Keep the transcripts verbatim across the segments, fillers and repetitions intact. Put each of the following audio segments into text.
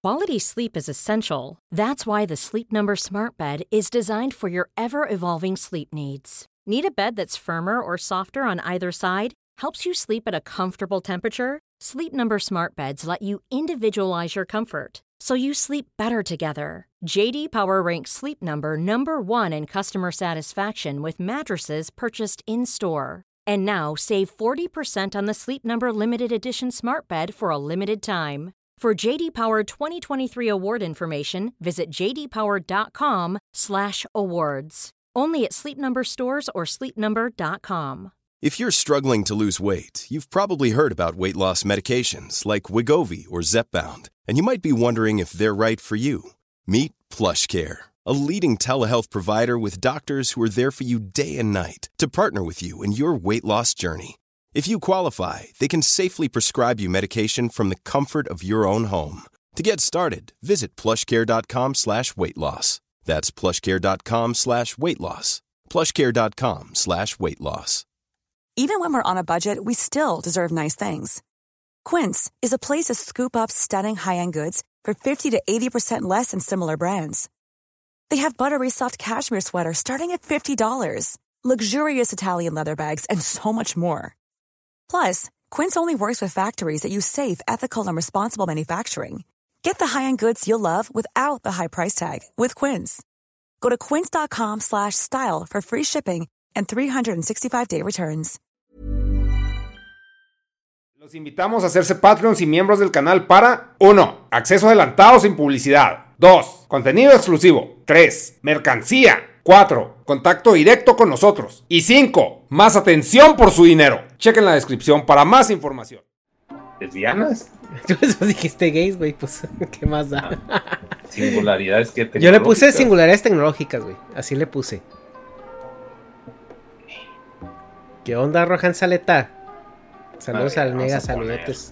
Quality sleep is essential. That's why the Sleep Number Smart Bed is designed for your ever-evolving sleep needs. Need a bed that's firmer or softer on either side? Helps you sleep at a comfortable temperature? Sleep Number Smart Beds let you individualize your comfort, so you sleep better together. J D Power ranks Sleep Number number one in customer satisfaction with mattresses purchased in-store. And now, save forty percent on the Sleep Number Limited Edition Smart Bed for a limited time. For J D Power twenty twenty-three award information, visit j d power dot com slash awards. Only at Sleep Number stores or sleep number dot com. If you're struggling to lose weight, you've probably heard about weight loss medications like Wegovy or Zepbound, and you might be wondering if they're right for you. Meet PlushCare, a leading telehealth provider with doctors who are there for you day and night to partner with you in your weight loss journey. If you qualify, they can safely prescribe you medication from the comfort of your own home. To get started, visit plushcare.com slash weight loss. That's plushcare.com slash weight loss. plushcare.com slash weight loss. Even when we're on a budget, we still deserve nice things. Quince is a place to scoop up stunning high-end goods for fifty to eighty percent less than similar brands. They have buttery soft cashmere sweaters starting at fifty dollars, luxurious Italian leather bags, and so much more. Plus, Quince only works with factories that use safe, ethical, and responsible manufacturing. Get the high-end goods you'll love without the high price tag with Quince. Go to quince.com slash style for free shipping and three sixty-five day returns. Los invitamos a hacerse Patreons y miembros del canal para uno. Acceso adelantado sin publicidad. dos. Contenido exclusivo. tres. Mercancía. cuatro. Contacto directo con nosotros. Y cinco. Más atención por su dinero. Chequen la descripción para más información. ¿Lesbianas? Tú eso dijiste gays, güey, pues, ¿qué más da? Ah, singularidades que Yo le puse singularidades tecnológicas, güey, así le puse. ¿Qué onda, Rohan Saleta? Saludos al Nega, saludetes.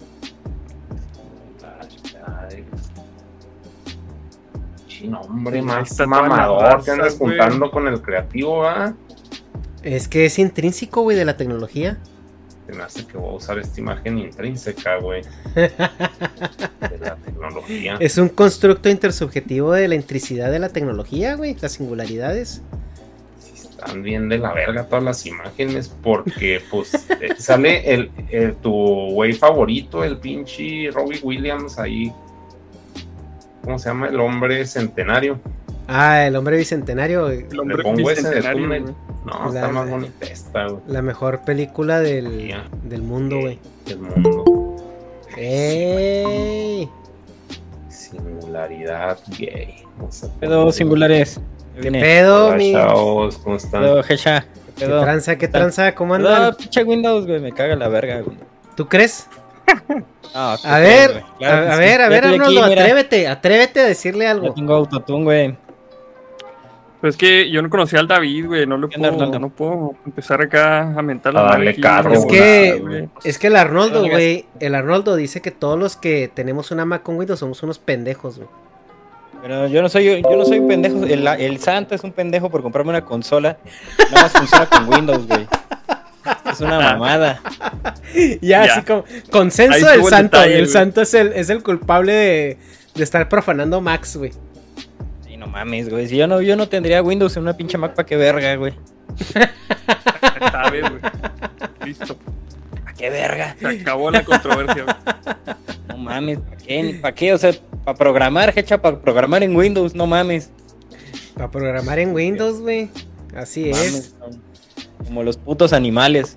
No, hombre, más mamador que andas juntando con el creativo, ¿ah? Es que es intrínseco, güey, de la tecnología. Se me hace que voy a usar esta imagen intrínseca, güey. De la tecnología. Es un constructo intersubjetivo de la intricidad de la tecnología, güey. Las singularidades. Sí, están bien de la verga todas las imágenes. Porque, pues, eh, sale el, el tu güey favorito, el pinche Robbie Williams ahí. ¿Cómo se llama? El hombre centenario. Ah, el hombre bicentenario. El hombre Le pongo bicentenario. ese de no, la, está más bonita esta, güey. La mejor película del, Yeah. del mundo, güey. Del mundo. ¡Ey! Singularidad gay. Pedo singulares. ¿Qué pedo, Hola, mi? chavos, ¿cómo están? Pedo, Hecha. ¿Qué tranza? ¿Qué tranza? ¿Cómo andan? No, pinche Windows, güey, me caga la verga, güey. ¿Tú crees? Ah, A ver, güey. Claro a, que a sí. ver, a Ya ver, estoy aquí, Arnoldo, mira. atrévete, atrévete a decirle Ya algo. tengo autotune, güey. Pues es que yo no conocía al David, güey, no le ¿Qué onda, puedo, Arnoldo? no puedo empezar acá a mentar la A madre darle aquí, carro, güey. Es que, güey. es que el Arnoldo, No, güey, el Arnoldo dice que todos los que tenemos una Mac con Windows somos unos pendejos, güey. Pero yo no soy, yo no soy un pendejo. El, el santo es un pendejo por comprarme una consola. Nada más funciona con Windows, güey. Es una mamada. Ya, Ya. así como consenso Ahí del estuvo el santo, detalle, y el güey. santo es el, es el culpable de, de estar profanando Macs, güey. Sí, no mames, güey. Si yo no, yo no tendría Windows en una pinche Mac, ¿pa' qué verga, güey? ¿Sabes, güey? Listo. ¿Pa' qué verga? Se acabó la controversia, güey. No mames, ¿pa' qué? ¿Pa' qué? O sea, para programar, hecha para programar en Windows, no mames. Para programar en Windows, güey. Así es. Mames, no. Como los putos animales.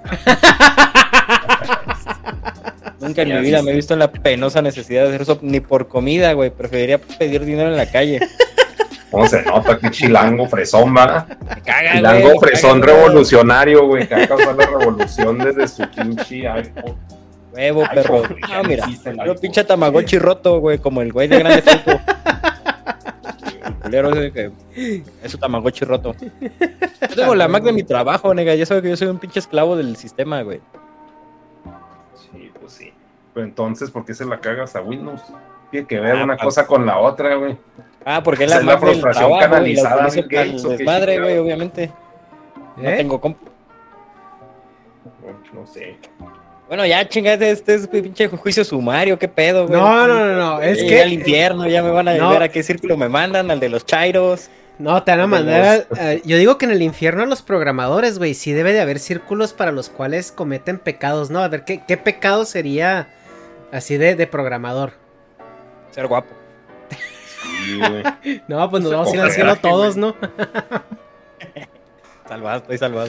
Nunca en mi vida me he visto en la penosa necesidad de hacer eso, ni por comida, güey. Preferiría pedir dinero en la calle. ¿Cómo se nota? Que chilango fresón, va. Me caga, Chilango güey, me fresón caga, güey. revolucionario, güey. Que ha causado la revolución desde su pinche iPhone. Huevo, Ay, perro. pobre, ya No, no mira, existe el yo iPhone. pinche Tamagotchi roto, güey, como el güey de Grande Truco. El culero ese que es su Tamagotchi roto. Yo tengo la Mac de mi trabajo, nega. Ya sabes que yo soy un pinche esclavo del sistema, güey. Sí, pues sí. Pero entonces, ¿por qué se la cagas a Windows? Tiene que ver Ah, una pa- cosa con la otra, güey. Ah, porque es Esa la es la Mac del frustración trabajo y la canalizada, utilizo Bill para Gates, el ¿o qué desmadre, chingado? güey, obviamente. No ¿Eh? tengo comp. No, no sé. Bueno, ya chingate, este es pinche juicio sumario, qué pedo, güey. No, no, no, no, es Llegué que... al infierno, ya me van a no. ver a qué círculo me mandan, al de los chairos. No, te van a mandar... a- a- yo digo que en el infierno a los programadores, güey, sí debe de haber círculos para los cuales cometen pecados, ¿no? A ver, ¿qué, qué pecado sería así de, de programador? Ser guapo. Sí, güey. No, pues nos Se vamos a ir coge haciendo viaje, todos, güey. ¿no? Salvado, estoy salvado.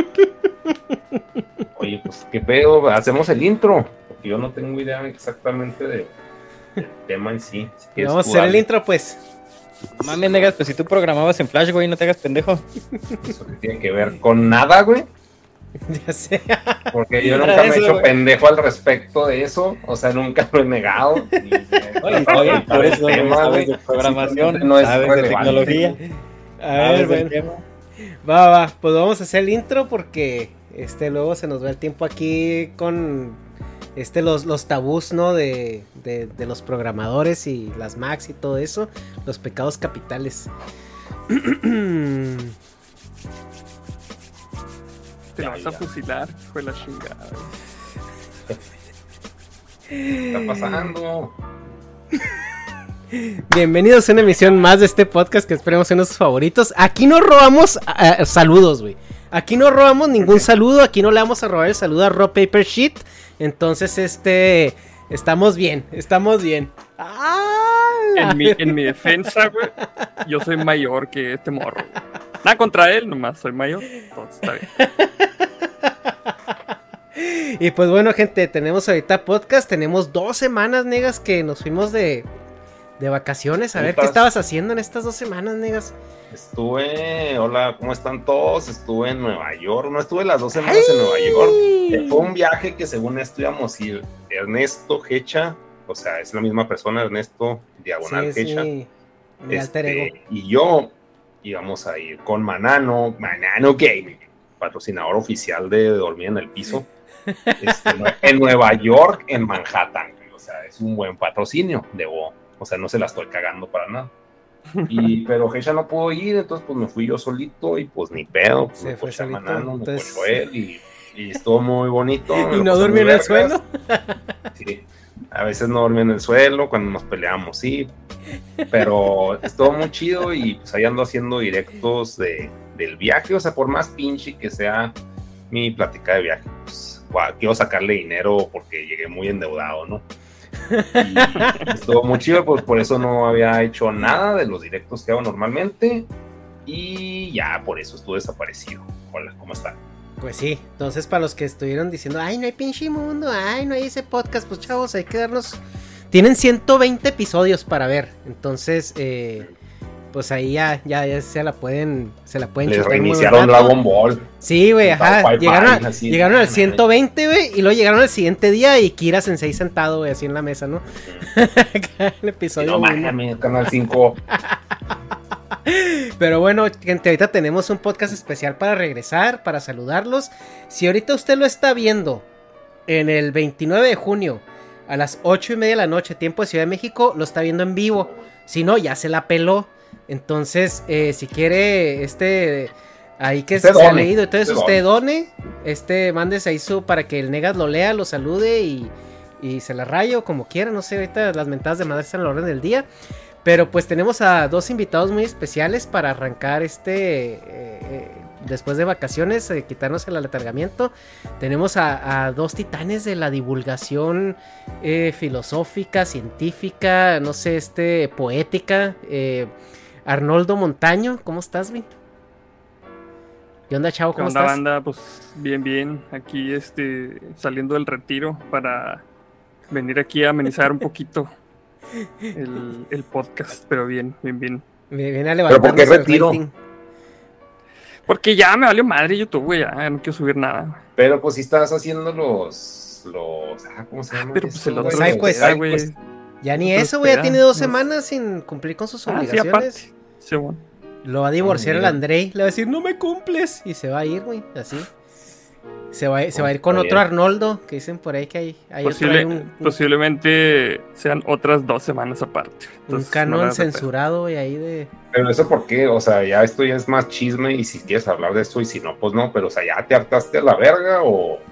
Oye, pues qué pedo, hacemos el intro, porque yo no tengo idea exactamente de, del tema en sí. Si quieres Vamos a tú, hacer el dale. intro, pues. No mames, negas, pues si tú programabas en Flash, güey, no te hagas pendejo. Eso que tiene que ver con nada, güey. Ya sé. Porque yo nunca Era me he eso, hecho güey. pendejo al respecto de eso. O sea, nunca lo he negado. Ni me he Oye, tratado de oye, por evitar el eso güey, tema, sabes güey. de programación, Simplemente no es sabes de relevante, tecnología. güey. A ver, sabes del bueno. tema. Va, va, pues vamos a hacer el intro porque este luego se nos va el tiempo aquí con este los, los tabús, ¿no? De, de, de los programadores y las Macs y todo eso, los pecados capitales. Te Ya, vas a ya. fusilar, fue la chingada. ¿Qué está pasando? Bienvenidos a una emisión más de este podcast que esperemos sean nuestros favoritos. Aquí no robamos uh, saludos, güey. Aquí no robamos ningún saludo. Aquí no le vamos a robar el saludo a Rock Paper Sheet. Entonces, este... Estamos bien, estamos bien. ¡Ah! En mi, en mi defensa, güey, yo soy mayor que este morro. Nada contra él, nomás soy mayor. Entonces está bien. Y pues bueno, gente, tenemos ahorita podcast. Tenemos dos semanas, negas, que nos fuimos de, de vacaciones. A ver qué Putas. estabas haciendo en estas dos semanas, negas. Estuve, hola, ¿cómo están todos? Estuve en Nueva York, no estuve las dos semanas en Nueva York. Eh, Fue un viaje que según esto íbamos a ir Ernesto Hecha, o sea, es la misma persona, Ernesto Diagonal Sí, Hecha, sí, mi alter este, ego. y yo íbamos a ir con Manano, Manano Gaming, patrocinador oficial de Dormir en el Piso, este, en Nueva York, en Manhattan, o sea, es un buen patrocinio, debo, o sea, no se la estoy cagando para nada. Y, pero Hecha no pudo ir, entonces pues me fui yo solito y pues ni pedo, pues, Se me fue coché a solito, Manano, me entonces- cochó él y, y estuvo muy bonito. me ¿Y lo no pasé durmió en muy el vergas. suelo? Sí, a veces no dormí en el suelo, cuando nos peleábamos, sí, pero estuvo muy chido y pues ahí ando haciendo directos de, del viaje, o sea, por más pinche que sea mi plática de viaje, pues guau, quiero sacarle dinero porque llegué muy endeudado, ¿no? Y estuvo muy chido, pues por eso no había hecho nada de los directos que hago normalmente y ya por eso estuve desaparecido. Hola, ¿cómo están? Pues sí, entonces para los que estuvieron diciendo, ay, no hay pinche mundo, ay, no hay ese podcast, pues chavos, hay que darnos... Tienen ciento veinte episodios para ver, entonces, eh, pues ahí ya, ya, ya se la pueden, se la pueden Les chutar muy buen reiniciaron rato. Dragon Ball. Sí, güey, ajá, Bye, bye, llegaron, a- así. llegaron al ciento veinte, güey, y luego llegaron al siguiente día y Kira Sensei sentado, güey, así en la mesa, ¿no? El episodio No uno. mames, Canal cinco. Pero bueno, gente, ahorita tenemos un podcast especial para regresar, para saludarlos. Si ahorita usted lo está viendo en el veintinueve de junio a las ocho y media de la noche, tiempo de Ciudad de México, lo está viendo en vivo. Si no, ya se la peló. Entonces, eh, si quiere, este, ahí que Usted se ha done, leído, entonces usted usted done, este, mándese ahí su, para que el Negas lo lea, lo salude y, y se la rayo como quiera. No sé, ahorita las mentadas de madre están a la orden del día. Pero pues tenemos a dos invitados muy especiales para arrancar este, eh, eh, después de vacaciones, eh, quitarnos el aletargamiento. Tenemos a, a dos titanes de la divulgación eh, filosófica, científica, no sé, este, poética. Eh, Arnoldo Montaño, ¿cómo estás, güey? ¿Qué onda, chavo? ¿Qué ¿Cómo onda, estás? banda? Pues bien, bien. Aquí este, saliendo del retiro para venir aquí a amenizar un poquito el, el podcast, pero bien, bien, bien. Me viene a ¿Pero por qué levantarnos el retiro? rating. Porque ya me valió madre YouTube, güey, ya no quiero subir nada. Pero pues si estás haciendo los, los, ah, ¿cómo se llama? Pero pues el Eso, otro Side güey? quest, Side güey. quest. Ya ni Otro eso, güey, ya espera, tiene dos no sé. semanas sin cumplir con sus Ah, sí, obligaciones. aparte. Sí, bueno. Lo va a divorciar Ah, el mira. Andrei. Le va a decir, no me cumples. Y se va a ir, güey. Así. Se va, a- se va a ir Está con bien. otro Arnoldo. Que dicen por ahí que hay, hay otro, Posible- hay un, un- Posiblemente sean otras dos semanas aparte. un Entonces, no canon la vas a pelar. censurado, güey, ahí de. Pero eso por qué, o sea, ya esto ya es más chisme y si quieres hablar de esto y si no, pues no, pero o sea, ¿ya te hartaste a la verga o,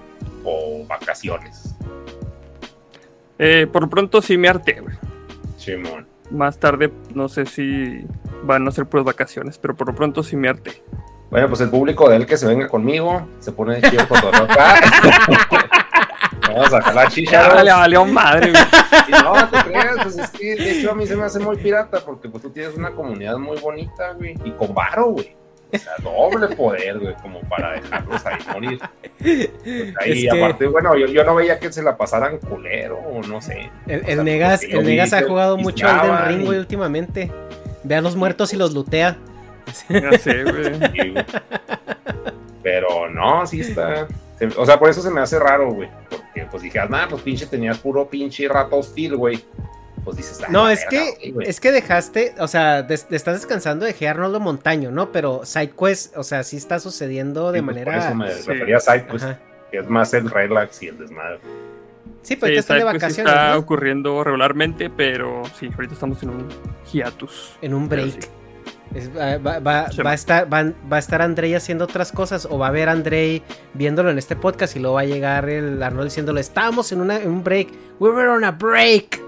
o vacaciones? Eh, por pronto sí me harté, güey. Simón. Más tarde no sé si van a ser puras vacaciones, pero por lo pronto sí me harté. Bueno, pues el público de él que se venga conmigo, se pone chido con todo acá. Vamos a jalar chicha. Ya le valió madre, güey. Y no, te creas, pues es que de hecho a mí se me hace muy pirata porque pues tú tienes una comunidad muy bonita, güey, y con varo, güey. O sea, doble poder, güey, como para dejarlos ahí morir. Pues ahí, Es que... aparte, bueno, yo, yo no veía que se la pasaran culero, o no sé. El, o sea, el Negas, el Negas ha jugado mucho al Elden Ring, güey, y... últimamente. Ve a los muertos y los lootea. Ya sé, güey. Sí, güey. Pero no, sí está... O sea, por eso se me hace raro, güey. Porque pues dije, nada, pues pinche tenías puro pinche rato hostil, güey. Pues dices, ah, no, es verga, que güey. es que dejaste, o sea, des, estás descansando de Arnoldo Montaño, ¿no? Pero SideQuest, o sea, sí está sucediendo de sí, pues, manera... Por eso me sí. refería a SideQuest, Ajá. que es más el relax y el desmadre. Sí, pues Sí, ahorita están de SideQuest vacaciones, está ¿no? ocurriendo regularmente, pero sí, ahorita estamos en un hiatus. En un Pero break. sí. Es- va, va- va- Sí. va a estar, va, va a estar Andrei haciendo otras cosas, o va a ver a Andrei viéndolo en este podcast y luego va a llegar el Arnold diciéndole, estamos en, una, en un break, we were on a break.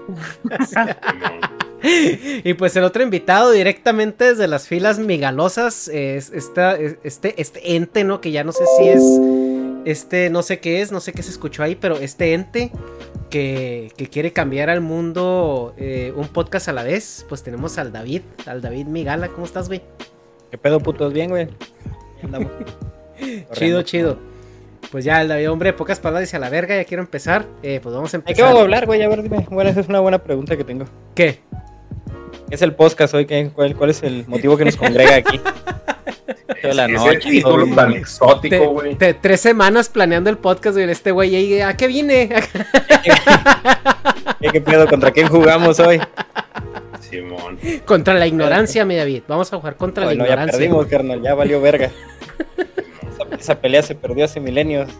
Y pues el otro invitado directamente desde las filas migalosas es esta, este, este ente, ¿no? Que ya no sé si es, este, no sé qué es, no sé qué se escuchó ahí, pero este ente que, que quiere cambiar al mundo eh, un podcast a la vez, pues tenemos al David, al David Migala. ¿Cómo estás, güey? ¿Qué pedo, putos? Bien, güey. Andamos. Chido, chido. Pues ya, el David, hombre, pocas palabras y a la verga, ya quiero empezar. Eh, pues vamos a ¿De empezar. qué vamos a hablar, güey? A ver, dime. Bueno, esa es una buena pregunta que tengo. ¿Qué? ¿Qué es el podcast hoy? ¿Qué, cuál, ¿Cuál es el motivo que nos congrega aquí? Toda la Ese noche, título todo, tan güey. exótico, Te- güey. te- tres semanas planeando el podcast, güey, este güey, y, ¿a qué vine? ¿Qué, ¿Qué pedo? ¿Contra quién jugamos hoy? Simón. Contra la ignorancia, mi David. Vamos a jugar contra Bueno, la ya ignorancia. perdimos, carnal. Ya valió verga. Esa, esa pelea se perdió hace milenios.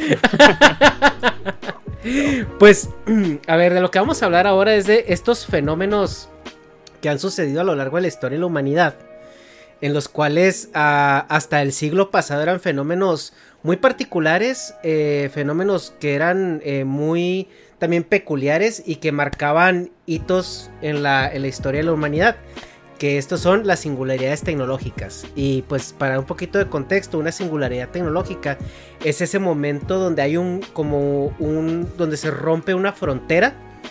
Pues, a ver, de lo que vamos a hablar ahora es de estos fenómenos que han sucedido a lo largo de la historia de la humanidad, en los cuales ah, hasta el siglo pasado eran fenómenos muy particulares, eh, fenómenos que eran eh, muy también peculiares y que marcaban hitos en la, en la historia de la humanidad, que estos son las singularidades tecnológicas. Y pues para un poquito de contexto, una singularidad tecnológica es ese momento donde hay un como un donde se rompe una frontera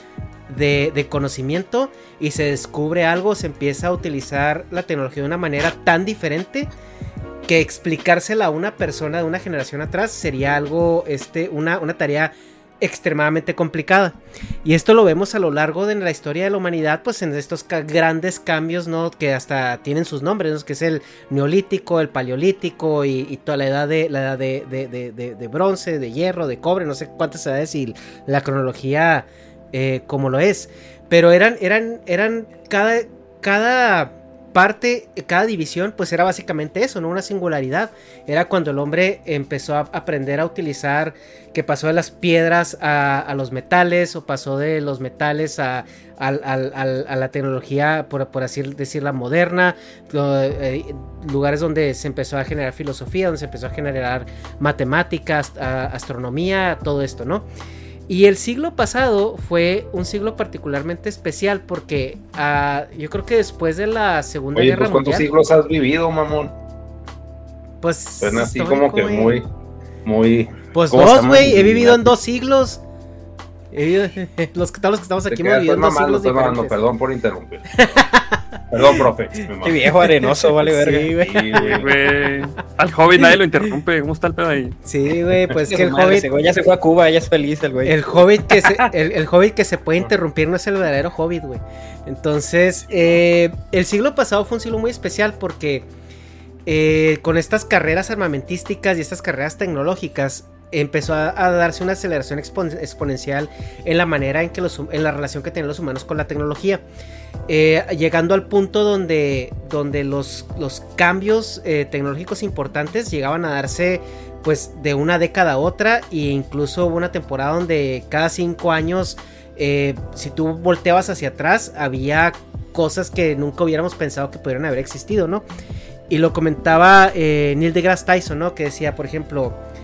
de, de conocimiento y se descubre algo, se empieza a utilizar la tecnología de una manera tan diferente que explicársela a una persona de una generación atrás sería algo, este, una, una tarea extremadamente complicada. Y esto lo vemos a lo largo de la historia de la humanidad, pues en estos ca- grandes cambios, ¿no? Que hasta tienen sus nombres, ¿no? Que es el neolítico, el paleolítico y, y toda la edad de la edad de, de, de, de, de bronce, de hierro, de cobre, no sé cuántas edades y la cronología eh, como lo es. Pero eran, eran, eran cada, cada parte, cada división, pues era básicamente eso, ¿no? Una singularidad. Era cuando el hombre empezó a aprender a utilizar, que pasó de las piedras a, a los metales, o pasó de los metales a, a, a, a, a la tecnología, por, por así decirla, moderna, lo, eh, lugares donde se empezó a generar filosofía, donde se empezó a generar matemáticas, a, astronomía, todo esto, ¿no? Y el siglo pasado fue un siglo particularmente especial porque uh, yo creo que después de la Segunda Oye, Guerra pues, ¿cuántos Mundial... siglos has vivido, mamón? Pues... Suena así estoy como que muy, muy... Pues ¿cómo se dos, llama? güey, he vivido en dos siglos. He vivido... Los, todos los que estamos Te aquí hemos quedas vivido en dos mamando, siglos estoy mamando, diferentes. perdón por interrumpir. Perdón, profe. me mamé. Qué viejo arenoso, vale verga. Sí, güey. Sí, güey. Güey, al Hobbit nadie lo interrumpe. ¿Cómo está el pedo ahí? Sí, güey, pues que el Madre, Hobbit... ese güey ya se fue a Cuba, ya es feliz el güey. El Hobbit que se, el, el Hobbit que se puede interrumpir no es el verdadero Hobbit, güey. Entonces, eh, el siglo pasado fue un siglo muy especial porque eh, con estas carreras armamentísticas y estas carreras tecnológicas empezó a, a darse una aceleración expon- exponencial en la manera en que los, en la relación que tienen los humanos con la tecnología. Eh, llegando al punto donde, donde los, los cambios eh, tecnológicos importantes llegaban a darse pues de una década a otra, e incluso hubo una temporada donde cada cinco años eh, si tú volteabas hacia atrás había cosas que nunca hubiéramos pensado que pudieran haber existido, ¿no? Y lo comentaba eh, Neil deGrasse Tyson, ¿no? Que decía, por ejemplo,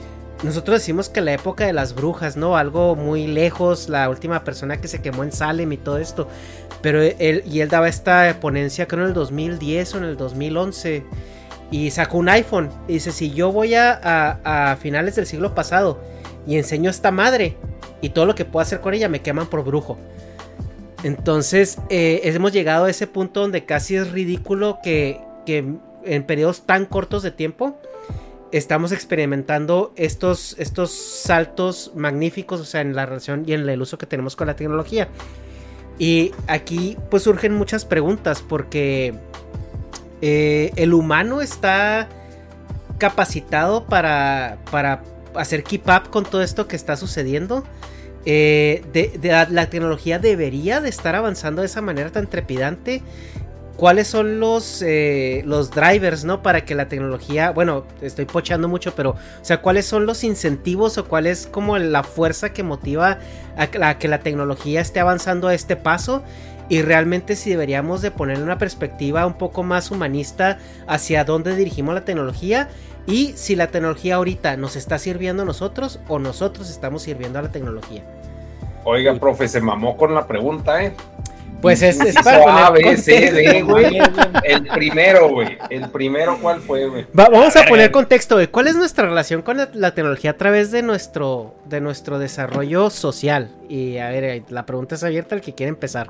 nosotros decimos que la época de las brujas, ¿no? Algo muy lejos, la última persona que se quemó en Salem y todo esto. Pero él, y él daba esta ponencia creo en el dos mil diez o en el dos mil once. Y sacó un iPhone. Y dice, si yo voy a, a, a finales del siglo pasado y enseño esta madre y todo lo que puedo hacer con ella, me queman por brujo. Entonces eh, hemos llegado a ese punto donde casi es ridículo que, que en periodos tan cortos de tiempo estamos experimentando estos, estos saltos magníficos, o sea, en la relación y en el uso que tenemos con la tecnología. Y aquí pues surgen muchas preguntas porque eh, el humano está capacitado para, para hacer keep up con todo esto que está sucediendo. Eh, de, de la, la tecnología debería de estar avanzando de esa manera tan trepidante. ¿Cuáles son los, eh, los drivers, ¿no? Para que la tecnología, bueno, estoy pochando mucho, pero, o sea, ¿cuáles son los incentivos o cuál es como la fuerza que motiva a, a que la tecnología esté avanzando a este paso? Y realmente si deberíamos de ponerle una perspectiva un poco más humanista hacia dónde dirigimos la tecnología y si la tecnología ahorita nos está sirviendo a nosotros o nosotros estamos sirviendo a la tecnología. Oiga, profe, se mamó con la pregunta, ¿eh? Pues es, es para A, B, C, D, güey. El primero, güey. El primero, ¿cuál fue, güey? Va, vamos a, a poner contexto, güey. ¿Cuál es nuestra relación con la, la tecnología a través de nuestro, de nuestro desarrollo social? Y a ver, la pregunta es abierta al que quiere empezar.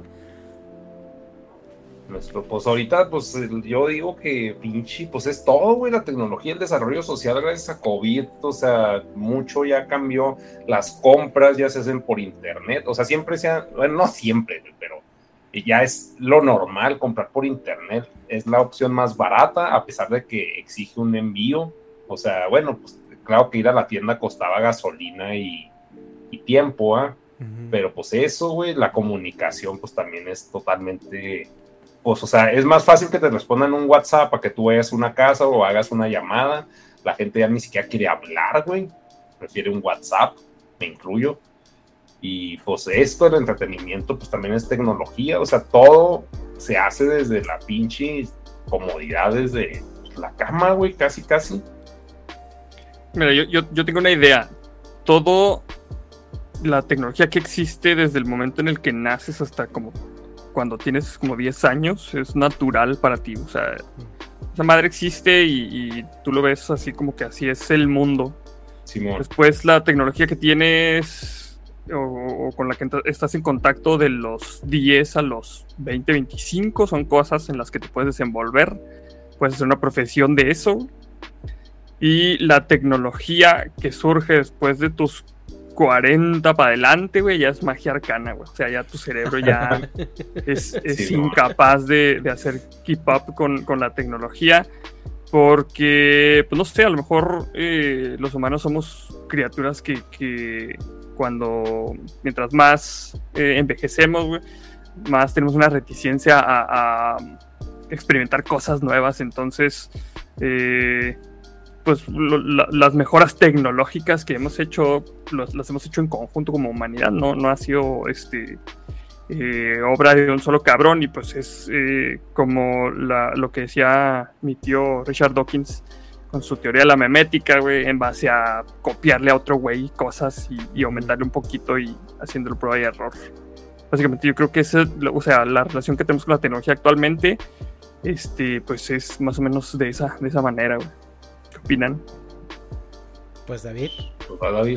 Nuestro, pues ahorita, pues yo digo que pinche, pues es todo, güey, la tecnología, el desarrollo social gracias a COVID, o sea, mucho ya cambió, las compras ya se hacen por internet, o sea, siempre se han, bueno, no siempre, pero ya es lo normal comprar por internet, es la opción más barata, a pesar de que exige un envío, o sea, bueno, pues claro que ir a la tienda costaba gasolina y, y tiempo, ¿ah? ¿eh? Uh-huh. Pero pues eso, güey, la comunicación pues también es totalmente... Pues, o sea, es más fácil que te respondan un WhatsApp para que tú vayas a una casa o hagas una llamada. La gente ya ni siquiera quiere hablar, güey. Prefiere un WhatsApp, me incluyo. Y pues esto, el entretenimiento, pues también es tecnología. O sea, todo se hace desde la pinche comodidad, desde la cama, güey, casi, casi. Mira, yo, yo, yo tengo una idea. Todo la tecnología que existe desde el momento en el que naces hasta como... cuando tienes como diez años, es natural para ti, o sea, esa madre existe y, y tú lo ves así como que así es el mundo. Simón. Después la tecnología que tienes o, o con la que estás en contacto de los diez a los veinte, veinticinco son cosas en las que te puedes desenvolver, puedes hacer una profesión de eso. Y la tecnología que surge después de tus cuarenta para adelante, güey, ya es magia arcana, güey. O sea, ya tu cerebro ya es, es sí, incapaz no. de, de hacer keep up con, con la tecnología. Porque, pues no sé, a lo mejor eh, los humanos somos criaturas que, que cuando, mientras más eh, envejecemos, güey, más tenemos una reticencia a, a experimentar cosas nuevas. Entonces, eh, pues lo, la, las mejoras tecnológicas que hemos hecho, los, las hemos hecho en conjunto como humanidad, no, no ha sido este eh, obra de un solo cabrón, y pues es eh, como la, lo que decía mi tío Richard Dawkins con su teoría de la memética, güey, en base a copiarle a otro güey cosas y, y aumentarle un poquito y haciéndolo prueba y error. Básicamente yo creo que esa, o sea, la relación que tenemos con la tecnología actualmente, este, pues es más o menos de esa, de esa manera, güey. ¿Qué opinan? Pues David. Pues va David.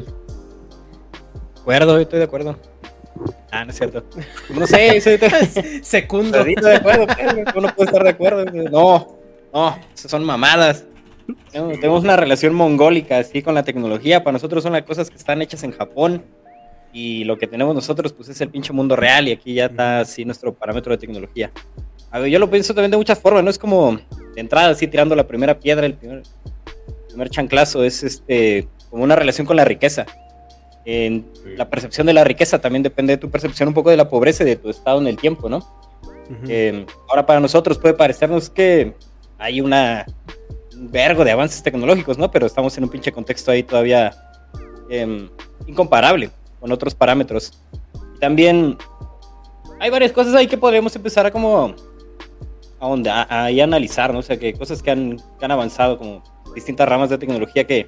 De acuerdo, estoy de acuerdo. Ah, no es cierto. No sé, soy de... Segundo. Estoy de acuerdo, uno puede estar de acuerdo. No, no, esas son mamadas. No, tenemos una relación mongólica así con la tecnología. Para nosotros son las cosas que están hechas en Japón. Y lo que tenemos nosotros, pues es el pinche mundo real. Y aquí ya está así nuestro parámetro de tecnología. A ver, yo lo pienso también de muchas formas, no es como de entrada así tirando la primera piedra, el primer, el primer chanclazo, es este como una relación con la riqueza. En sí. La percepción de la riqueza también depende de tu percepción un poco de la pobreza y de tu estado en el tiempo, ¿no? Uh-huh. Eh, ahora para nosotros puede parecernos que hay una, un vergo de avances tecnológicos, ¿no? Pero estamos en un pinche contexto ahí todavía eh, incomparable con otros parámetros. También hay varias cosas ahí que podríamos empezar a como a, donde, a, a, a analizar, ¿no? O sea, que cosas que han, que han avanzado como distintas ramas de tecnología que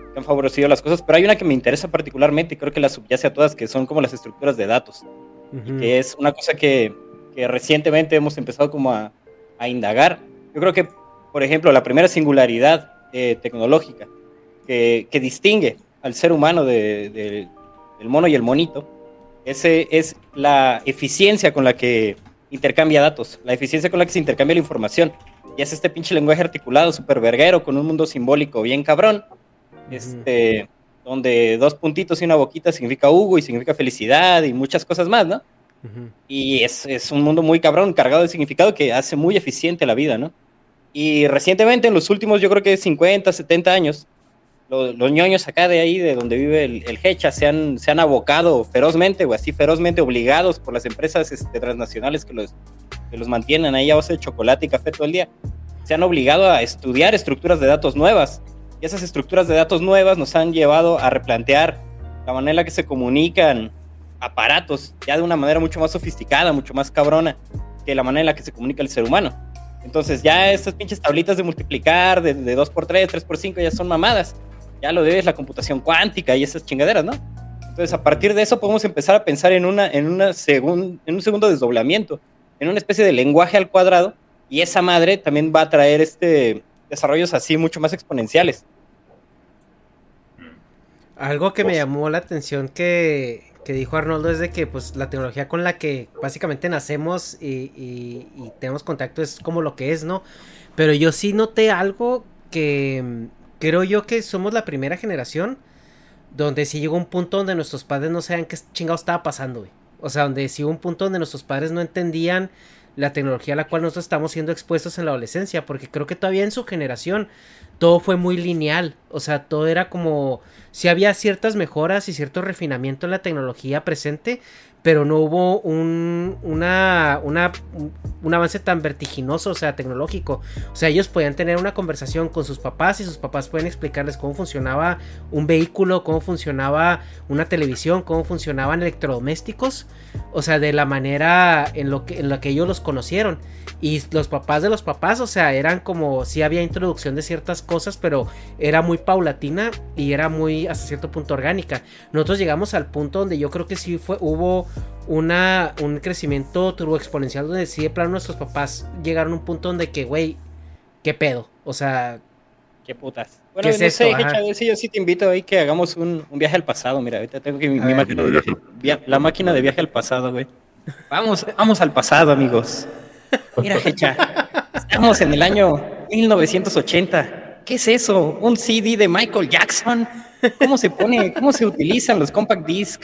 que han favorecido las cosas, pero hay una que me interesa particularmente y creo que la subyace a todas, que son como las estructuras de datos, uh-huh. y que es una cosa que, que recientemente hemos empezado como a, a indagar. Yo creo que, por ejemplo, la primera singularidad eh, tecnológica que, que distingue al ser humano de, de, del mono y el monito, ese es la eficiencia con la que intercambia datos, la eficiencia con la que se intercambia la información. Y es este pinche lenguaje articulado, súper verguero, con un mundo simbólico bien cabrón, uh-huh. este, donde dos puntitos y una boquita significa Hugo y significa felicidad y muchas cosas más, ¿no? Uh-huh. Y es, es un mundo muy cabrón, cargado de significado que hace muy eficiente la vida, ¿no? Y recientemente, en los últimos, yo creo que cincuenta, setenta años, los, los ñoños acá de ahí, de donde vive el, el Hecha, se han, se han abocado ferozmente, o así ferozmente obligados por las empresas este, transnacionales que los, que los mantienen ahí a base de chocolate y café todo el día, se han obligado a estudiar estructuras de datos nuevas. Y esas estructuras de datos nuevas nos han llevado a replantear la manera en la que se comunican aparatos, ya de una manera mucho más sofisticada, mucho más cabrona, que la manera en la que se comunica el ser humano. Entonces ya estas pinches tablitas de multiplicar, de, de dos por tres, tres por cinco, ya son mamadas. Ya lo de es la computación cuántica y esas chingaderas, ¿no? Entonces, a partir de eso podemos empezar a pensar en, una, en, una segun, en un segundo desdoblamiento, en una especie de lenguaje al cuadrado, y esa madre también va a traer este, desarrollos así mucho más exponenciales. Algo que me llamó la atención que, que dijo Arnoldo es de que pues, la tecnología con la que básicamente nacemos y, y, y tenemos contacto es como lo que es, ¿no? Pero yo sí noté algo que... Creo yo que somos la primera generación donde sí llegó un punto donde nuestros padres no sabían qué chingado estaba pasando, güey. O sea, donde sí hubo un punto donde nuestros padres no entendían la tecnología a la cual nosotros estamos siendo expuestos en la adolescencia, porque creo que todavía en su generación todo fue muy lineal. O sea, todo era como... Sí había ciertas mejoras y cierto refinamiento en la tecnología presente, pero no hubo un, una, una, un avance tan vertiginoso, o sea, tecnológico. O sea, ellos podían tener una conversación con sus papás y sus papás pueden explicarles cómo funcionaba un vehículo, cómo funcionaba una televisión, cómo funcionaban electrodomésticos, o sea, de la manera en, lo que, en la que ellos los conocieron. Y los papás de los papás, o sea, eran como, sí había introducción de ciertas cosas, pero era muy paulatina y era muy, hasta cierto punto, orgánica. Nosotros llegamos al punto donde yo creo que sí fue, hubo una, un crecimiento turbo exponencial, donde sí de plano nuestros papás llegaron a un punto donde que, güey, ¿qué pedo? O sea... ¿Qué putas? Bueno, ¿qué es no esto? sé, Hecha, sí, yo sí te invito ahí que hagamos un, un viaje al pasado. Mira, ahorita tengo que mi, mi máquina de viaje, via, la máquina de viaje al pasado, güey. Vamos, vamos al pasado, amigos. Mira, Hecha, estamos en el año mil novecientos ochenta. ¿Qué es eso? ¿Un C D de Michael Jackson? ¿Cómo se pone? ¿Cómo se utilizan los compact disc?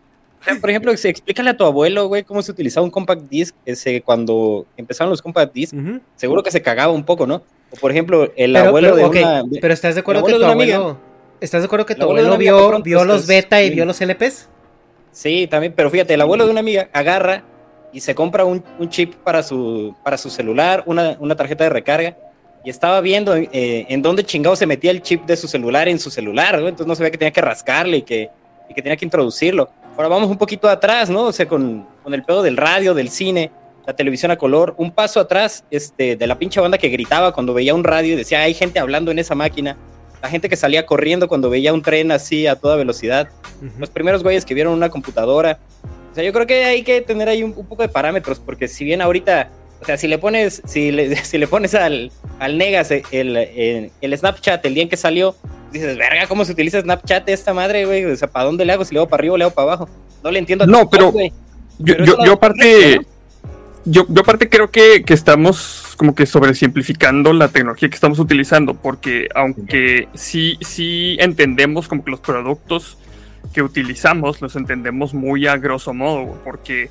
O sea, por ejemplo, explícale a tu abuelo, güey, cómo se utilizaba un compact disc ese, cuando empezaron los compact disc. Uh-huh. Seguro que se cagaba un poco, ¿no? O por ejemplo, el pero, abuelo pero, de okay, una... Pero ¿estás de acuerdo que tu abuelo... ¿Estás de acuerdo que tu abuelo vio, vio los beta y vio los L Ps? Sí, también, pero fíjate, el abuelo de una amiga agarra y se compra un, un chip para su, para su celular, una, una tarjeta de recarga, y estaba viendo eh, en dónde chingado se metía el chip de su celular en su celular, ¿no? Entonces no sabía que tenía que rascarle y que, y que tenía que introducirlo. Ahora vamos un poquito atrás, ¿no? O sea, con, con el pedo del radio, del cine, la televisión a color, un paso atrás este, de la pinche banda que gritaba cuando veía un radio y decía, hay gente hablando en esa máquina, la gente que salía corriendo cuando veía un tren así a toda velocidad, uh-huh. Los primeros güeyes que vieron una computadora. O sea, yo creo que hay que tener ahí un, un poco de parámetros, porque si bien ahorita, o sea, si le pones, si le, si le pones al, al Negas el, el, el Snapchat el día en que salió, dices, verga, ¿cómo se utiliza Snapchat esta madre, güey? O sea, ¿para dónde le hago? Si le hago para arriba o le hago para abajo. No le entiendo a No, pero, güey. Yo, pero yo, yo aparte, ¿no? yo, yo aparte creo que, que estamos como que sobresimplificando la tecnología que estamos utilizando, porque aunque sí, sí entendemos como que los productos que utilizamos los entendemos muy a grosso modo, porque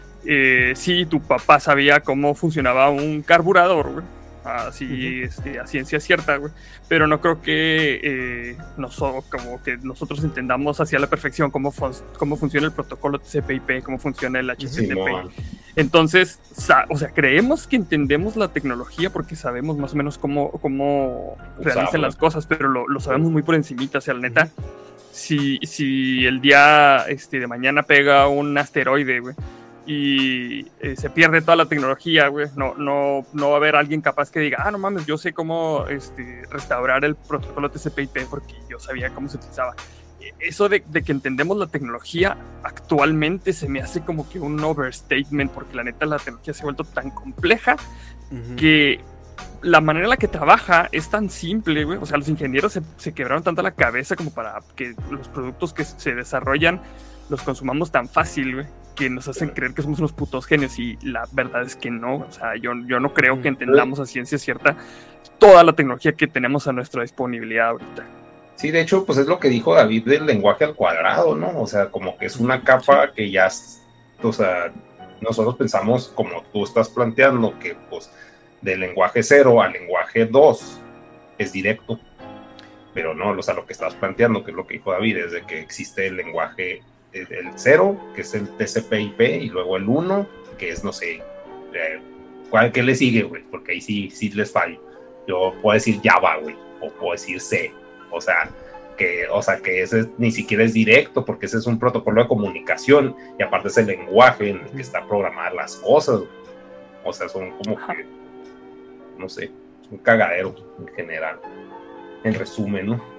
eh, sí, tu papá sabía cómo funcionaba un carburador, güey, así, uh-huh. este, a ciencia cierta, güey, pero no creo que, eh, nosotros, como que nosotros entendamos hacia la perfección cómo, fun- cómo funciona el protocolo T C P I P, cómo funciona el H T T P. Sí, entonces, sa- o sea, creemos que entendemos la tecnología porque sabemos más o menos cómo, cómo realizan las cosas, pero lo, lo sabemos muy por encimita, o sea, la neta. Uh-huh. Si, si el día este, de mañana pega un asteroide, güey, y eh, se pierde toda la tecnología, güey. No, no, no va a haber alguien capaz que diga, ah, no mames, yo sé cómo este, restaurar el protocolo T C P I P porque yo sabía cómo se utilizaba. Eso de, de que entendemos la tecnología actualmente se me hace como que un overstatement, porque la neta la tecnología se ha vuelto tan compleja uh-huh. que la manera en la que trabaja es tan simple, güey. O sea, los ingenieros se, se quebraron tanto la cabeza como para que los productos que se desarrollan los consumamos tan fácil, güey, que nos hacen creer que somos unos putos genios, y la verdad es que no. O sea, yo, yo no creo que entendamos a ciencia cierta toda la tecnología que tenemos a nuestra disponibilidad ahorita. Sí, de hecho, pues es lo que dijo David del lenguaje al cuadrado, ¿no? O sea, como que es una capa que ya, o sea, nosotros pensamos, como tú estás planteando, que pues del lenguaje cero al lenguaje dos es directo, pero no, o sea, lo que estás planteando, que es lo que dijo David, es de que existe el lenguaje el, el cero, que es el T C P I P, y luego el uno, que es, no sé, eh, ¿cuál, ¿qué le sigue, güey? Porque ahí sí, sí les fallo. Yo puedo decir Java, güey, o puedo decir C. O sea, que, o sea, que ese ni siquiera es directo, porque ese es un protocolo de comunicación, y aparte es el lenguaje en el que están programadas las cosas. O sea, son como que, no sé, un cagadero en general, en resumen, ¿no?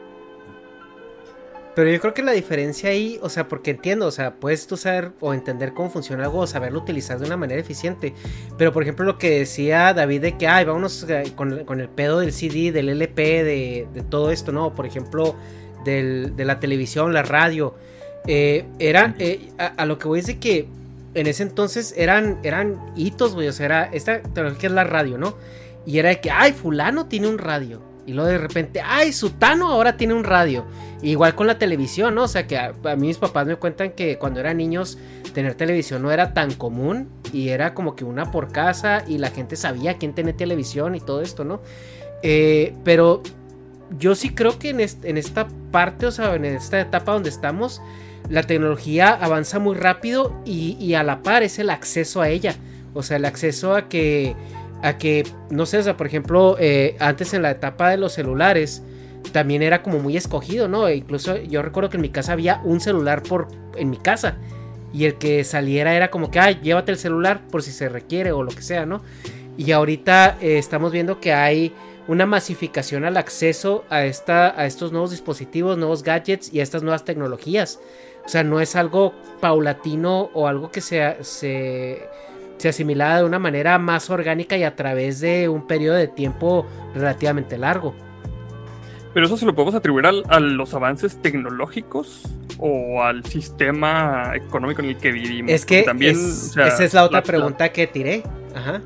Pero yo creo que la diferencia ahí, o sea, porque entiendo, o sea, puedes tú saber o entender cómo funciona algo o saberlo utilizar de una manera eficiente. Pero, por ejemplo, lo que decía David de que, ay, vámonos con, con el pedo del C D, del L P, de, de todo esto, ¿no? Por ejemplo, del, de la televisión, la radio. Eh, era, eh, a, a lo que voy es de que en ese entonces eran, eran hitos, güey, o sea, era esta tecnología es la radio, ¿no? Y era de que, ay, fulano tiene un radio. Y luego de repente, ay, sutano ahora tiene un radio. Igual con la televisión, ¿no? O sea, que a, a mí mis papás me cuentan que cuando eran niños tener televisión no era tan común. Y era como que una por casa y la gente sabía quién tenía televisión y todo esto, ¿no? Eh, pero yo sí creo que en, est- en esta parte, o sea, en esta etapa donde estamos, la tecnología avanza muy rápido y, y a la par es el acceso a ella. O sea, el acceso a que... a que, no sé, o sea, por ejemplo, eh, antes en la etapa de los celulares también era como muy escogido, ¿no? E incluso yo recuerdo que en mi casa había un celular por en mi casa, y el que saliera era como que, ay, llévate el celular por si se requiere o lo que sea, ¿no? Y ahorita eh, estamos viendo que hay una masificación al acceso a, esta, a estos nuevos dispositivos, nuevos gadgets y a estas nuevas tecnologías. O sea, no es algo paulatino o algo que sea, se... se asimilaba de una manera más orgánica y a través de un periodo de tiempo relativamente largo. Pero eso se lo podemos atribuir al, a los avances tecnológicos o al sistema económico en el que vivimos. Es que también, es, o sea, esa es la otra la, pregunta la, que tiré. Ajá.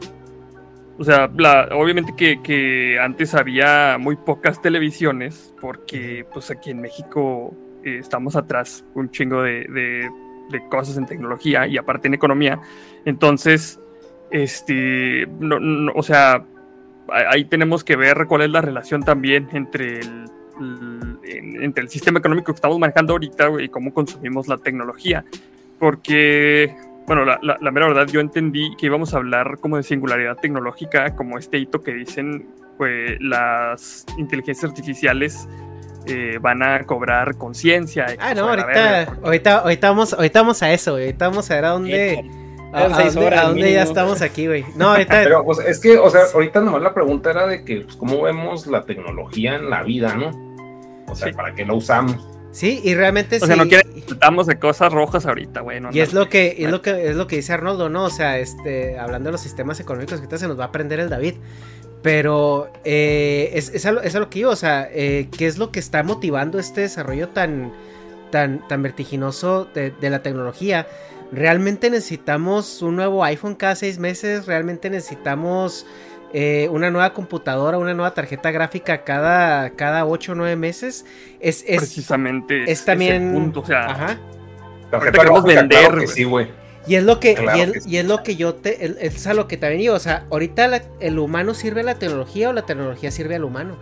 O sea, la, obviamente que, que antes había muy pocas televisiones porque pues aquí en México eh, estamos atrás un chingo de... de de cosas en tecnología y aparte en economía. Entonces, este, no, no, o sea, ahí tenemos que ver cuál es la relación también entre el, el, entre el sistema económico que estamos manejando ahorita y cómo consumimos la tecnología. Porque, bueno, la, la, la mera verdad, yo entendí que íbamos a hablar como de singularidad tecnológica, como este hito que dicen, pues, las inteligencias artificiales Eh, van a cobrar conciencia. Ah, no, ahorita, verga, ahorita, ahorita, vamos, ahorita vamos a eso, güey. Ahorita vamos a ver a dónde, a, a dónde, a dónde ya estamos aquí, güey. No, ahorita... Pero pues es que, o sea, ahorita nomás la pregunta era de que, pues, ¿cómo vemos la tecnología en la vida, no? O sea, sí. ¿Para qué la usamos? Sí, y realmente o sí. sea, no quiere disfrutamos de cosas rojas ahorita, güey. No, y es lo que, es lo que, es lo que dice Arnoldo, ¿no? O sea, este, hablando de los sistemas económicos, que ahorita se nos va a aprender el David. Pero eh, es, es, a lo, es a lo que iba, o sea, eh, ¿qué es lo que está motivando este desarrollo tan, tan, tan vertiginoso de, de la tecnología? ¿Realmente necesitamos un nuevo iPhone cada seis meses? ¿Realmente necesitamos eh, una nueva computadora, una nueva tarjeta gráfica cada, cada ocho o nueve meses? Es, es, Precisamente es, es también... ese punto, o sea, ajá. Tarjeta queremos vender, claro que sí, güey. Y es lo que, claro y es, que sí. y es lo que yo te, es, es a lo que también digo, o sea, ahorita la, el humano sirve a la tecnología o la tecnología sirve al humano.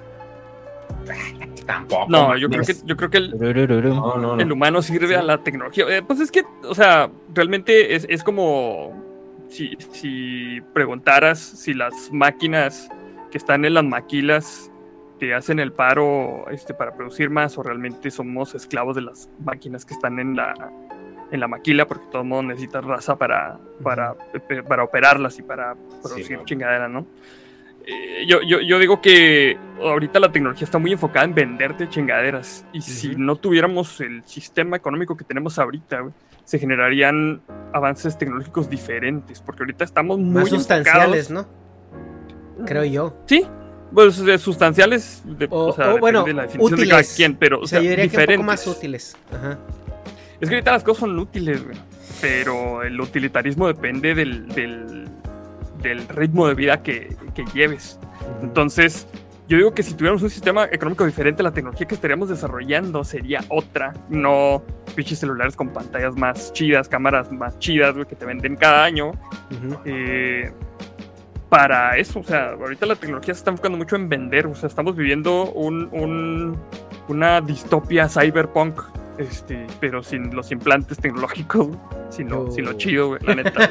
Tampoco. No, yo creo que, yo creo que el, no, no, no. el humano sirve sí. a la tecnología. Eh, pues es que, o sea, realmente es, es como si, si preguntaras si las máquinas que están en las maquilas te hacen el paro este, para producir más, o realmente somos esclavos de las máquinas que están en la en la maquila, porque todo el mundo necesita raza para, para, para operarlas y para producir sí, ¿no? chingadera, ¿no? Eh, yo, yo, yo digo que ahorita la tecnología está muy enfocada en venderte chingaderas, y uh-huh. si no tuviéramos el sistema económico que tenemos ahorita, güey, se generarían avances tecnológicos diferentes, porque ahorita estamos muy más sustanciales, enfocados, ¿no? Creo yo. Sí, pues de sustanciales, de, o, o sea, o bueno, de la definición útiles. de cada quien, pero o sea, o sea, yo diría diferentes. Que un poco más útiles. Ajá. Es que ahorita las cosas son útiles, güey, pero el utilitarismo depende del, del, del ritmo de vida que, que lleves. Entonces, yo digo que si tuviéramos un sistema económico diferente, la tecnología que estaríamos desarrollando sería otra, no pinches celulares con pantallas más chidas, cámaras más chidas, güey, que te venden cada año. Uh-huh. Eh, para eso, o sea, ahorita la tecnología se está enfocando mucho en vender, o sea, estamos viviendo un, un, una distopia cyberpunk. Este, pero sin los implantes tecnológicos, sin lo, oh. sin lo chido, güey, la neta.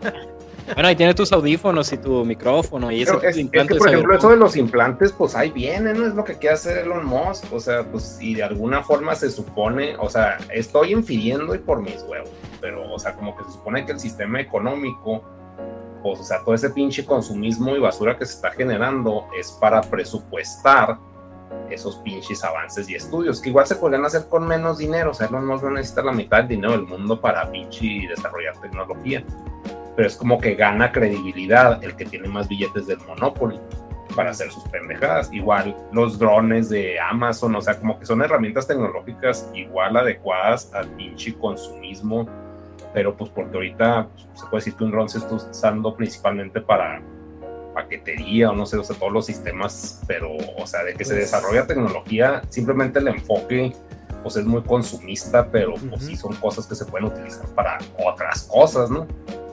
Bueno, ahí tienes tus audífonos y tu micrófono y eso. Es, es que, por ejemplo, eso de los implantes, pues ahí viene, ¿no? Es lo que quiere hacer Elon Musk, o sea, pues, y de alguna forma se supone, o sea, estoy infiriendo y por mis huevos, pero, o sea, como que se supone que el sistema económico, pues, o sea, todo ese pinche consumismo y basura que se está generando es para presupuestar esos pinches avances y estudios, que igual se podrían hacer con menos dinero, o sea, Elon Musk no necesita la mitad del dinero del mundo para pinche desarrollar tecnología, pero es como que gana credibilidad el que tiene más billetes del Monopoly para hacer sus pendejadas. Igual los drones de Amazon, o sea, como que son herramientas tecnológicas igual adecuadas al pinche consumismo, pero pues porque ahorita pues, se puede decir que un dron se está usando principalmente para paquetería o no sé, o sea, todos los sistemas, pero, o sea, de que se desarrolla tecnología, simplemente el enfoque, pues es muy consumista, pero pues uh-huh. sí son cosas que se pueden utilizar para otras cosas, ¿no?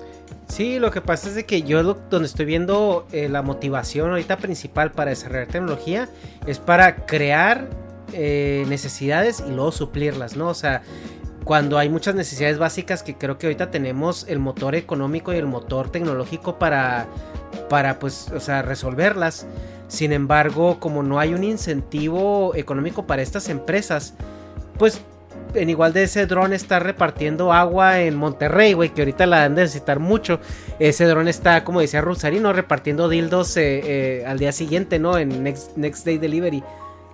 Sí, lo que pasa es de que yo lo, donde estoy viendo eh, la motivación ahorita principal para desarrollar tecnología es para crear eh, necesidades y luego suplirlas, ¿no? O sea, cuando hay muchas necesidades básicas que creo que ahorita tenemos el motor económico y el motor tecnológico para, para pues, o sea, resolverlas. Sin embargo, como no hay un incentivo económico para estas empresas, pues en igual de ese dron está repartiendo agua en Monterrey, güey, que ahorita la han de necesitar mucho. Ese dron está, como decía Rosarino, repartiendo dildos eh, eh, al día siguiente, ¿no? En Next, next Day Delivery.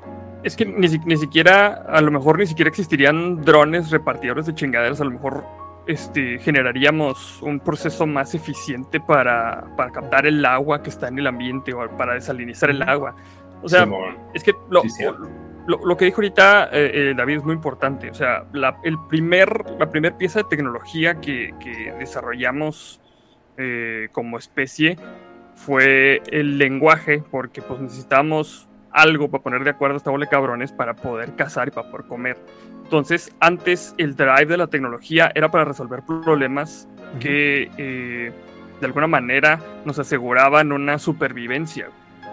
Es que ni, ni siquiera, a lo mejor ni siquiera existirían drones repartidores de chingaderas, a lo mejor este, generaríamos un proceso más eficiente para, para captar el agua que está en el ambiente o para desalinizar el agua. O sea, sí, es que lo, sí, sí. lo, lo que dijo ahorita eh, eh, David es muy importante. O sea, la, el primer, la primer pieza de tecnología que, que desarrollamos eh, como especie fue el lenguaje, porque pues necesitamos algo para poner de acuerdo a esta bola de cabrones para poder cazar y para poder comer. Entonces, antes el drive de la tecnología era para resolver problemas uh-huh. que eh, de alguna manera nos aseguraban una supervivencia.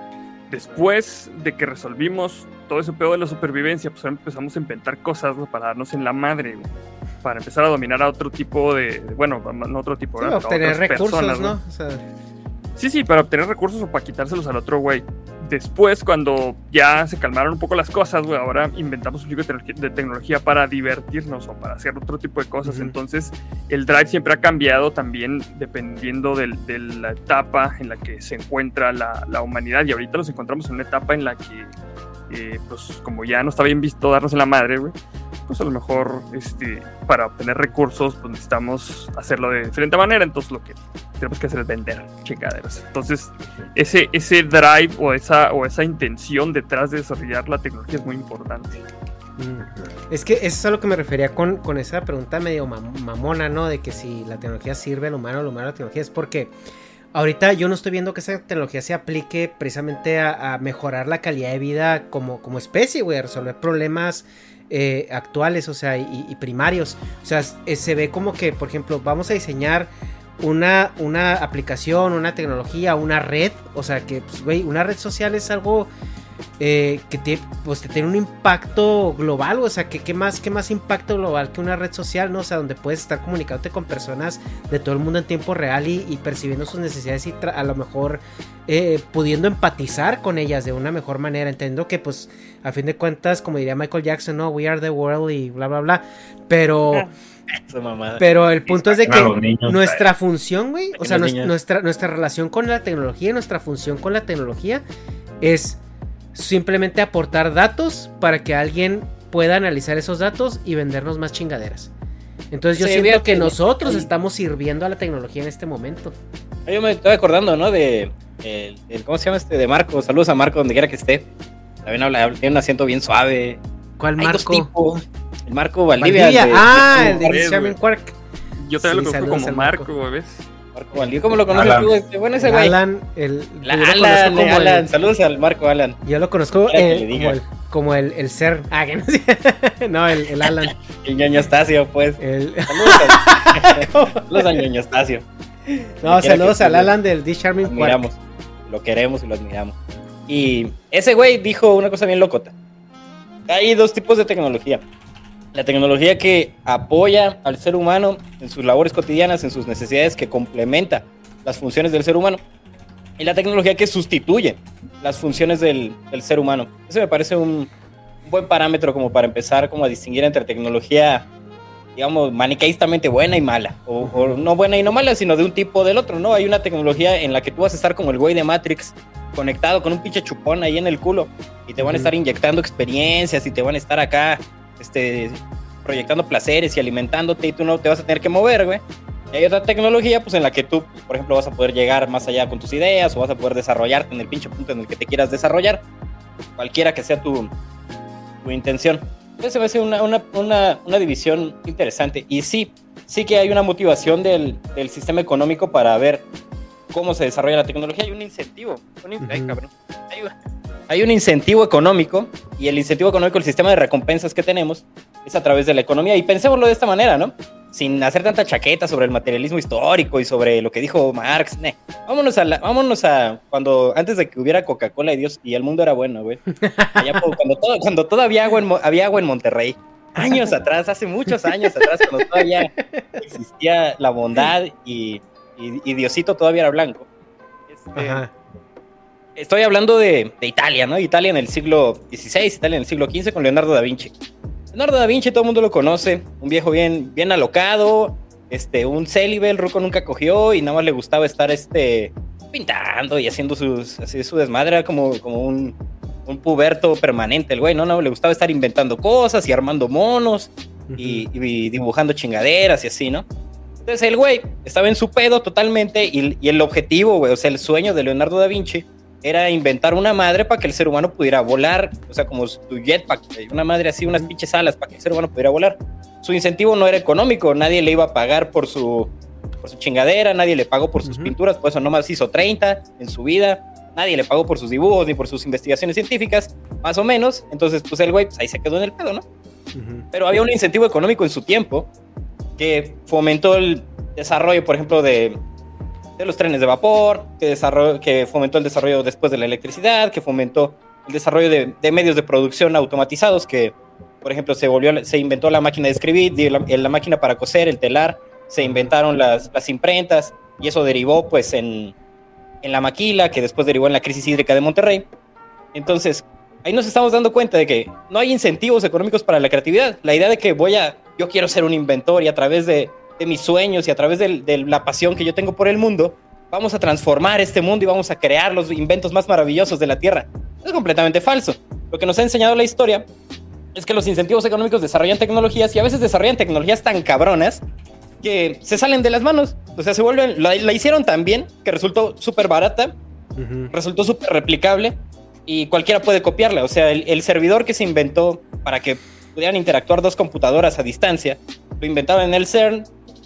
Después de que resolvimos todo ese pedo de la supervivencia, pues empezamos a inventar cosas, ¿no? Para darnos en la madre, ¿no? Para empezar a dominar a otro tipo de, bueno, no otro tipo, sí, ¿no? obtener recursos, personas, ¿no? O sea... Sí, sí, para obtener recursos o para quitárselos al otro güey. Después, cuando ya se calmaron un poco las cosas, güey, ahora inventamos un tipo de, de tecnología para divertirnos o para hacer otro tipo de cosas. Uh-huh. Entonces, el drive siempre ha cambiado también dependiendo del, de la etapa en la que se encuentra la, la humanidad. Y ahorita nos encontramos en una etapa en la que, eh, pues, como ya no está bien visto darnos en la madre, güey, pues a lo mejor este, para obtener recursos pues necesitamos hacerlo de diferente manera. Entonces lo que tenemos que hacer es vender chingaderas. Entonces ese, ese drive o esa, o esa intención detrás de desarrollar la tecnología es muy importante. Es que eso es a lo que me refería con, con esa pregunta medio mam- mamona, ¿no? De que si la tecnología sirve al humano, al humano la tecnología, es porque ahorita yo no estoy viendo que esa tecnología se aplique precisamente a, a mejorar la calidad de vida como, como especie, güey, a resolver problemas Eh, actuales, o sea, y, y primarios. O sea, eh, se ve como que, por ejemplo, vamos a diseñar una, una aplicación, una tecnología, una red. O sea, que, pues, güey, una red social es algo eh, que te, pues, te tiene un impacto global, o sea, ¿qué, qué, más, ¿qué más impacto global que una red social, ¿no? O sea, donde puedes estar comunicándote con personas de todo el mundo en tiempo real y, y percibiendo sus necesidades y tra- a lo mejor eh, pudiendo empatizar con ellas de una mejor manera, entendiendo que pues a fin de cuentas, como diría Michael Jackson, no, we are the world y bla bla bla, pero... Pero el punto es de que niños, nuestra ¿sabes? función, güey, o sea, nuestra, nuestra, nuestra relación con la tecnología, nuestra función con la tecnología es simplemente aportar datos para que alguien pueda analizar esos datos y vendernos más chingaderas. Entonces yo sí, siento que, que nosotros sí. estamos sirviendo a la tecnología en este momento. Yo me estoy acordando, ¿no? De, el, el, ¿cómo se llama este? De Marco. Saludos a Marco donde quiera que esté. También habla, tiene un acento bien suave. ¿Cuál Marco? El Marco Valdivia. Valdivia. De, ah, de, el de Charming Quark. Yo también sí, lo conozco como Marco, Marco, ¿ves? Marco Valdivia. ¿Cómo lo conoces Alan. tú? Este? Bueno, ese güey. Alan, el... La Alan, como Alan. El, saludos al Marco Alan. Yo lo conozco eh, como, el, como el, el ser... Ah, que no sé. No, el, el Alan. El ñoño Estacio, pues. El... Saludos al... saludos al ñoño Estacio. No, saludos al Alan del The Charming Quark. Lo admiramos, lo queremos y lo admiramos. Y ese güey dijo una cosa bien locota. Hay dos tipos de tecnología. La tecnología que apoya al ser humano en sus labores cotidianas, en sus necesidades, que complementa las funciones del ser humano. Y la tecnología que sustituye las funciones del, del ser humano. Ese me parece un, un buen parámetro como para empezar como a distinguir entre tecnología, digamos, maniqueístamente buena y mala. O, o no buena y no mala, sino de un tipo o del otro, ¿no? Hay una tecnología en la que tú vas a estar como el güey de Matrix, conectado con un pinche chupón ahí en el culo, y te van a estar inyectando experiencias y te van a estar acá este, proyectando placeres y alimentándote, y tú no te vas a tener que mover, güey. Y hay otra tecnología, pues, en la que tú, pues, por ejemplo, vas a poder llegar más allá con tus ideas, o vas a poder desarrollarte en el pinche punto en el que te quieras desarrollar, cualquiera que sea tu, tu intención. Entonces se me hace una, una, una, una división interesante. Y sí, sí que hay una motivación del, del sistema económico para ver cómo se desarrolla la tecnología. Hay un incentivo. Un, uh-huh. ay, cabrón. Hay, hay un incentivo económico, y el incentivo económico, el sistema de recompensas que tenemos, es a través de la economía. Y pensémoslo de esta manera, ¿no? Sin hacer tanta chaqueta sobre el materialismo histórico y sobre lo que dijo Marx. Nah. Vámonos a la, vámonos a cuando, antes de que hubiera Coca-Cola y Dios y el mundo era bueno, güey. Allá cuando, todo, cuando todavía había agua, en, había agua en Monterrey. Años atrás, hace muchos años atrás, cuando todavía existía la bondad y, y, y Diosito todavía era blanco. Este, Ajá. Estoy hablando de, de Italia, ¿no? Italia en el siglo dieciséis, Italia en el siglo quince, con Leonardo da Vinci. Leonardo da Vinci, todo el mundo lo conoce, un viejo bien, bien alocado, este, un célibe, el ruco nunca cogió y nada más le gustaba estar este, pintando y haciendo sus, así, su desmadre, era como, como un, un puberto permanente el güey, ¿no? No, le gustaba estar inventando cosas y armando monos y, y dibujando chingaderas y así, ¿no? Entonces el güey estaba en su pedo totalmente, y, y el objetivo, güey, o sea, el sueño de Leonardo da Vinci era inventar una madre para que el ser humano pudiera volar, o sea, como tu jetpack, una madre así, unas pinches alas para que el ser humano pudiera volar. Su incentivo no era económico, nadie le iba a pagar por su, por su chingadera, nadie le pagó por sus uh-huh. pinturas, por eso nomás hizo treinta en su vida, nadie le pagó por sus dibujos ni por sus investigaciones científicas, más o menos. Entonces, pues el güey, pues ahí se quedó en el pedo, ¿no? Uh-huh. Pero había un incentivo económico en su tiempo que fomentó el desarrollo, por ejemplo, de... de los trenes de vapor, que, desarrolló, que fomentó el desarrollo después de la electricidad, que fomentó el desarrollo de, de medios de producción automatizados, que, por ejemplo, se volvió, se inventó la máquina de escribir, la, la máquina para coser, el telar, se inventaron las, las imprentas, y eso derivó, pues, en, en la maquila, que después derivó en la crisis hídrica de Monterrey. Entonces, ahí nos estamos dando cuenta de que no hay incentivos económicos para la creatividad. La idea de que voy a, yo quiero ser un inventor, y a través de de mis sueños y a través de, de la pasión que yo tengo por el mundo, vamos a transformar este mundo y vamos a crear los inventos más maravillosos de la Tierra. Es completamente falso. Lo que nos ha enseñado la historia es que los incentivos económicos desarrollan tecnologías, y a veces desarrollan tecnologías tan cabronas que se salen de las manos. O sea, se vuelven, la, la hicieron tan bien que resultó súper barata, uh-huh. resultó súper replicable, y cualquiera puede copiarla. O sea, el, el servidor que se inventó para que pudieran interactuar dos computadoras a distancia, lo inventaron en el CERN.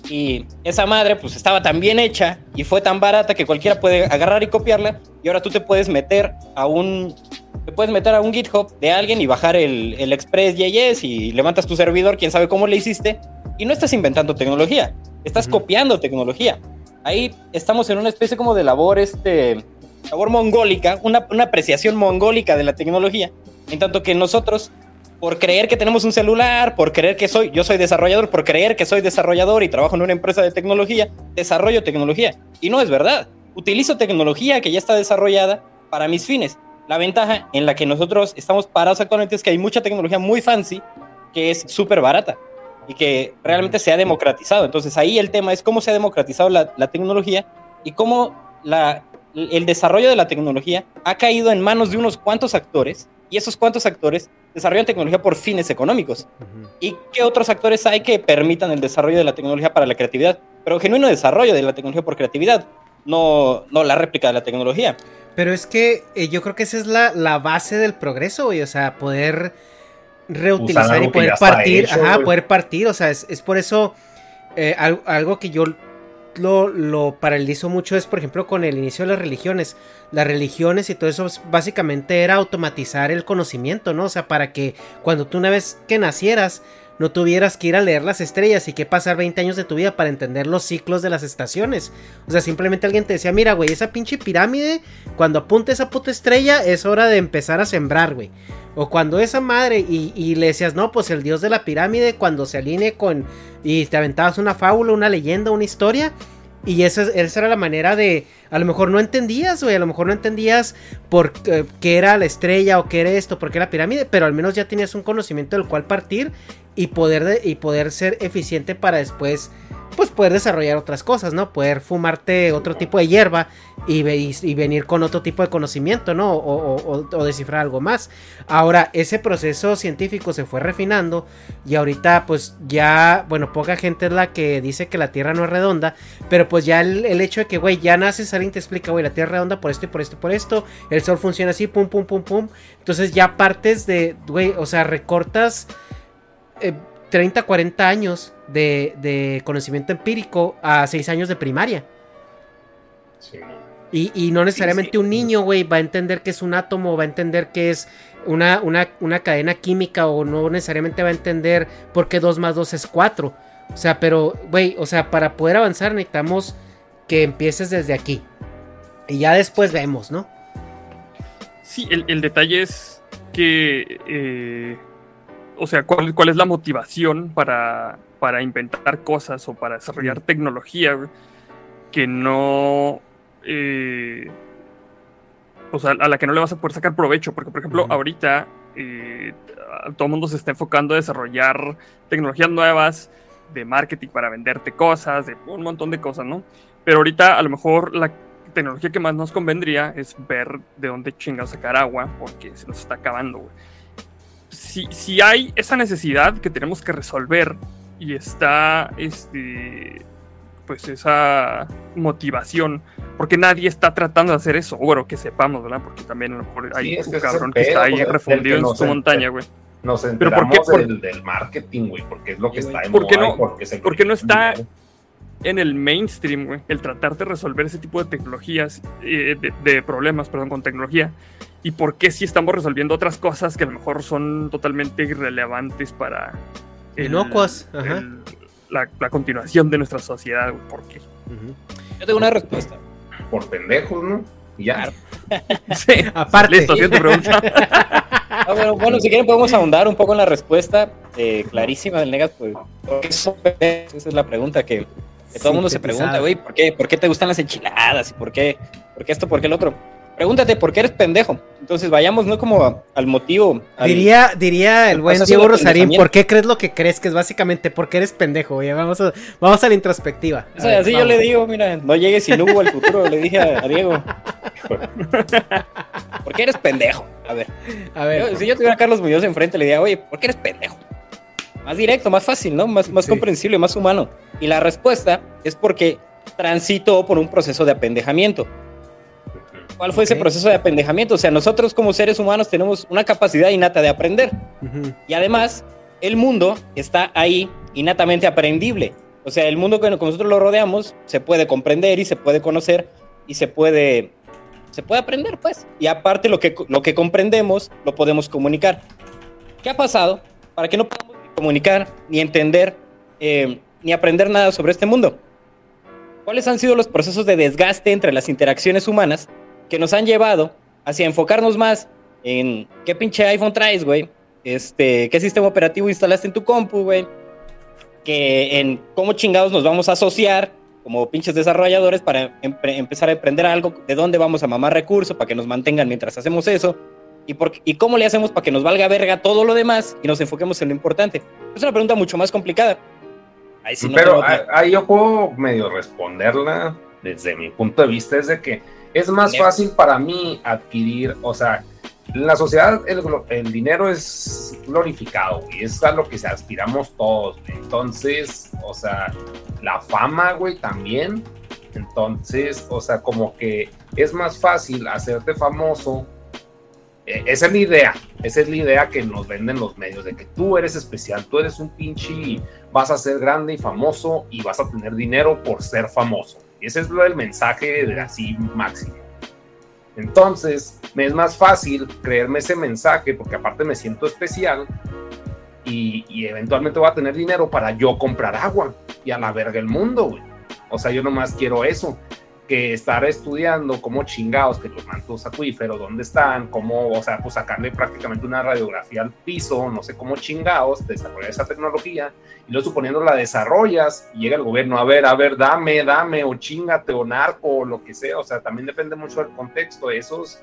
Y esa madre pues estaba tan bien hecha y fue tan barata que cualquiera puede agarrar y copiarla, y ahora tú te puedes meter a un te puedes meter a un GitHub de alguien y bajar el, el Express.js y levantas tu servidor, quién sabe cómo le hiciste, y no estás inventando tecnología, estás uh-huh. copiando tecnología. Ahí estamos en una especie como de labor este sabor mongólica, una, una apreciación mongólica de la tecnología, en tanto que nosotros, por creer que tenemos un celular, por creer que soy, yo soy desarrollador, por creer que soy desarrollador y trabajo en una empresa de tecnología, desarrollo tecnología. Y no es verdad. Utilizo tecnología que ya está desarrollada para mis fines. La ventaja en la que nosotros estamos parados actualmente es que hay mucha tecnología muy fancy que es súper barata y que realmente se ha democratizado. Entonces ahí el tema es cómo se ha democratizado la, la tecnología y cómo la, el desarrollo de la tecnología ha caído en manos de unos cuantos actores, y esos cuantos actores desarrollan tecnología por fines económicos. Uh-huh. ¿Y qué otros actores hay que permitan el desarrollo de la tecnología para la creatividad? Pero genuino desarrollo de la tecnología por creatividad, no, no la réplica de la tecnología. Pero es que eh, yo creo que esa es la, la base del progreso, güey, o sea, poder reutilizar y poder partir, hecho, ajá, wey. poder partir, o sea, es, es por eso eh, algo, algo que yo lo, lo paralizo mucho es, por ejemplo, con el inicio de las religiones. Las religiones y todo eso básicamente era automatizar el conocimiento, ¿no? O sea, para que cuando tú una vez que nacieras no tuvieras que ir a leer las estrellas y que pasar veinte años de tu vida para entender los ciclos de las estaciones. O sea, simplemente alguien te decía, mira, güey, esa pinche pirámide, cuando apunte esa puta estrella, es hora de empezar a sembrar, güey. O cuando esa madre, y, y le decías, no, pues el dios de la pirámide, cuando se alinee con, y te aventabas una fábula, una leyenda, una historia, y esa, esa era la manera de, a lo mejor no entendías, güey, a lo mejor no entendías por eh, qué era la estrella, o qué era esto, por qué la pirámide, pero al menos ya tenías un conocimiento del cual partir, y poder, de, y poder ser eficiente para después, pues poder desarrollar otras cosas, ¿no? Poder fumarte otro tipo de hierba y, y, y venir con otro tipo de conocimiento, ¿no? O, o, o, o descifrar algo más. Ahora, ese proceso científico se fue refinando y ahorita pues ya, bueno, poca gente es la que dice que la Tierra no es redonda, pero pues ya el, el hecho de que, güey, ya naces, alguien te explica, güey, la Tierra es redonda por esto y por esto y por esto, el Sol funciona así, pum, pum, pum, pum. Entonces ya partes de, güey, o sea, recortas eh, treinta, cuarenta años de, de conocimiento empírico a seis años de primaria. Sí. Y, y no necesariamente sí, sí. un niño, güey, va a entender que es un átomo, va a entender que es una, una, una cadena química, o no necesariamente va a entender por qué dos más dos es cuatro. O sea, pero, güey, o sea, para poder avanzar necesitamos que empieces desde aquí. Y ya después vemos, ¿no? Sí, el, el detalle es que... Eh... O sea, ¿cuál, cuál es la motivación para, para inventar cosas o para desarrollar tecnología, güey, que no... Eh, o sea, a la que no le vas a poder sacar provecho? Porque, por ejemplo, uh-huh. ahorita eh, todo el mundo se está enfocando a desarrollar tecnologías nuevas de marketing para venderte cosas, de un montón de cosas, ¿no? Pero ahorita a lo mejor la tecnología que más nos convendría es ver de dónde chingados sacar agua, porque se nos está acabando, güey. Si, si hay esa necesidad que tenemos que resolver y está este, pues esa motivación, porque nadie está tratando de hacer eso, o bueno, que sepamos, ¿verdad? Porque también a lo mejor hay sí, es un que cabrón que está ahí pues, refundido en su montaña, güey. Nos enteramos ¿Pero por qué? Del, del marketing, güey, porque es lo que sí, está en ¿Por qué no, porque, se porque no está en el mainstream, güey, el tratar de resolver ese tipo de tecnologías, eh, de, de problemas, perdón, con tecnología? ¿Y por qué si estamos resolviendo otras cosas que a lo mejor son totalmente irrelevantes para el, inocuas, ajá. El, la, la continuación de nuestra sociedad? ¿Por qué? Uh-huh. Yo tengo una respuesta. Por pendejos, ¿no? Y ya. Sí, aparte. Listo, siguiente pregunta. Ah, bueno, bueno, si quieren podemos ahondar un poco en la respuesta eh, clarísima del Negas, pues, ¿por qué son pendejos? Esa es la pregunta que, que todo el sí, mundo se pregunta, güey, ¿por qué, ¿por qué te gustan las enchiladas? ¿Y por qué, por qué esto, por qué el otro? Pregúntate por qué eres pendejo. Entonces vayamos, ¿no? Como a, al motivo. Al, diría diría el buen Diego Rosarín, ¿por qué crees lo que crees? Que es básicamente, ¿por qué eres pendejo? Oye, vamos a, vamos a la introspectiva. O sea, así vamos. Yo le digo, mira, no llegues sin Hugo al futuro, le dije a, a Diego. ¿Por qué eres pendejo? A ver. A ver. Yo, si yo tuviera a Carlos Muñoz enfrente, le diría, oye, ¿por qué eres pendejo? Más directo, más fácil, ¿no? Más, más sí. comprensible, más humano. Y la respuesta es porque transitó por un proceso de apendejamiento. ¿Cuál fue okay. ese proceso de apendejamiento? O sea, nosotros como seres humanos tenemos una capacidad innata de aprender. Uh-huh. Y además, el mundo está ahí innatamente aprendible. O sea, el mundo que nosotros lo rodeamos se puede comprender y se puede conocer y se puede, se puede aprender, pues. Y aparte, lo que, lo que comprendemos lo podemos comunicar. ¿Qué ha pasado para que no podamos ni comunicar, ni entender, eh, ni aprender nada sobre este mundo? ¿Cuáles han sido los procesos de desgaste entre las interacciones humanas que nos han llevado hacia enfocarnos más en qué pinche iPhone traes, güey, este, qué sistema operativo instalaste en tu compu, güey, que en cómo chingados nos vamos a asociar como pinches desarrolladores para em- empezar a emprender algo, de dónde vamos a mamar recursos para que nos mantengan mientras hacemos eso, y, por, y cómo le hacemos para que nos valga verga todo lo demás y nos enfoquemos en lo importante. Es una pregunta mucho más complicada. Ahí sí no Pero ahí, ahí yo puedo medio responderla desde mi punto de vista, es de que es más Bien. fácil para mí adquirir, o sea, en la sociedad el, el dinero es glorificado, güey, es a lo que se aspiramos todos, güey. Entonces, o sea, la fama, güey, también. Entonces, o sea, como que es más fácil hacerte famoso. Eh, esa es la idea, esa es la idea que nos venden los medios, de que tú eres especial, tú eres un pinche, vas a ser grande y famoso y vas a tener dinero por ser famoso. Ese es el mensaje de así máximo. Entonces, me es más fácil creerme ese mensaje porque aparte me siento especial y, y eventualmente voy a tener dinero para yo comprar agua y a la verga el mundo, güey. O sea, yo nomás quiero eso, que estar estudiando cómo chingados, que los mantos acuíferos, dónde están, cómo, o sea, pues sacarle prácticamente una radiografía al piso, no sé cómo chingados, desarrollar esa tecnología, y luego suponiendo la desarrollas, y llega el gobierno, a ver, a ver, dame, dame, o chingate, o narco, o lo que sea, o sea, también depende mucho del contexto, esos,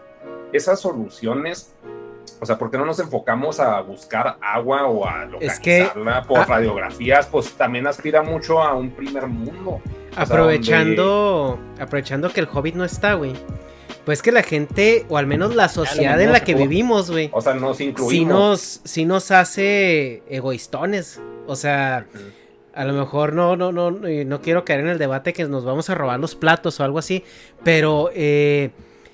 esas soluciones, o sea, ¿por qué no nos enfocamos a buscar agua o a localizarla es que, por ah, radiografías? Pues también aspira mucho a un primer mundo. Aprovechando, donde... aprovechando que el Hobbit no está, güey. Pues que la gente, o al menos la sociedad en la que vivimos, güey. O sea, nos incluimos. Sí nos, sí nos hace egoístones. O sea, uh-huh. a lo mejor no, no, no, no quiero caer en el debate que nos vamos a robar los platos o algo así. Pero eh,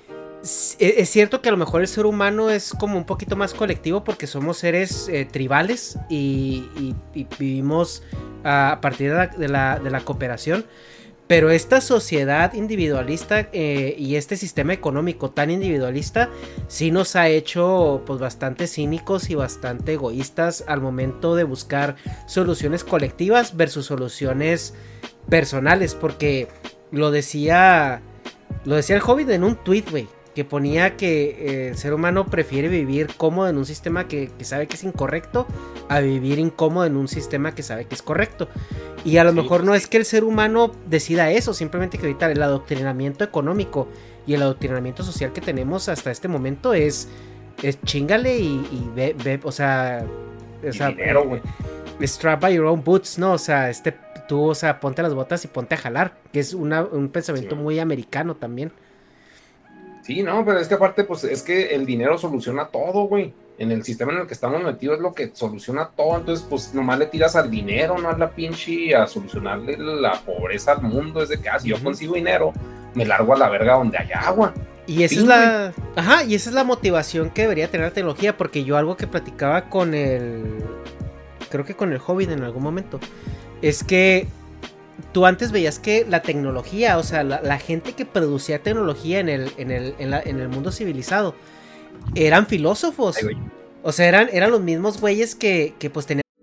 es cierto que a lo mejor el ser humano es como un poquito más colectivo porque somos seres eh, tribales y, y, y vivimos a partir de la, de la, de la cooperación. Pero esta sociedad individualista eh, y este sistema económico tan individualista sí nos ha hecho pues bastante cínicos y bastante egoístas al momento de buscar soluciones colectivas versus soluciones personales, porque lo decía lo decía el Hobbit en un tweet, güey, que ponía que eh, el ser humano prefiere vivir cómodo en un sistema que, que sabe que es incorrecto a vivir incómodo en un sistema que sabe que es correcto. Y a lo sí, mejor pues no sí. es que el ser humano decida eso, simplemente que ahorita el adoctrinamiento económico y el adoctrinamiento social que tenemos hasta este momento es, es chíngale y, y ve, ve, o sea, o sea dinero, güey. Strap by your own boots, ¿no? O sea, este, tú, o sea, ponte las botas y ponte a jalar, que es una, un pensamiento sí. muy americano también. Sí, no, pero es que aparte, pues, es que el dinero soluciona todo, güey. En el sistema en el que estamos metidos es lo que soluciona todo. Entonces, pues, nomás le tiras al dinero, no a la pinche, a solucionarle la pobreza al mundo. Es de que, ah, si yo consigo dinero, me largo a la verga donde haya agua. Y esa sí, es la... Güey. Ajá, y esa es la motivación que debería tener la tecnología, porque yo algo que platicaba con el... Creo que con el Hobbit en algún momento, es que tú antes veías que la tecnología, o sea, la, la gente que producía tecnología en el, en el, en la, en el mundo civilizado, eran filósofos. Ay, o sea, eran, eran los mismos güeyes que, que pues tenían.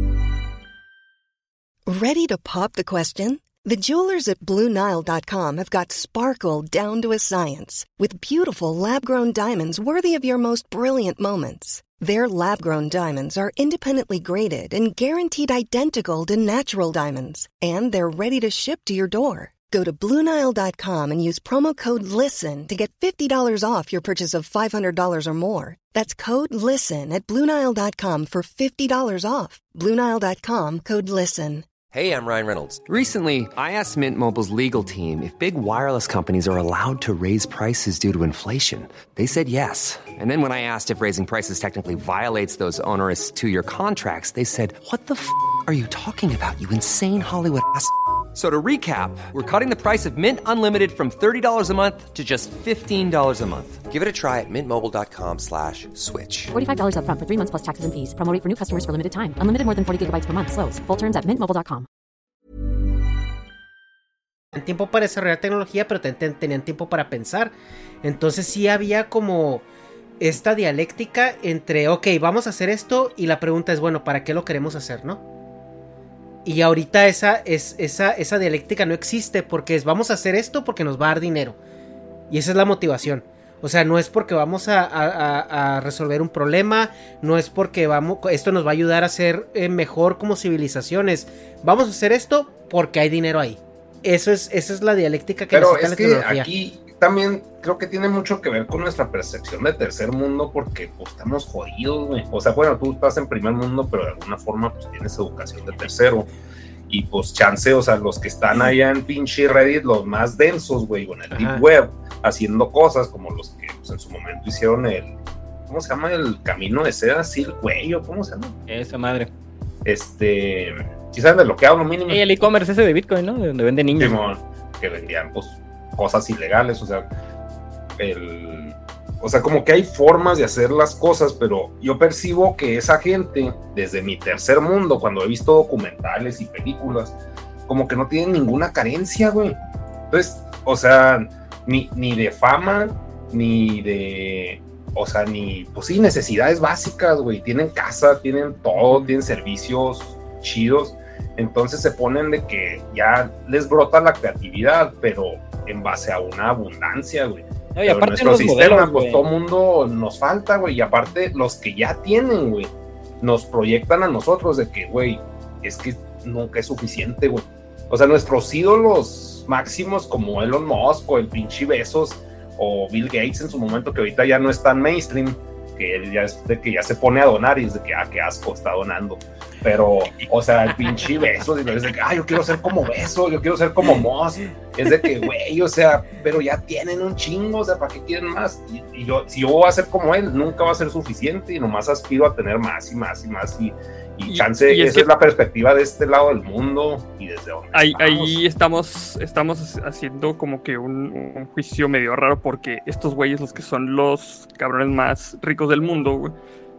Ready to pop the question? The jewelers at Blue Nile dot com have got sparkle down to a science with beautiful lab-grown diamonds worthy of your most brilliant moments. Their lab-grown diamonds are independently graded and guaranteed identical to natural diamonds, and they're ready to ship to your door. Go to Blue Nile dot com and use promo code LISTEN to get fifty dollars off your purchase of five hundred dollars or more. That's code LISTEN at Blue Nile dot com for fifty dollars off. Blue Nile dot com, code LISTEN. Hey, I'm Ryan Reynolds. Recently, I asked Mint Mobile's legal team if big wireless companies are allowed to raise prices due to inflation. They said yes. And then when I asked if raising prices technically violates those onerous two-year contracts, they said, what the f*** are you talking about, you insane Hollywood ass f- So to recap, we're cutting the price of Mint Unlimited from thirty dollars a month to just fifteen dollars a month. Give it a try at mintmobile.com slash switch. forty-five dollars up front for three months plus taxes and fees. Promo rate for new customers for limited time. Unlimited more than forty gigabytes per month. Slows full terms at mint mobile dot com. Tenían tiempo para desarrollar tecnología, pero ten, ten, tenían tiempo para pensar. Entonces sí había como esta dialéctica entre, ok, vamos a hacer esto, y la pregunta es, bueno, ¿para qué lo queremos hacer, no? Y ahorita esa, es, esa, esa dialéctica no existe, porque es, vamos a hacer esto porque nos va a dar dinero. Y esa es la motivación. O sea, no es porque vamos a, a, a resolver un problema, no es porque vamos, esto nos va a ayudar a ser eh, mejor como civilizaciones. Vamos a hacer esto porque hay dinero ahí. Eso es, esa es la dialéctica que Pero necesita es la que tecnología. Aquí también creo que tiene mucho que ver con nuestra percepción de tercer mundo, porque pues estamos jodidos, güey. O sea, bueno, tú estás en primer mundo, pero de alguna forma pues tienes educación de tercero. Y pues chance, o sea, los que están allá en pinche Reddit, los más densos, güey, o en el Ajá. deep web, haciendo cosas como los que pues, en su momento hicieron el, ¿cómo se llama? El camino de seda, Silk Way, o ¿cómo se llama? Esa madre. Este, ¿sí saben de lo que hablo mínimo? Y el e-commerce ese de Bitcoin, ¿no? De donde venden niños. Simón, que vendían pues cosas ilegales, o sea, el, o sea, como que hay formas de hacer las cosas, pero yo percibo que esa gente, desde mi tercer mundo, cuando he visto documentales y películas, como que no tienen ninguna carencia, güey. Entonces, o sea, ni, ni de fama, ni de, o sea, ni, pues sí, necesidades básicas, güey. Tienen casa, tienen todo, tienen servicios chidos. Entonces se ponen de que ya les brota la creatividad, pero en base a una abundancia, güey. No, y Pero aparte nuestro los sistema, modelos, pues güey. todo mundo nos falta, güey. Y aparte, los que ya tienen, güey, nos proyectan a nosotros de que, güey, es que nunca es suficiente, güey. O sea, nuestros ídolos máximos como Elon Musk o el pinche Bezos o Bill Gates en su momento, que ahorita ya no es tan mainstream, que él ya es de que ya se pone a donar y es de que, ah, qué asco, está donando. Pero, o sea, el pinche Bezos, y es de que, ah, yo quiero ser como Bezos, yo quiero ser como Musk. Es de que, güey, o sea, pero ya tienen un chingo, o sea, ¿para qué quieren más? Y, y yo, si yo voy a ser como él, nunca va a ser suficiente y nomás aspiro a tener más y más y más. Y, y Y- chance, y es esa que- es la perspectiva de este lado del mundo y desde donde Ahí, estamos. ahí estamos, estamos haciendo como que un, un juicio medio raro, porque estos güeyes, los que son los cabrones más ricos del mundo, güey,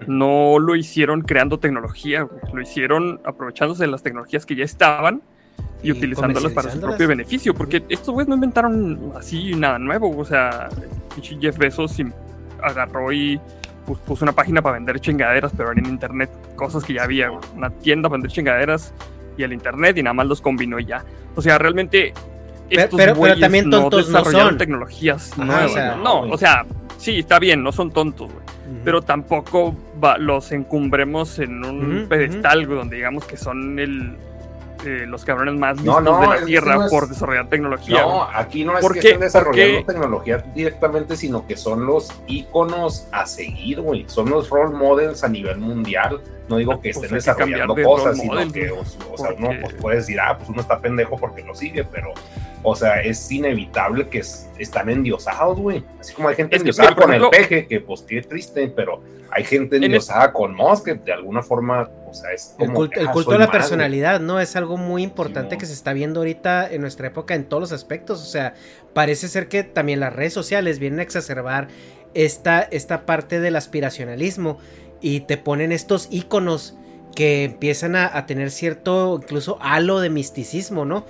no lo hicieron creando tecnología, güey. Lo hicieron aprovechándose de las tecnologías que ya estaban y, Y utilizándolas para su comercializándolas. propio beneficio, porque estos güeyes no inventaron así nada nuevo. O sea, el pinche Jeff Bezos im- agarró y pu- puso una página para vender chingaderas, pero en internet, cosas que ya había, güey. Una tienda para vender chingaderas y el internet, y nada más los combinó y ya. O sea, realmente estos pero- pero güeyes también no tontos no desarrollaron son. tecnologías Ajá, nuevas. o sea, no, o sea, sí, está bien, no son tontos, güey. Ujú. Pero tampoco va- los encumbremos en un Ujú, pedestal, güey, donde digamos que son el, eh, los cabrones más No, listos no, de la es que tierra no es- por desarrollar tecnología. No, güey. aquí no es ¿Por que qué? estén desarrollando ¿Por qué? tecnología directamente, sino que son los íconos a seguir, güey. Son los role models a nivel mundial. No digo que Pues estén hay que cambiar desarrollando de cosas, role sino model, que, o, güey. o sea, Porque- uno pues, puede decir, ah, pues uno está pendejo porque lo sigue, pero, o sea, es inevitable que es- están endiosados, güey. Así como hay gente Es que, endiosada mira, por con ejemplo- el peje, que pues qué triste, pero hay gente En endiosada con Musk, que de alguna forma, o sea, es El como culto, que, el ah, culto soy a la más, güey. personalidad, ¿no? Es algo muy importante Simón. que se está viendo ahorita en nuestra época en todos los aspectos. O sea, parece ser que también las redes sociales vienen a exacerbar esta, esta parte del aspiracionalismo y te ponen estos íconos que empiezan a, a tener cierto, incluso halo de misticismo, ¿no?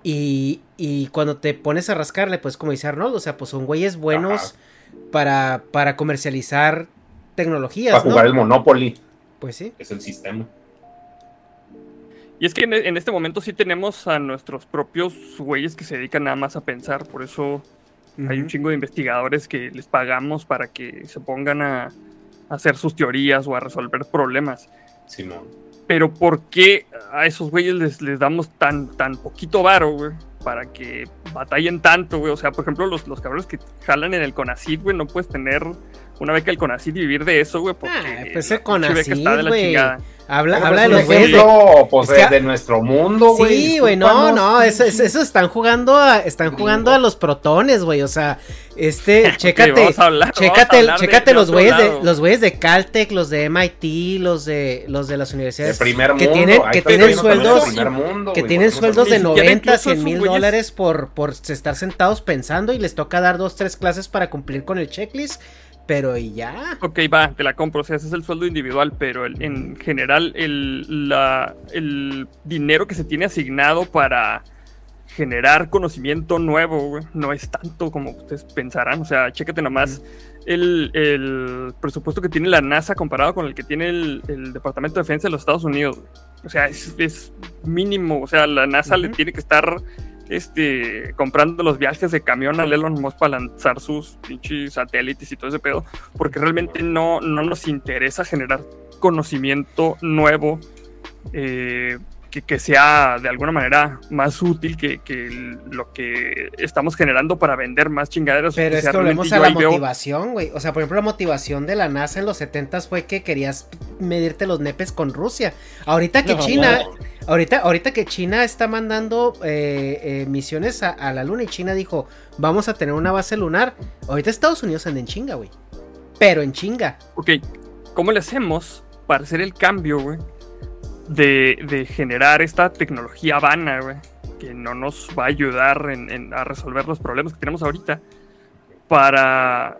Y, y cuando te pones a rascarle, pues como dice Arnold, o sea, pues son güeyes buenos para, para comercializar tecnologías, Para ¿no? jugar el Monopoly, Pues sí. que es el sistema. Y es que en, en este momento sí tenemos a nuestros propios güeyes que se dedican nada más a pensar. Por eso hay un Ujú. chingo de investigadores que les pagamos para que se pongan a, a hacer sus teorías o a resolver problemas. Simón. Pero ¿por qué a esos güeyes les, les damos tan, tan poquito varo, güey? Para que batallen tanto, güey. O sea, por ejemplo, los, los cabrones que jalan en el CONACYT, güey, no puedes tener una beca del CONACYT y vivir de eso, güey. Porque Ah, pues la el pinche beca está de CONACYT, la güey. chingada. Habla, Pero habla es de un los güeyes de... ejemplo, pues, es de, que- de nuestro mundo, güey. Sí, güey, no, Discúlpanos. no, eso, eso, eso están jugando a, están jugando a los protones, güey, o sea, este, chécate, vamos a hablar- chécate, vamos a hablar de- chécate de los otro güeyes de, lado. los güeyes de Caltech, los de M I T, los de, los de las De universidades primer que mundo. tienen, ahí que está tienen viendo también de sueldos, primer mundo, que güey, tienen porque sueldos de Ni siquiera noventa, incluso cien esos mil güeyes- dólares por, por estar sentados pensando y les toca dar dos, tres clases para cumplir con el checklist, pero y ya. Ok, va, te la compro, o sea, ese es el sueldo individual, pero el- en general el, la, el dinero que se tiene asignado para generar conocimiento nuevo, güey, no es tanto como ustedes pensarán. O sea, chécate nomás el, el presupuesto que tiene la NASA comparado con el que tiene el, el Departamento de Defensa de los Estados Unidos, güey. O sea, es, es mínimo, o sea, la NASA le Ujú. tiene que estar este, comprando los viajes de camión a Elon Musk para lanzar sus pinches satélites y todo ese pedo, porque realmente no, no nos interesa generar conocimiento nuevo eh, que, que sea de alguna manera más útil que, que lo que estamos generando para vender más chingaderas. Pero o es sea, que volvemos a yo la ahí veo- motivación, güey. O sea, por ejemplo, la motivación de la NASA en los setentas fue que querías medirte los nepes con Rusia. Ahorita que No, China, no. ahorita, ahorita que China está mandando eh, eh, misiones a, a la Luna y China dijo, vamos a tener una base lunar. Ahorita Estados Unidos anda en chinga, güey. Pero en chinga. Ok, ¿cómo le hacemos para hacer el cambio, güey? De, de generar esta tecnología vana, güey, que no nos va a ayudar en, en, a resolver los problemas que tenemos ahorita, para,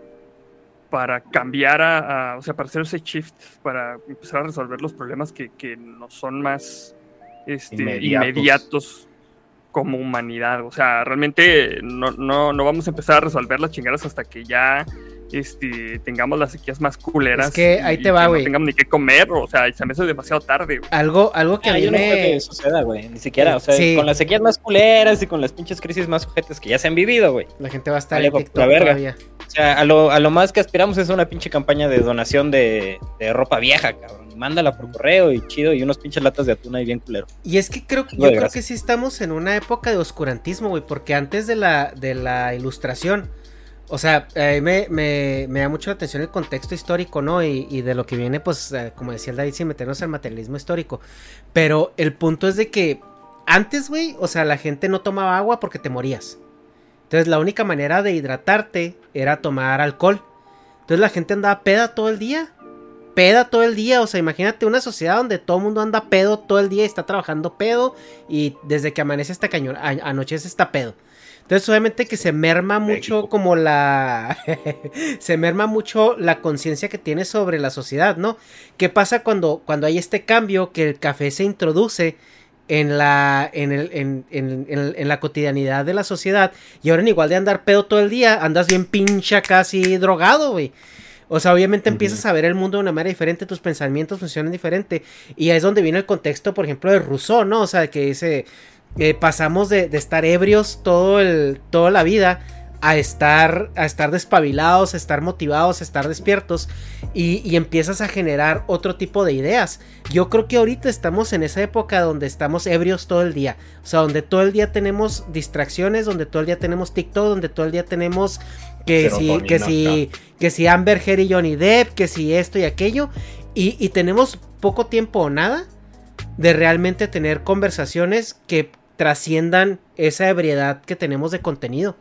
para cambiar a, a, o sea, para hacer ese shift, para empezar a resolver los problemas que, que nos son más este, Inmediatos. inmediatos como humanidad. O sea, realmente no, no, no vamos a empezar a resolver las chingadas hasta que ya este, tengamos las sequías más culeras. Es que ahí y- te y va, que güey. No tengamos ni qué comer, o sea, se me hace demasiado tarde, güey. Algo, algo que a Ah, mí yo no creo me... que suceda, güey, ni siquiera, o sea, Sí. con las sequías más culeras y con las pinches crisis más sujetas que ya se han vivido, güey. La gente va a estar Vale, en por TikTok la verga. todavía. O sea, a lo, a lo más que aspiramos es una pinche campaña de donación de, de ropa vieja, cabrón. Mándala por correo y chido, y unos pinches latas de atún ahí bien culero. Y es que creo, yo Chingo de creo grasa. que sí estamos en una época de oscurantismo, güey, porque antes de la, de la ilustración, o sea, eh, me, me, me da mucho la atención el contexto histórico, ¿no? Y, y de lo que viene, pues, eh, como decía el David, sin meternos al materialismo histórico. Pero el punto es de que antes, güey, o sea, la gente no tomaba agua porque te morías. Entonces la única manera de hidratarte era tomar alcohol. Entonces la gente andaba peda todo el día. Peda todo el día, o sea, imagínate una sociedad donde todo el mundo anda pedo todo el día y está trabajando pedo y desde que amanece hasta que año- a- anochece está pedo. Entonces obviamente que se merma mucho México. como la... se merma mucho la conciencia que tienes sobre la sociedad, ¿no? ¿Qué pasa cuando, cuando hay este cambio que el café se introduce en la, en, el, en, en, en, en la cotidianidad de la sociedad y ahora en igual de andar pedo todo el día, andas bien pincha casi drogado, güey? O sea, obviamente empiezas a ver el mundo de una manera diferente, tus pensamientos funcionan diferente. Y ahí es donde viene el contexto, por ejemplo, de Rousseau, ¿no? O sea, que dice, eh, pasamos de, de estar ebrios todo el, toda la vida a estar, a estar despabilados, a estar motivados, a estar despiertos. Y, y empiezas a generar otro tipo de ideas. Yo creo que ahorita estamos en esa época donde estamos ebrios todo el día. O sea, donde todo el día tenemos distracciones, donde todo el día tenemos TikTok, donde todo el día tenemos... Que si, Serotonina, que si, que si Amber Heard y Johnny Depp, que si esto y aquello, y, y tenemos poco tiempo o nada de realmente tener conversaciones que trasciendan esa ebriedad que tenemos de contenido.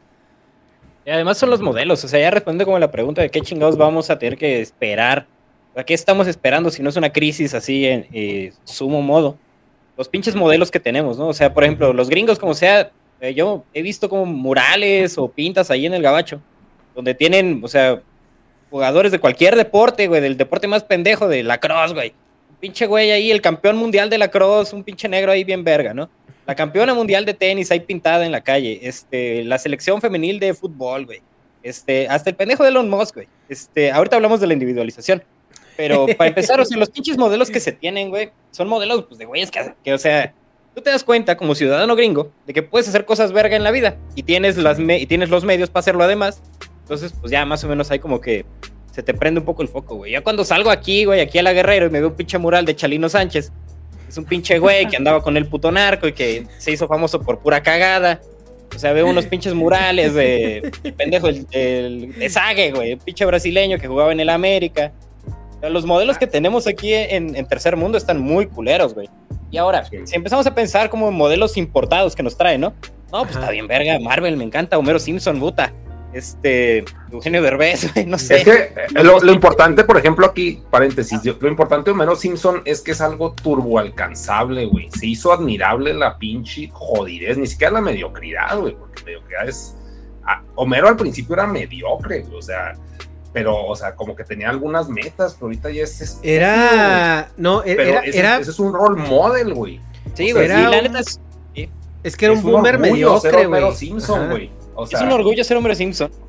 Y además son los modelos, o sea, ya responde como la pregunta de qué chingados vamos a tener que esperar. ¿A qué estamos esperando si no es una crisis así en eh, sumo modo? Los pinches modelos que tenemos, ¿no? O sea, por ejemplo, los gringos, como sea, eh, yo he visto como murales o pintas ahí en el gabacho, donde tienen, o sea, jugadores de cualquier deporte, güey, del deporte más pendejo, de lacrosse, güey. Un pinche güey ahí, el campeón mundial de lacrosse, un pinche negro ahí bien verga, ¿no? La campeona mundial de tenis ahí pintada en la calle, este, la selección femenil de fútbol, güey. Este, hasta el pendejo de Elon Musk, güey. Este, ahorita hablamos de la individualización. Pero para empezar, o sea, los pinches modelos que se tienen, güey, son modelos, pues, de güeyes que, que, o sea, tú te das cuenta como ciudadano gringo de que puedes hacer cosas verga en la vida y tienes, las me- y tienes los medios para hacerlo además. Entonces, pues ya más o menos hay como que se te prende un poco el foco, güey. Ya cuando salgo aquí, güey, aquí a la Guerrero y me veo un pinche mural de Chalino Sánchez, es un pinche güey que andaba con el puto narco y que se hizo famoso por pura cagada. O sea, veo unos pinches murales de el pendejo el, el, de Sague, güey, un pinche brasileño que jugaba en el América. O sea, los modelos que tenemos aquí en, en tercer mundo están muy culeros, güey. Y ahora, Sí. si empezamos a pensar como en modelos importados que nos traen, ¿no? No, pues Ajá. está bien verga, Marvel, me encanta, Homero Simpson, puta. Este, Eugenio Derbez, güey, no sé. Es que eh, lo, lo importante, por ejemplo, aquí, paréntesis, yo- lo importante de Homero Simpson es que es algo turbo alcanzable, güey. Se hizo admirable la pinche jodidez, ni siquiera la mediocridad, güey, porque mediocridad es... ah, Homero al principio era mediocre, güey, o sea, pero, o sea, como que tenía algunas metas, pero ahorita ya es... estúpido, Era... No, güey. era... Pero era, ese, era- ese es un role model, güey. Sí, o güey, sea, y era la un- neta es, es que era un Es boomer orgullo ser mediocre, Homero güey. Simpson, Ajá. güey. O sea, es un orgullo ser Homero Simpson.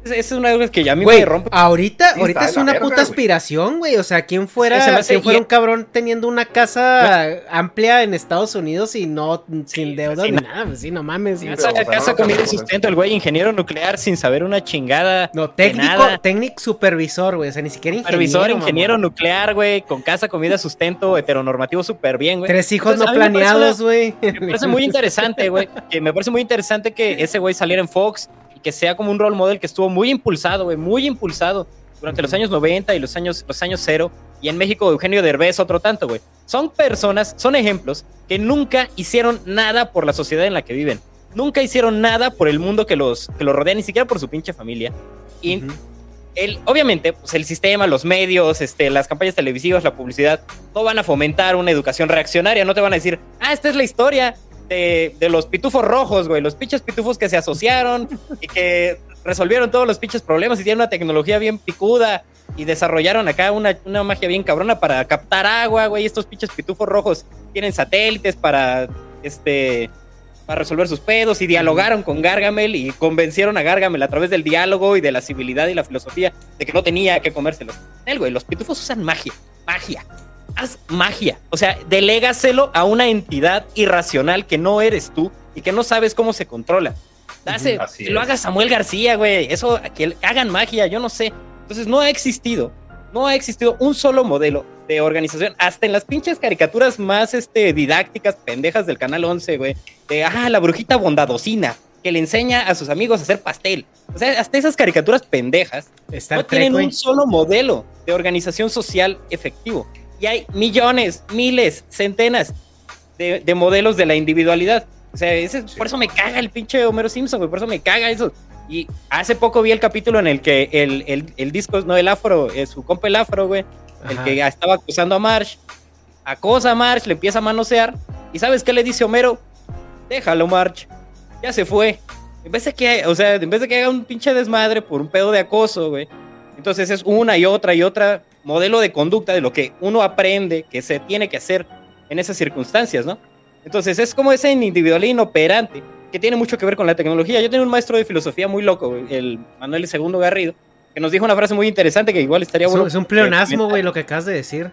Esa es una cosa que ya a mí Güey, me rompe. ahorita, Sí, ahorita está de es la una verga, puta güey. aspiración, güey. O sea, ¿quién fuera, Se me hace- quién fuera y- un cabrón teniendo una casa amplia en Estados Unidos y no sin deuda sí, ni no. nada? Pues sí, no mames. sí. Sí, Casa, pero, o sea, casa no, comida y no, sustento, el güey ingeniero nuclear sin saber una chingada. No, de técnico, nada. técnico supervisor, güey. O sea, ni siquiera ingeniero. Supervisor, ingeniero mamá. nuclear, güey, con casa, comida, sustento, heteronormativo súper bien, güey. Tres hijos Entonces, no a mí me parece planeados, una- güey. Me parece muy interesante, güey. Que me parece muy interesante que ese güey saliera en Fox y que sea como un role model que estuvo muy impulsado, güey, muy impulsado durante los años noventa y los años, los años cero. Y en México, Eugenio Derbez, otro tanto, güey. Son personas, son ejemplos que nunca hicieron nada por la sociedad en la que viven. Nunca hicieron nada por el mundo que los, que los rodea, ni siquiera por su pinche familia. Y Ujú. el, obviamente, pues el sistema, los medios, este, las campañas televisivas, la publicidad, no van a fomentar una educación reaccionaria. No te van a decir, ah, esta es la historia de, de los pitufos rojos, güey. Los pinches pitufos que se asociaron y que resolvieron todos los pinches problemas y tienen una tecnología bien picuda y desarrollaron acá una, una magia bien cabrona para captar agua, güey. Estos pinches pitufos rojos tienen satélites para, este... para resolver sus pedos y dialogaron con Gargamel y convencieron a Gargamel a través del diálogo y de la civilidad y la filosofía de que no tenía que comérselos. El güey, los pitufos usan magia, magia. Haz magia. O sea, delégaselo a una entidad irracional que no eres tú y que no sabes cómo se controla. Hace, Así que lo es. haga Samuel García, güey. Eso, que hagan magia, yo no sé. Entonces no ha existido, no ha existido un solo modelo de organización, hasta en las pinches caricaturas más este, didácticas, pendejas del Canal once, güey, de, ah, la brujita bondadosina, que le enseña a sus amigos a hacer pastel. O sea, hasta esas caricaturas pendejas Star no Trek, tienen güey. un solo modelo de organización social efectivo. Y hay millones, miles, centenas de, de modelos de la individualidad. O sea, ese, por eso me caga el pinche Homero Simpson, güey, por eso me caga eso. Y hace poco vi el capítulo en el que el, el, el disco, no el afro, es su compa el afro, güey, el Ajá. que estaba acusando a Marge, acosa a Marge, le empieza a manosear, y ¿sabes qué le dice Homero? Déjalo, Marge, ya se fue. En vez de que, o sea, en vez de que haga un pinche desmadre por un pedo de acoso, güey. Entonces es una y otra y otra modelo de conducta de lo que uno aprende que se tiene que hacer en esas circunstancias, ¿no? Entonces es como ese individualismo inoperante que tiene mucho que ver con la tecnología. Yo tenía un maestro de filosofía muy loco, güey, el Manuel segundo Garrido, que nos dijo una frase muy interesante que igual estaría Es un, bueno. es un pleonasmo, güey, lo que acabas de decir.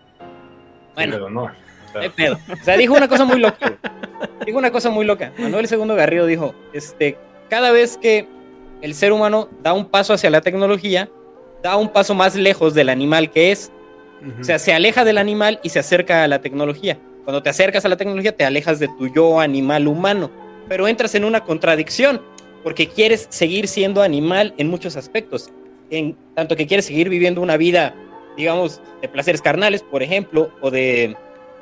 Bueno, Pero no. no hay pedo. O sea, dijo una cosa muy loca, güey. Dijo una cosa muy loca. Manuel segundo Garrido dijo, este, cada vez que el ser humano da un paso hacia la tecnología, da un paso más lejos del animal que es. Ujú. O sea, se aleja del animal y se acerca a la tecnología. Cuando te acercas a la tecnología, te alejas de tu yo animal humano. Pero entras en una contradicción, porque quieres seguir siendo animal en muchos aspectos. En tanto que quieres seguir viviendo una vida, digamos, de placeres carnales, por ejemplo, o de,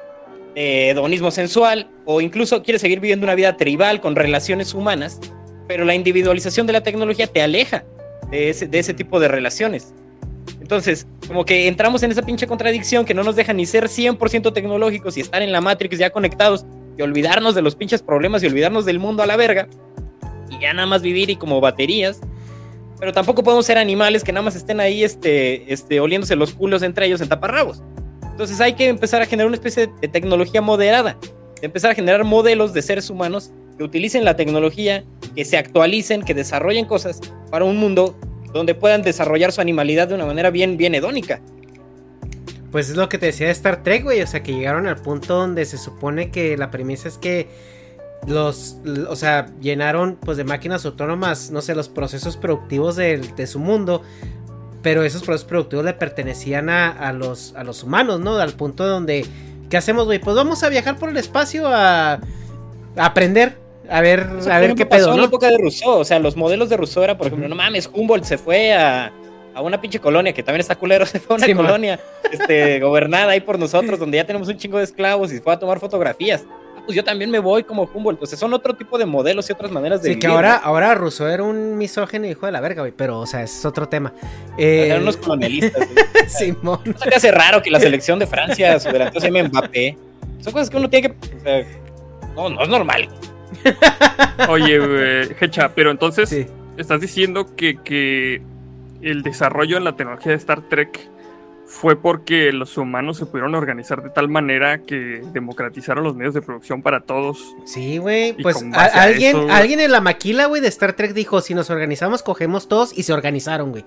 de hedonismo sensual, o incluso quieres seguir viviendo una vida tribal con relaciones humanas, pero la individualización de la tecnología te aleja de ese, de ese tipo de relaciones. Entonces, como que entramos en esa pinche contradicción que no nos deja ni ser cien por ciento tecnológicos y estar en la Matrix ya conectados y olvidarnos de los pinches problemas y olvidarnos del mundo a la verga y ya nada más vivir y como baterías. Pero tampoco podemos ser animales que nada más estén ahí este, este, oliéndose los culos entre ellos en taparrabos. Entonces hay que empezar a generar una especie de tecnología moderada, de empezar a generar modelos de seres humanos que utilicen la tecnología, que se actualicen, que desarrollen cosas para un mundo donde puedan desarrollar su animalidad de una manera bien, bien hedónica. Pues es lo que te decía de Star Trek, güey. O sea, que llegaron al punto donde se supone que la premisa es que los, o sea, llenaron pues de máquinas autónomas, no sé, los procesos productivos de, de su mundo. Pero esos procesos productivos le pertenecían a, a, los, a los humanos, ¿no? Al punto donde, ¿qué hacemos, güey? Pues vamos a viajar por el espacio a, a aprender. A ver, Eso, a ver por qué ejemplo, pasó pedo, en la ¿no? época de Rousseau, o sea, los modelos de Rousseau era, por ejemplo, no mames, Humboldt se fue a, a una pinche colonia, que también está culero, se fue a una Sí, man. colonia este, gobernada ahí por nosotros, donde ya tenemos un chingo de esclavos y fue a tomar fotografías. Ah, pues yo también me voy como Humboldt, o sea, son otro tipo de modelos y otras maneras de Sí, vivir. que ahora, ¿no? ahora Rousseau era un misógino hijo de la verga, güey. Pero, o sea, es otro tema. Eh, Eran unos colonialistas. güey. Simón. No se te hace raro que la selección de Francia, su delantero se llame Mbappé. Son cosas que uno tiene que... O sea, no, no es normal. Oye, güey, Hecha, pero entonces Sí. estás diciendo que, que el desarrollo en la tecnología de Star Trek fue porque los humanos se pudieron organizar de tal manera que democratizaron los medios de producción para todos. Sí, güey, Y pues con a- base a alguien, eso- alguien en la maquila, güey, de Star Trek dijo, si nos organizamos, cogemos todos, y se organizaron, güey.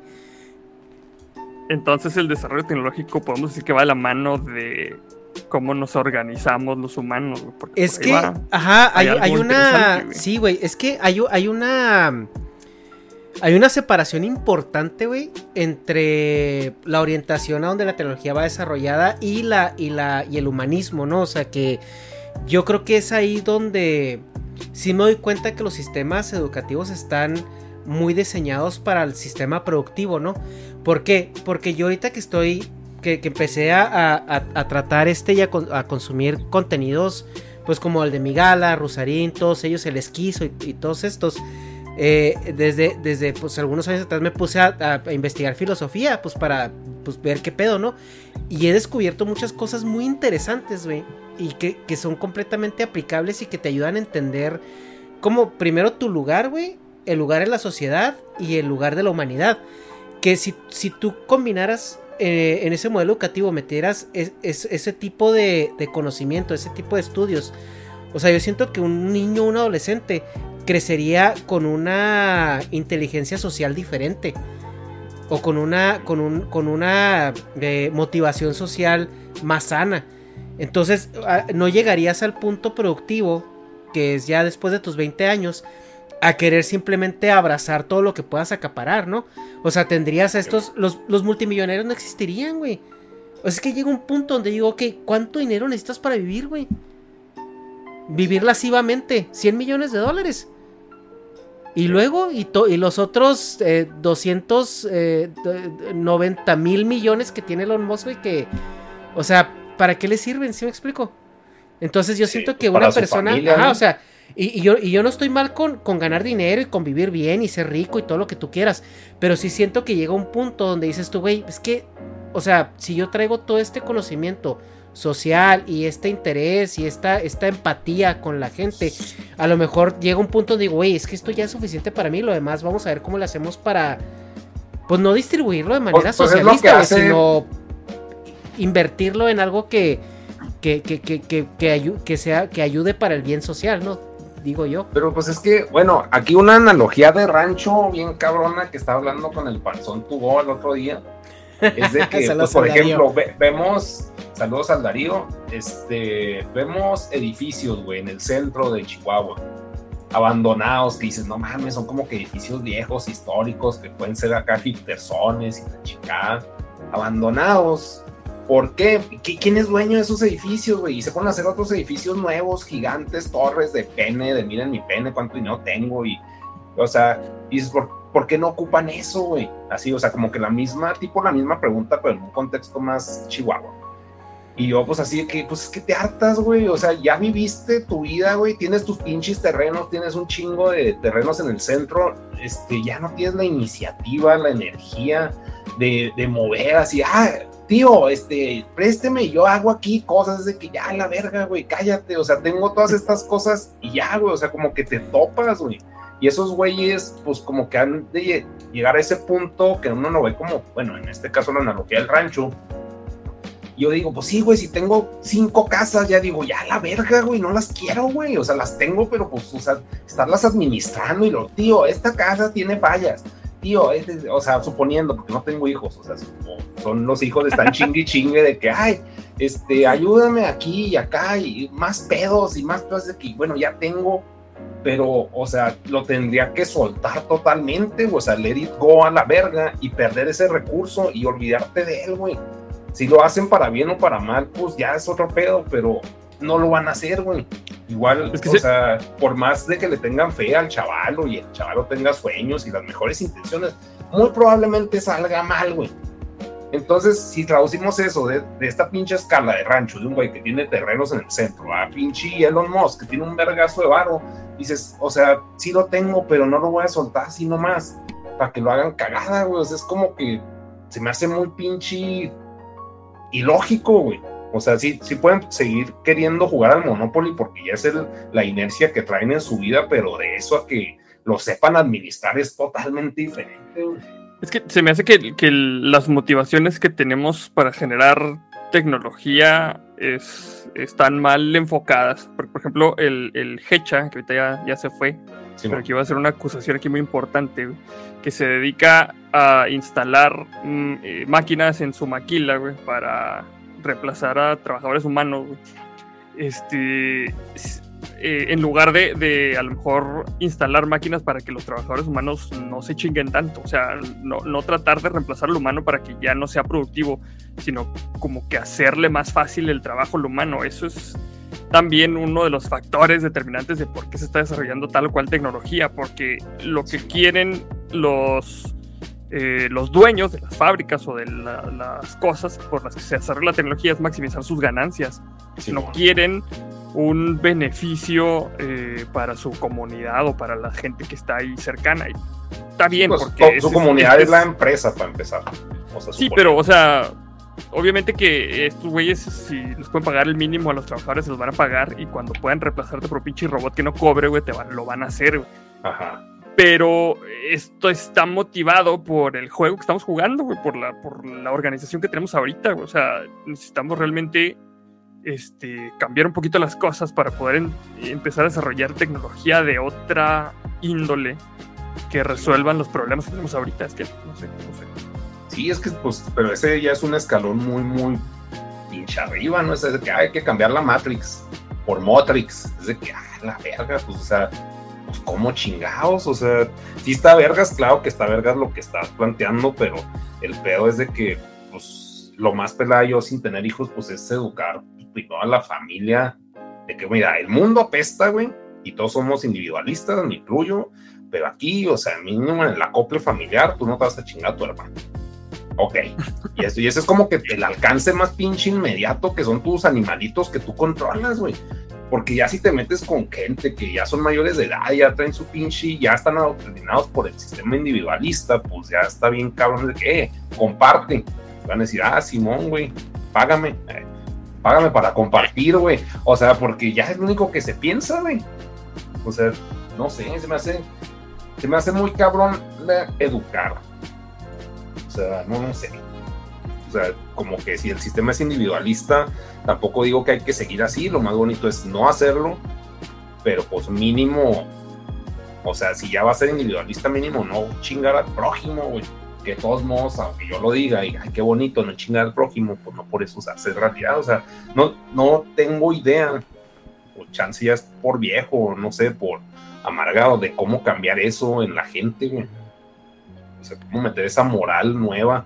Entonces el desarrollo tecnológico podemos decir que va de la mano de cómo nos organizamos los humanos, güey, porque Es por ahí que, va. ajá, hay, algo hay una... interesante, güey. Sí, güey, es que hay, hay una... Hay una separación importante, güey, entre la orientación a donde la tecnología va desarrollada y, la, y, la, y el humanismo, ¿no? O sea que yo creo que es ahí donde sí me doy cuenta que los sistemas educativos están muy diseñados para el sistema productivo, ¿no? ¿Por qué? Porque yo ahorita que estoy, que, que empecé a, a, a tratar este y a, a consumir contenidos, pues como el de Migala, Rusarín, todos ellos, el Esquizo y, y todos estos... Eh, desde, desde pues algunos años atrás me puse a, a investigar filosofía, pues para pues, ver qué pedo, ¿no? Y he descubierto muchas cosas muy interesantes, güey, y que, que son completamente aplicables y que te ayudan a entender como primero tu lugar, güey, el lugar en la sociedad y el lugar de la humanidad. Que si, si tú combinaras eh, en ese modelo educativo, metieras es, es, ese tipo de, de conocimiento, ese tipo de estudios, o sea, yo siento que un niño, un adolescente crecería con una inteligencia social diferente o con una con un con una eh, motivación social más sana. Entonces no llegarías al punto productivo, que es ya después de tus veinte años, a querer simplemente abrazar todo lo que puedas acaparar, ¿no? O sea, tendrías a estos, los, los multimillonarios no existirían, güey. O sea, es que llega un punto donde digo, ok, ¿cuánto dinero necesitas para vivir, güey? Vivir lascivamente, cien millones de dólares. Y luego, y, to- y los otros eh, doscientos noventa mil millones que tiene Elon Musk, güey, que, o sea, ¿para qué le sirven? ¿Sí me explico? Entonces yo Sí, siento que para una su persona, familia, ajá, ¿no? o sea, y, y yo, y yo no estoy mal con, con ganar dinero y con vivir bien y ser rico y todo lo que tú quieras, pero sí siento que llega un punto donde dices tú, güey, es que, o sea, si yo traigo todo este conocimiento social y este interés y esta, esta empatía con la gente, a lo mejor llega un punto donde digo, güey, es que esto ya es suficiente para mí, lo demás vamos a ver cómo lo hacemos para, pues no distribuirlo de manera Pues- pues es lo socialista, que güey, hace- sino invertirlo en algo que que, que, que, que, que, ayu- que sea, que ayude para el bien social, ¿no? Digo yo. Pero pues es que, bueno, aquí una analogía de rancho bien cabrona que estaba hablando con el Panzón Tugó el otro día. Es de que, Saludos pues, por al Darío. ejemplo, ve- vemos, saludos al Darío, este, vemos edificios, güey, en el centro de Chihuahua, abandonados, que dices, no mames, son como que edificios viejos, históricos, que pueden ser acá hipstersones y la chingada, abandonados. ¿Por qué? ¿Qui- ¿Quién es dueño de esos edificios, güey? Y se ponen a hacer otros edificios nuevos, gigantes, torres de pene, de miren mi pene, cuánto dinero tengo, y, o sea, dices, ¿por, ¿por qué no ocupan eso, güey? Así, o sea, como que la misma, tipo la misma pregunta, pero en un contexto más chihuahua. Y yo, pues así de que, pues es que te hartas, güey, o sea, ya viviste tu vida, güey, tienes tus pinches terrenos, tienes un chingo de terrenos en el centro, este, ya no tienes la iniciativa, la energía de, de mover así, ah, tío, este, présteme, yo hago aquí cosas de que ya, la verga, güey, cállate, o sea, tengo todas estas cosas y ya, güey, o sea, como que te topas, güey. Y esos güeyes, pues como que han de llegar a ese punto que uno lo ve como, bueno, en este caso la analogía del rancho. Yo digo, pues sí, güey, si tengo cinco casas, ya digo, ya la verga, güey, no las quiero, güey, o sea, las tengo, pero pues, o sea, estarlas administrando y lo, tío, esta casa tiene fallas, tío, este, o sea, suponiendo, porque no tengo hijos, o sea, son los hijos de están chingue y chingue de que, ay, este, ayúdame aquí y acá, y más pedos y más pedos de que, bueno, ya tengo, pero, o sea, lo tendría que soltar totalmente, o sea, let it go a la verga y perder ese recurso y olvidarte de él, güey. Si lo hacen para bien o para mal, pues ya es otro pedo, pero no lo van a hacer, güey. Igual, Es que o sí. sea, por más de que le tengan fe al chavalo y el chavalo tenga sueños y las mejores intenciones, muy probablemente salga mal, güey. Entonces, si traducimos eso de, de esta pinche escala de rancho, de un güey que tiene terrenos en el centro, a pinche Elon Musk, que tiene un vergazo de varo, dices, o sea, sí lo tengo, pero no lo voy a soltar así nomás, para que lo hagan cagada, güey. O sea, es como que se me hace muy pinche ilógico, güey. O sea, sí, sí pueden seguir queriendo jugar al Monopoly porque ya es el, la inercia que traen en su vida, pero de eso a que lo sepan administrar es totalmente diferente, güey. Es que se me hace que, que las motivaciones que tenemos para generar tecnología es, están mal enfocadas. Por, por ejemplo, el, el Hecha, que ahorita ya, ya se fue, sí, pero aquí va a ser una acusación aquí muy importante, güey, que se dedica a instalar mm, eh, máquinas en su maquila, güey, para reemplazar a trabajadores humanos, güey. Este... Eh, en lugar de, de a lo mejor instalar máquinas para que los trabajadores humanos no se chinguen tanto, o sea, no, no tratar de reemplazar al humano para que ya no sea productivo, sino como que hacerle más fácil el trabajo al humano. Eso es también uno de los factores determinantes de por qué se está desarrollando tal o cual tecnología, porque lo que quieren los, eh, los dueños de las fábricas o de la, las cosas por las que se desarrolla la tecnología es maximizar sus ganancias. Sí, no bueno. quieren un beneficio eh, para su comunidad o para la gente que está ahí cercana. Y está bien, pues, porque... Su es, comunidad es, es la empresa, para empezar. O sea, sí, supone. pero, o sea, obviamente que estos güeyes, si les pueden pagar el mínimo a los trabajadores, se los van a pagar, y cuando puedan reemplazarte por un pinche robot que no cobre, güey, te van, lo van a hacer, güey. Ajá. Pero esto está motivado por el juego que estamos jugando, güey, por la, por la organización que tenemos ahorita, güey. O sea, necesitamos realmente... Este, cambiar un poquito las cosas para poder en, empezar a desarrollar tecnología de otra índole que resuelvan los problemas que tenemos ahorita. Es que no sé, no sé. Sí, es que pues, pero ese ya es un escalón muy, muy pinche arriba, ¿no? Es de que hay que cambiar la Matrix por Motrix. Es de que, ah, la verga, pues, o sea, pues, ¿cómo chingados? O sea, sí está vergas, claro que está vergas lo que estás planteando, pero el pedo es de que, pues, lo más pelado yo sin tener hijos, pues, es educar primero a la familia, de que, mira, el mundo apesta, güey, y todos somos individualistas, me incluyo, pero aquí, o sea, mínimo en el acople familiar, tú no te vas a chingar a tu hermano. Ok, y eso, y eso es como que el alcance más pinche inmediato, que son tus animalitos que tú controlas, güey, porque ya si te metes con gente que ya son mayores de edad, ya traen su pinche, ya están adoctrinados por el sistema individualista, pues ya está bien cabrón de que, eh, comparte, van a decir, ah, Simón, güey, págame, eh, págame para compartir, güey. O sea, porque ya es lo único que se piensa, güey. O sea, no sé, se me hace, se me hace muy cabrón educar. O sea, no, no sé. O sea, como que si el sistema es individualista, tampoco digo que hay que seguir así. Lo más bonito es no hacerlo, pero pues mínimo, o sea, si ya va a ser individualista, mínimo no chingar al prójimo, güey. Que de todos modos, aunque yo lo diga, y ay, qué bonito, no chingar al prójimo, pues no por eso se hace realidad. O sea, no, no tengo idea, o chance ya es por viejo, no sé, por amargado, de cómo cambiar eso en la gente, güey. O sea, cómo meter esa moral nueva.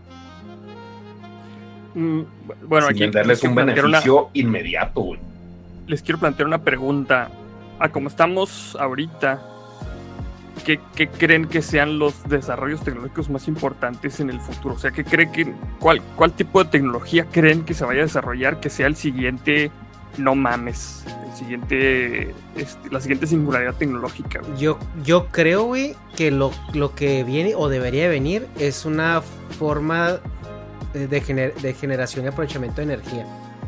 Mm, bueno, sin aquí darles un beneficio una... inmediato, güey. Les quiero plantear una pregunta. A cómo estamos ahorita, ¿Qué, ¿qué creen que sean los desarrollos tecnológicos más importantes en el futuro? O sea, ¿qué creen que, cuál, cuál tipo de tecnología creen que se vaya a desarrollar que sea el siguiente, no mames, el siguiente, este, la siguiente singularidad tecnológica? Güey? Yo, yo creo, güey, que lo, lo que viene o debería venir es una forma de, gener, de generación y aprovechamiento de energía.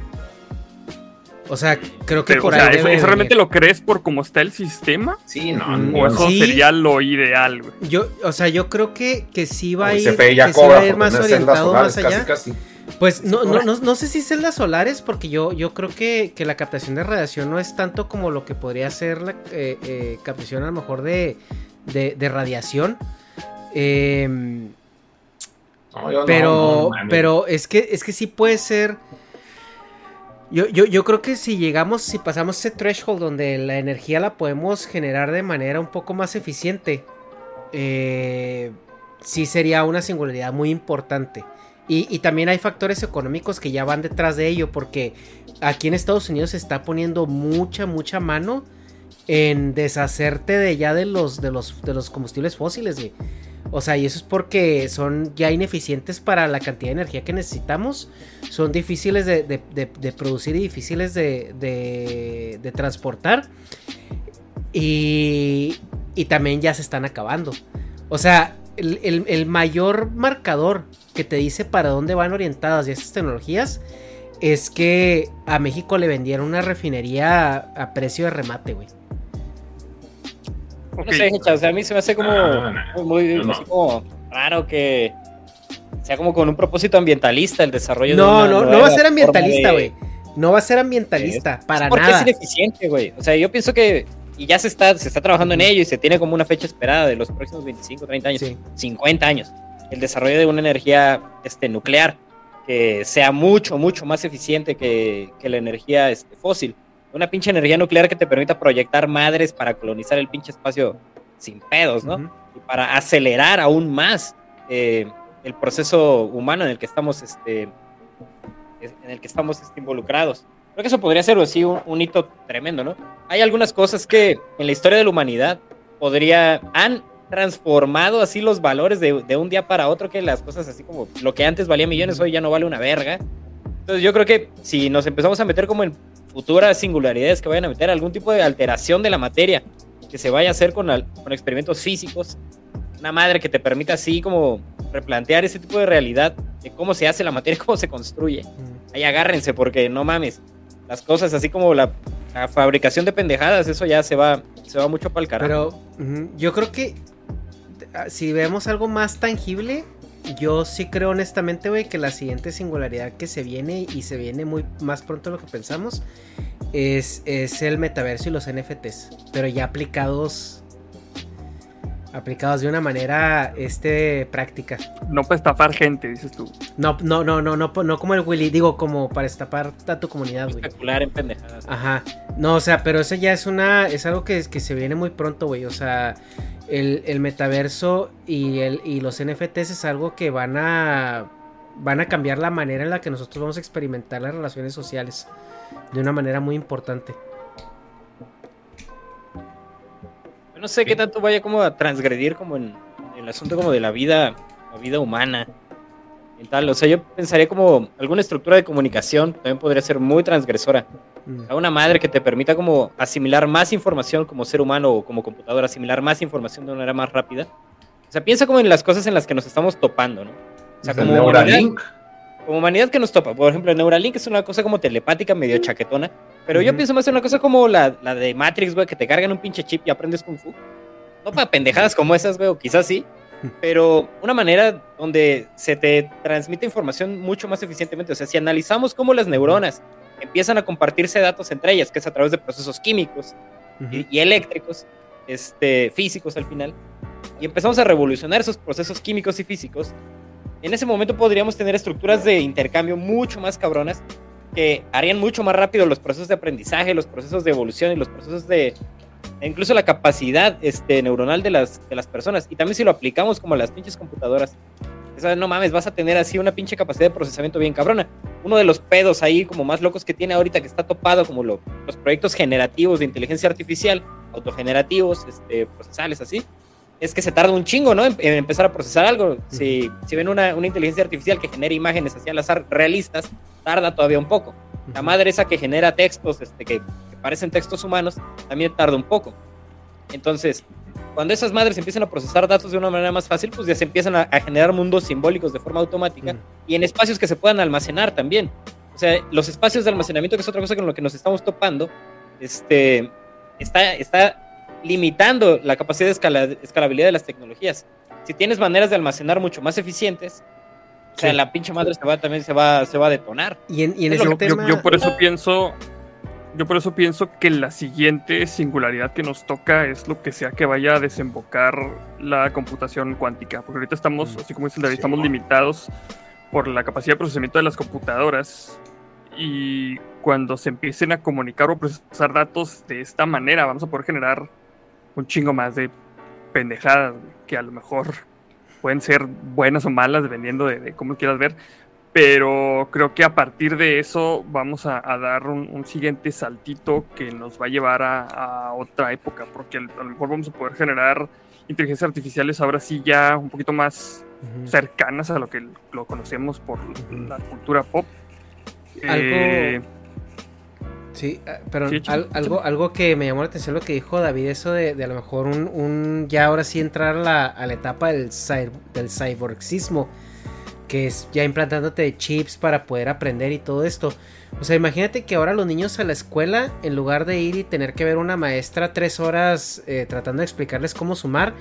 O sea, creo que pero, por o sea, ahí ¿eso, debe ¿eso realmente venir. lo crees por cómo está el sistema? Sí, no. ¿O eso sí. sería lo ideal, güey? Yo, o sea, yo creo que, que sí va a ir, ya que cobra, sí va a ir más orientado solares, más allá. Casi, casi. Pues no, no, no, no sé si celdas solares, porque yo, yo creo que, que la captación de radiación no es tanto como lo que podría ser la eh, eh, captación a lo mejor de, de, de radiación. Eh, no, pero, no, no, pero es que es que sí puede ser. Yo, yo, yo creo que si llegamos, si pasamos ese threshold donde la energía la podemos generar de manera un poco más eficiente, eh, sí sería una singularidad muy importante. Y, y también hay factores económicos que ya van detrás de ello, porque aquí en Estados Unidos se está poniendo mucha, mucha mano en deshacerte de ya de los, de los, de los combustibles fósiles, güey. O sea, y eso es porque son ya ineficientes para la cantidad de energía que necesitamos. Son difíciles de, de, de, de producir y difíciles de, de, de transportar. Y, y también ya se están acabando. O sea, el, el, el mayor marcador que te dice para dónde van orientadas esas tecnologías es que a México le vendieron una refinería a, a precio de remate, güey. Okay. No sé, o sea, a mí se me hace como ah, no, muy, no. así como raro que sea como con un propósito ambientalista el desarrollo no, de una No, no, no va a ser ambientalista, güey. De... No va a ser ambientalista, es, para porque nada. Porque es ineficiente, güey. O sea, yo pienso que, y ya se está, se está trabajando en ello y se tiene como una fecha esperada de los próximos veinticinco, treinta años, sí. cincuenta años, el desarrollo de una energía este, nuclear que sea mucho, mucho más eficiente que, que la energía este, fósil. Una pinche energía nuclear que te permita proyectar madres para colonizar el pinche espacio sin pedos, ¿no? Uh-huh. Y para acelerar aún más eh, el proceso humano en el que estamos, este, en el que estamos este, involucrados. Creo que eso podría ser así un, un hito tremendo, ¿no? Hay algunas cosas que en la historia de la humanidad podría, han transformado así los valores de, de un día para otro, que las cosas así como lo que antes valía millones hoy ya no vale una verga. Entonces yo creo que si nos empezamos a meter como en futuras singularidades que vayan a meter algún tipo de alteración de la materia que se vaya a hacer con, al, con experimentos físicos, una madre que te permita así como replantear ese tipo de realidad de cómo se hace la materia, cómo se construye. Ahí agárrense, porque no mames, las cosas así como la, la fabricación de pendejadas, eso ya se va, se va mucho para el carajo. Pero uh, yo creo que si vemos algo más tangible, yo sí creo honestamente, güey, que la siguiente singularidad que se viene, y se viene muy más pronto de lo que pensamos, es, es el metaverso y los N F Ts, pero ya aplicados aplicados de una manera este práctica. No para estafar gente, dices tú. No, no, no, no, no, no como el Willy, digo, como para estafar a tu comunidad, güey. Especular en pendejadas. Ajá. No, o sea, pero eso ya es una, es algo que, que se viene muy pronto, güey. O sea, el, el metaverso y el y los N F Ts es algo que van a van a cambiar la manera en la que nosotros vamos a experimentar las relaciones sociales de una manera muy importante. No sé qué tanto vaya como a transgredir como en, en el asunto como de la vida, la vida humana y tal. O sea, yo pensaría como alguna estructura de comunicación también podría ser muy transgresora. Mm. O sea, una madre que te permita como asimilar más información como ser humano o como computadora, asimilar más información de una manera más rápida. O sea, piensa como en las cosas en las que nos estamos topando, ¿no? O sea, como Neuralink. Humanidad, como humanidad que nos topa. Por ejemplo, el Neuralink es una cosa como telepática, medio chaquetona. Pero uh-huh. yo pienso más en una cosa como la, la de Matrix, güey, que te cargan un pinche chip y aprendes Kung Fu. No para pendejadas como esas, güey, o quizás sí. Pero una manera donde se te transmite información mucho más eficientemente. O sea, si analizamos cómo las neuronas empiezan a compartirse datos entre ellas, que es a través de procesos químicos uh-huh. y, y eléctricos, este, físicos al final, y empezamos a revolucionar esos procesos químicos y físicos, en ese momento podríamos tener estructuras de intercambio mucho más cabronas que harían mucho más rápido los procesos de aprendizaje, los procesos de evolución y los procesos de... incluso la capacidad este, neuronal de las, de las personas. Y también si lo aplicamos como a las pinches computadoras, o sea, no mames, vas a tener así una pinche capacidad de procesamiento bien cabrona. Uno de los pedos ahí como más locos que tiene ahorita, que está topado como lo, los proyectos generativos de inteligencia artificial, autogenerativos, este, procesales así, es que se tarda un chingo, ¿no? En, en empezar a procesar algo. Si, si ven una, una inteligencia artificial que genera imágenes así al azar realistas, tarda todavía un poco. La madre esa que genera textos, este, que, que parecen textos humanos, también tarda un poco. Entonces, cuando esas madres empiezan a procesar datos de una manera más fácil, pues ya se empiezan a, a generar mundos simbólicos de forma automática, y en espacios que se puedan almacenar también. O sea, los espacios de almacenamiento, que es otra cosa con lo que nos estamos topando, este, está... está limitando la capacidad de escala, escalabilidad de las tecnologías. Si tienes maneras de almacenar mucho más eficientes, sí. o sea, la pinche madre se va, también se va, se va a detonar. Y en, y en yo, ese tema... yo, yo por eso pienso, yo por eso pienso que la siguiente singularidad que nos toca es lo que sea que vaya a desembocar la computación cuántica, porque ahorita estamos, así como dice el David, sí. estamos limitados por la capacidad de procesamiento de las computadoras. Y cuando se empiecen a comunicar o procesar datos de esta manera, vamos a poder generar un chingo más de pendejadas que a lo mejor pueden ser buenas o malas dependiendo de, de cómo quieras ver, pero creo que a partir de eso vamos a, a dar un, un siguiente saltito que nos va a llevar a, a otra época, porque a lo mejor vamos a poder generar inteligencias artificiales ahora sí ya un poquito más uh-huh. cercanas a lo que lo conocemos por uh-huh. la cultura pop. Algo... Eh, Sí, pero sí, al, algo, algo que me llamó la atención lo que dijo David, eso de, de a lo mejor un, un ya ahora sí entrar a la, a la etapa del, del cyborgsismo, que es ya implantándote chips para poder aprender y todo esto. O sea, imagínate que ahora los niños a la escuela, en lugar de ir y tener que ver una maestra tres horas eh, tratando de explicarles cómo sumar,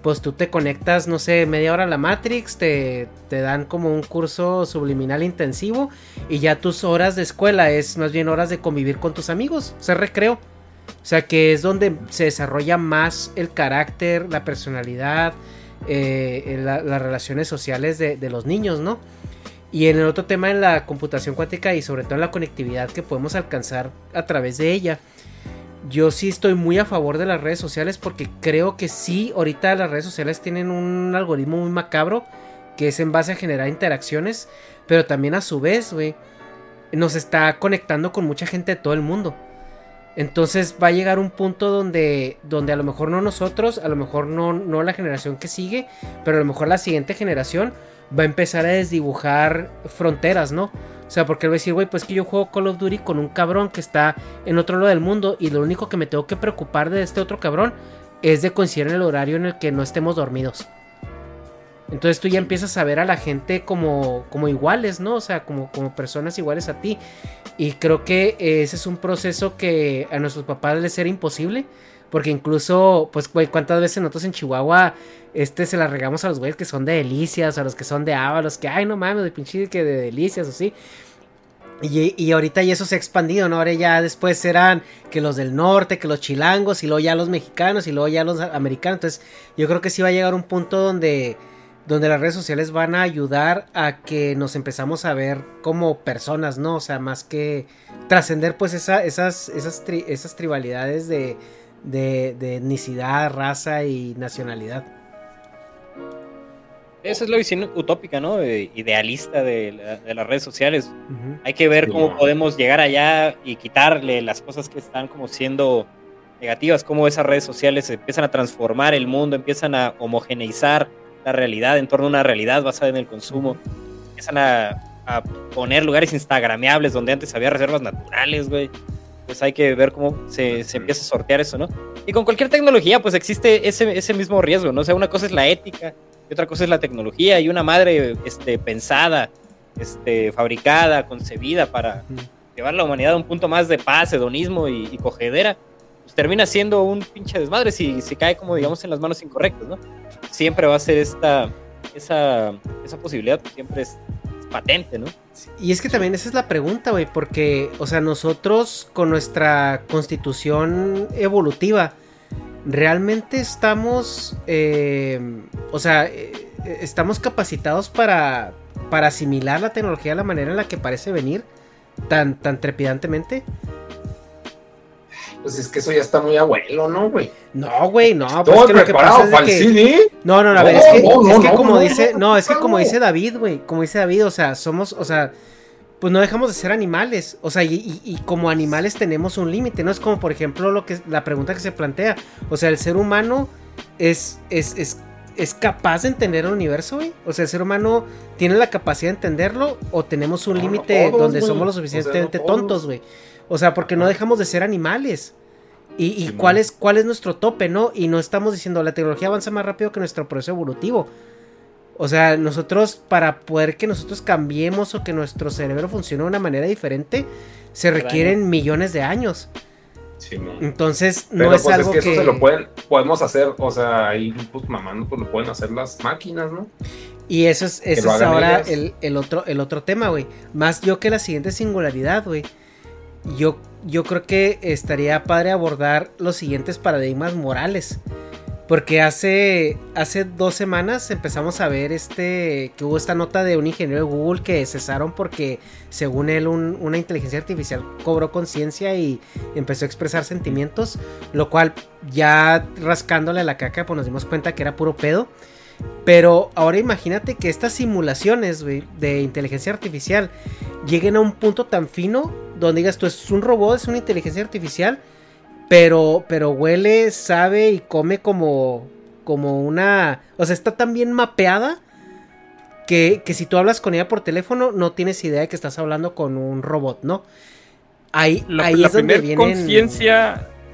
pues tú te conectas, no sé, media hora a la Matrix, te, te dan como un curso subliminal intensivo y ya tus horas de escuela es más bien horas de convivir con tus amigos, o sea, recreo. O sea, que es donde se desarrolla más el carácter, la personalidad, eh, la, las relaciones sociales de, de los niños, ¿no? Y en el otro tema, en la computación cuántica y sobre todo en la conectividad que podemos alcanzar a través de ella, yo sí estoy muy a favor de las redes sociales porque creo que sí, ahorita las redes sociales tienen un algoritmo muy macabro que es en base a generar interacciones, pero también a su vez, güey, nos está conectando con mucha gente de todo el mundo. Entonces va a llegar un punto donde, donde a lo mejor no nosotros, a lo mejor no, no la generación que sigue, pero a lo mejor la siguiente generación va a empezar a desdibujar fronteras, ¿no? O sea, porque él va a decir, güey, pues que yo juego Call of Duty con un cabrón que está en otro lado del mundo y lo único que me tengo que preocupar de este otro cabrón es de coincidir en el horario en el que no estemos dormidos. Entonces tú ya empiezas a ver a la gente como, como iguales, ¿no? O sea, como, como personas iguales a ti. Y creo que ese es un proceso que a nuestros papás les era imposible. Porque incluso, pues, güey, ¿cuántas veces nosotros en Chihuahua este se las regamos a los güeyes que son de Delicias, a los que son de Ábalos, que, ay, no mames, de pinche que de Delicias, o así? Y, y ahorita ya eso se ha expandido, ¿no? Ahora ya después eran que los del norte, que los chilangos, y luego ya los mexicanos, y luego ya los americanos. Entonces, yo creo que sí va a llegar un punto donde, donde las redes sociales van a ayudar a que nos empezamos a ver como personas, ¿no? O sea, más que trascender, pues, esa, esas, esas, tri, esas tribalidades de... De, de etnicidad, raza y nacionalidad. Esa es la visión utópica, ¿no? Eh, idealista de, la, de las redes sociales. Uh-huh. Hay que ver cómo podemos llegar allá y quitarle las cosas que están como siendo negativas, cómo esas redes sociales empiezan a transformar el mundo, empiezan a homogeneizar la realidad en torno a una realidad basada en el consumo, empiezan a, a poner lugares instagrameables donde antes había reservas naturales, güey. Pues hay que ver cómo se, se empieza a sortear eso, ¿no? Y con cualquier tecnología, pues existe ese, ese mismo riesgo, ¿no? O sea, una cosa es la ética y otra cosa es la tecnología, y una madre este, pensada, este, fabricada, concebida para uh-huh. llevar a la humanidad a un punto más de paz, hedonismo y, y cogedera, pues termina siendo un pinche desmadre si, si cae, como digamos, en las manos incorrectas, ¿no? Siempre va a ser esta, esa, esa posibilidad, pues siempre es patente, ¿no? Y es que también esa es la pregunta, güey, porque, o sea, nosotros con nuestra constitución evolutiva, ¿realmente estamos, eh, o sea, eh, estamos capacitados para, para asimilar la tecnología de la manera en la que parece venir tan, tan trepidantemente? Pues es que eso ya está muy abuelo, ¿no, güey? No, güey, no. Pues es que lo que pasa es de que... C D? No, no, no, a ver, no, es que, no, no, es que no, como no, dice... No, no es que como dice David, güey, como dice David, o sea, somos, o sea, pues no dejamos de ser animales. O sea, y, y, y como animales tenemos un límite, ¿no? Es como, por ejemplo, lo que la pregunta que se plantea. O sea, el ser humano es, es, es, es capaz de entender el universo, güey. O sea, el ser humano tiene la capacidad de entenderlo o tenemos un no, límite no donde wey. somos lo suficientemente o sea, no tontos, güey. O sea, porque no dejamos de ser animales. Y, y sí, cuál es cuál es nuestro tope, ¿no? Y no estamos diciendo la tecnología avanza más rápido que nuestro proceso evolutivo. O sea, nosotros, para poder que nosotros cambiemos o que nuestro cerebro funcione de una manera diferente, se requieren millones de años. Sí, man. Entonces, no Pero, es pues, algo es que, que... eso se lo pueden, podemos hacer, o sea, ahí pues mamando, pues lo pueden hacer las máquinas, ¿no? Y eso es, eso es ahora el, el, otro, el otro tema, güey. Más yo que la siguiente singularidad, güey. Yo, yo creo que estaría padre abordar los siguientes paradigmas morales. Porque hace, hace dos semanas empezamos a ver este que hubo esta nota de un ingeniero de Google que cesaron porque según él un, una inteligencia artificial cobró conciencia y empezó a expresar sentimientos, lo cual ya rascándole a la caca pues nos dimos cuenta que era puro pedo. Pero ahora imagínate que estas simulaciones, wey, de inteligencia artificial lleguen a un punto tan fino donde digas tú es un robot, es una inteligencia artificial, pero, pero huele, sabe y come como, como una... O sea, está tan bien mapeada que, que si tú hablas con ella por teléfono no tienes idea de que estás hablando con un robot, ¿no? Ahí, la, ahí la es donde primer vienen... conciencia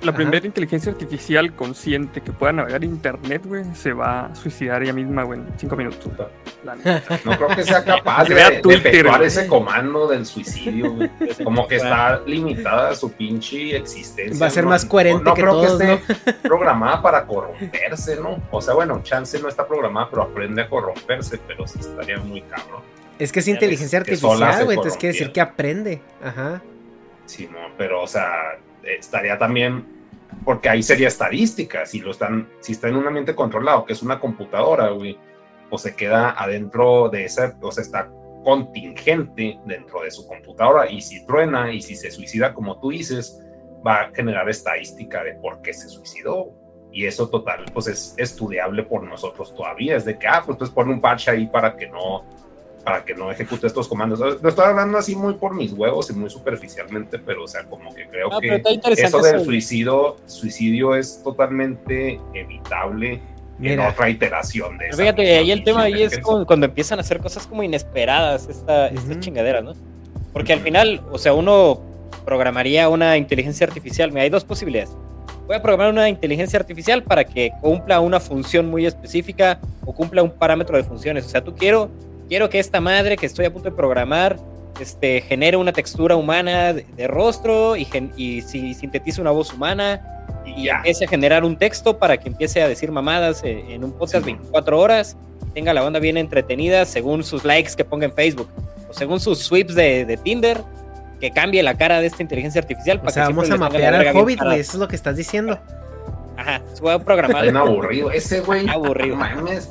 la primera inteligencia artificial consciente que pueda navegar internet, güey, se va a suicidar ella misma, güey, en cinco minutos. La no creo que sea capaz de, de efectuar ese comando del suicidio, güey. Como que está limitada a su pinche existencia. Va a ser ¿no? más coherente no, no que creo todos, que esté ¿no? programada para corromperse, ¿no? O sea, bueno, chance no está programada, pero aprende a corromperse, pero sí estaría muy cabrón. Es que es inteligencia artificial, güey, entonces quiere decir que aprende. Ajá. Sí, no, pero, o sea, estaría también, porque ahí sería estadística, si lo están, si está en un ambiente controlado, que es una computadora, güey, o se queda adentro de esa, o sea, está contingente dentro de su computadora, y si truena, y si se suicida, como tú dices, va a generar estadística de por qué se suicidó, y eso total, pues es estudiable por nosotros todavía, es de que, ah, pues entonces pon un parche ahí para que no... para que no ejecute estos comandos. Lo estoy hablando así muy por mis huevos y muy superficialmente, pero o sea, como que creo no, que eso del suicidio, suicidio es totalmente evitable. Mira, en otra iteración de eso. Fíjate, ahí el tema ahí es cuando, cuando empiezan a hacer cosas como inesperadas, esta, uh-huh. estas chingaderas, ¿no? Porque uh-huh. al final, o sea, uno programaría una inteligencia artificial. Mira, hay dos posibilidades. Voy a programar una inteligencia artificial para que cumpla una función muy específica o cumpla un parámetro de funciones. O sea, tú quiero Quiero que esta madre que estoy a punto de programar este, genere una textura humana de, de rostro y, gen, y si, sintetice una voz humana y ya. Empiece a generar un texto para que empiece a decir mamadas en, en un podcast sí. veinticuatro horas, tenga la banda bien entretenida según sus likes que ponga en Facebook o según sus sweeps de, de Tinder, que cambie la cara de esta inteligencia artificial. O para sea, que vamos a mapear al Hobbit, güey, eso es lo que estás diciendo. Ajá, se va a programar. Es aburrido, ese güey. Aburrido. Mames.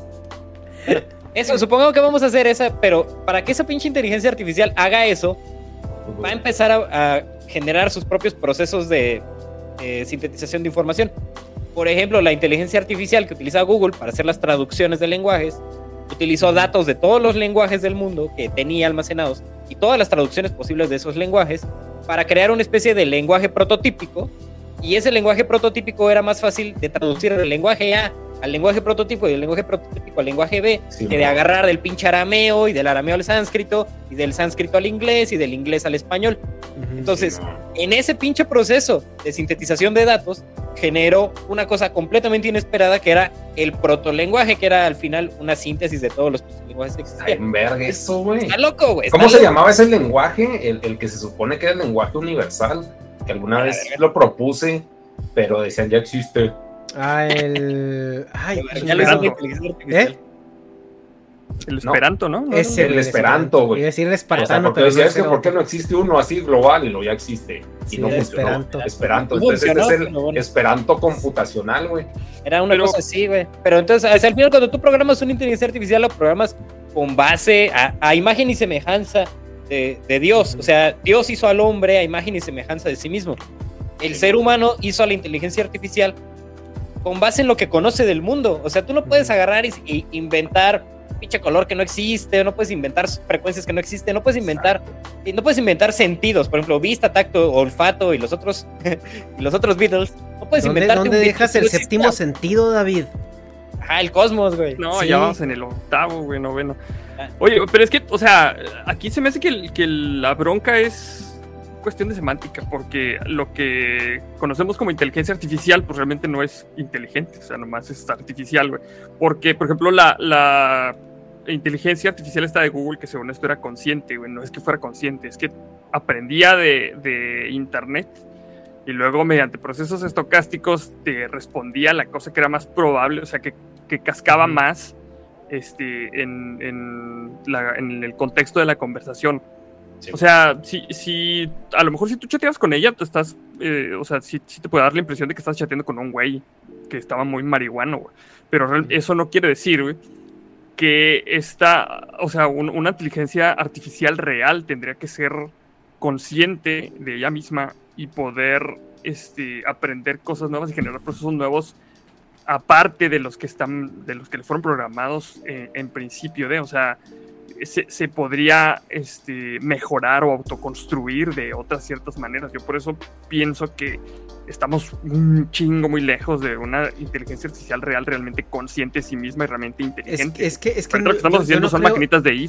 Eso, supongo que vamos a hacer esa, pero para que esa pinche inteligencia artificial haga eso, va a empezar a, a generar sus propios procesos de eh, sintetización de información. Por ejemplo, la inteligencia artificial que utiliza Google para hacer las traducciones de lenguajes, utilizó datos de todos los lenguajes del mundo que tenía almacenados y todas las traducciones posibles de esos lenguajes para crear una especie de lenguaje prototípico, y ese lenguaje prototípico era más fácil de traducir del lenguaje A al lenguaje prototipo y del lenguaje prototípico al lenguaje B, sí, que de agarrar del pinche arameo y del arameo al sánscrito y del sánscrito al inglés y del inglés al español. Entonces, sí, no. en ese pinche proceso de sintetización de datos generó una cosa completamente inesperada que era el protolenguaje, que era al final una síntesis de todos los lenguajes que existían. Ay, en verga eso, güey. Está loco, güey. ¿Cómo se loco. llamaba ese lenguaje? El, el que se supone que era el lenguaje universal, que alguna ah, vez lo propuse, pero decían ya existe. Ah, el... Ay, ya le dando. ¿Eh? El Esperanto, ¿no? ¿no? Es el, el Esperanto, güey. Iba a decir el espartano, o sea, porque pero decía, no es que ¿por qué no existe uno así global? Y lo ya existe. Y sí, no funcionó. Esperanto. Esperanto. Entonces funcionó, este es el bueno. Esperanto computacional, güey. Era una pero, cosa así, güey. Pero entonces, al final, cuando tú programas una inteligencia artificial, lo programas con base a, a imagen y semejanza de, de Dios. O sea, Dios hizo al hombre a imagen y semejanza de sí mismo. El ser humano hizo a la inteligencia artificial con base en lo que conoce del mundo. O sea, tú no puedes agarrar y, y inventar pinche color que no existe, no puedes inventar frecuencias que no existen, no puedes inventar, no puedes inventar sentidos, por ejemplo, vista, tacto, olfato y los otros y los otros Beatles. No puedes ¿Dónde, inventar. ¿Dónde dejas el séptimo exista. sentido, David? Ah, el cosmos, güey. No, sí. Ya vamos en el octavo, güey, noveno. Oye, pero es que, o sea, aquí se me hace que, que la bronca es cuestión de semántica, porque lo que conocemos como inteligencia artificial pues realmente no es inteligente, o sea, nomás es artificial, güey. Porque, por ejemplo, la, la inteligencia artificial esta de Google, que según esto era consciente, güey, no es que fuera consciente, es que aprendía de, de internet y luego mediante procesos estocásticos te respondía la cosa que era más probable, o sea, que, que cascaba más este, en, en, la, en el contexto de la conversación. Sí. O sea, si, si a lo mejor si tú chateas con ella, tú estás, eh, o sea, sí, sí te puede dar la impresión de que estás chateando con un güey que estaba muy marihuano, güey. Pero real, eso no quiere decir, güey, que esta, o sea, un, una inteligencia artificial real tendría que ser consciente de ella misma y poder este, aprender cosas nuevas y generar procesos nuevos aparte de los que están, de los que le fueron programados eh, en principio de, o sea, Se, se podría este, mejorar o autoconstruir de otras ciertas maneras. Yo por eso pienso que estamos un chingo muy lejos de una inteligencia artificial real, realmente consciente de sí misma y realmente inteligente. Es, es que, es que no, lo que estamos yo, haciendo yo no son creo, maquinitas de ifs.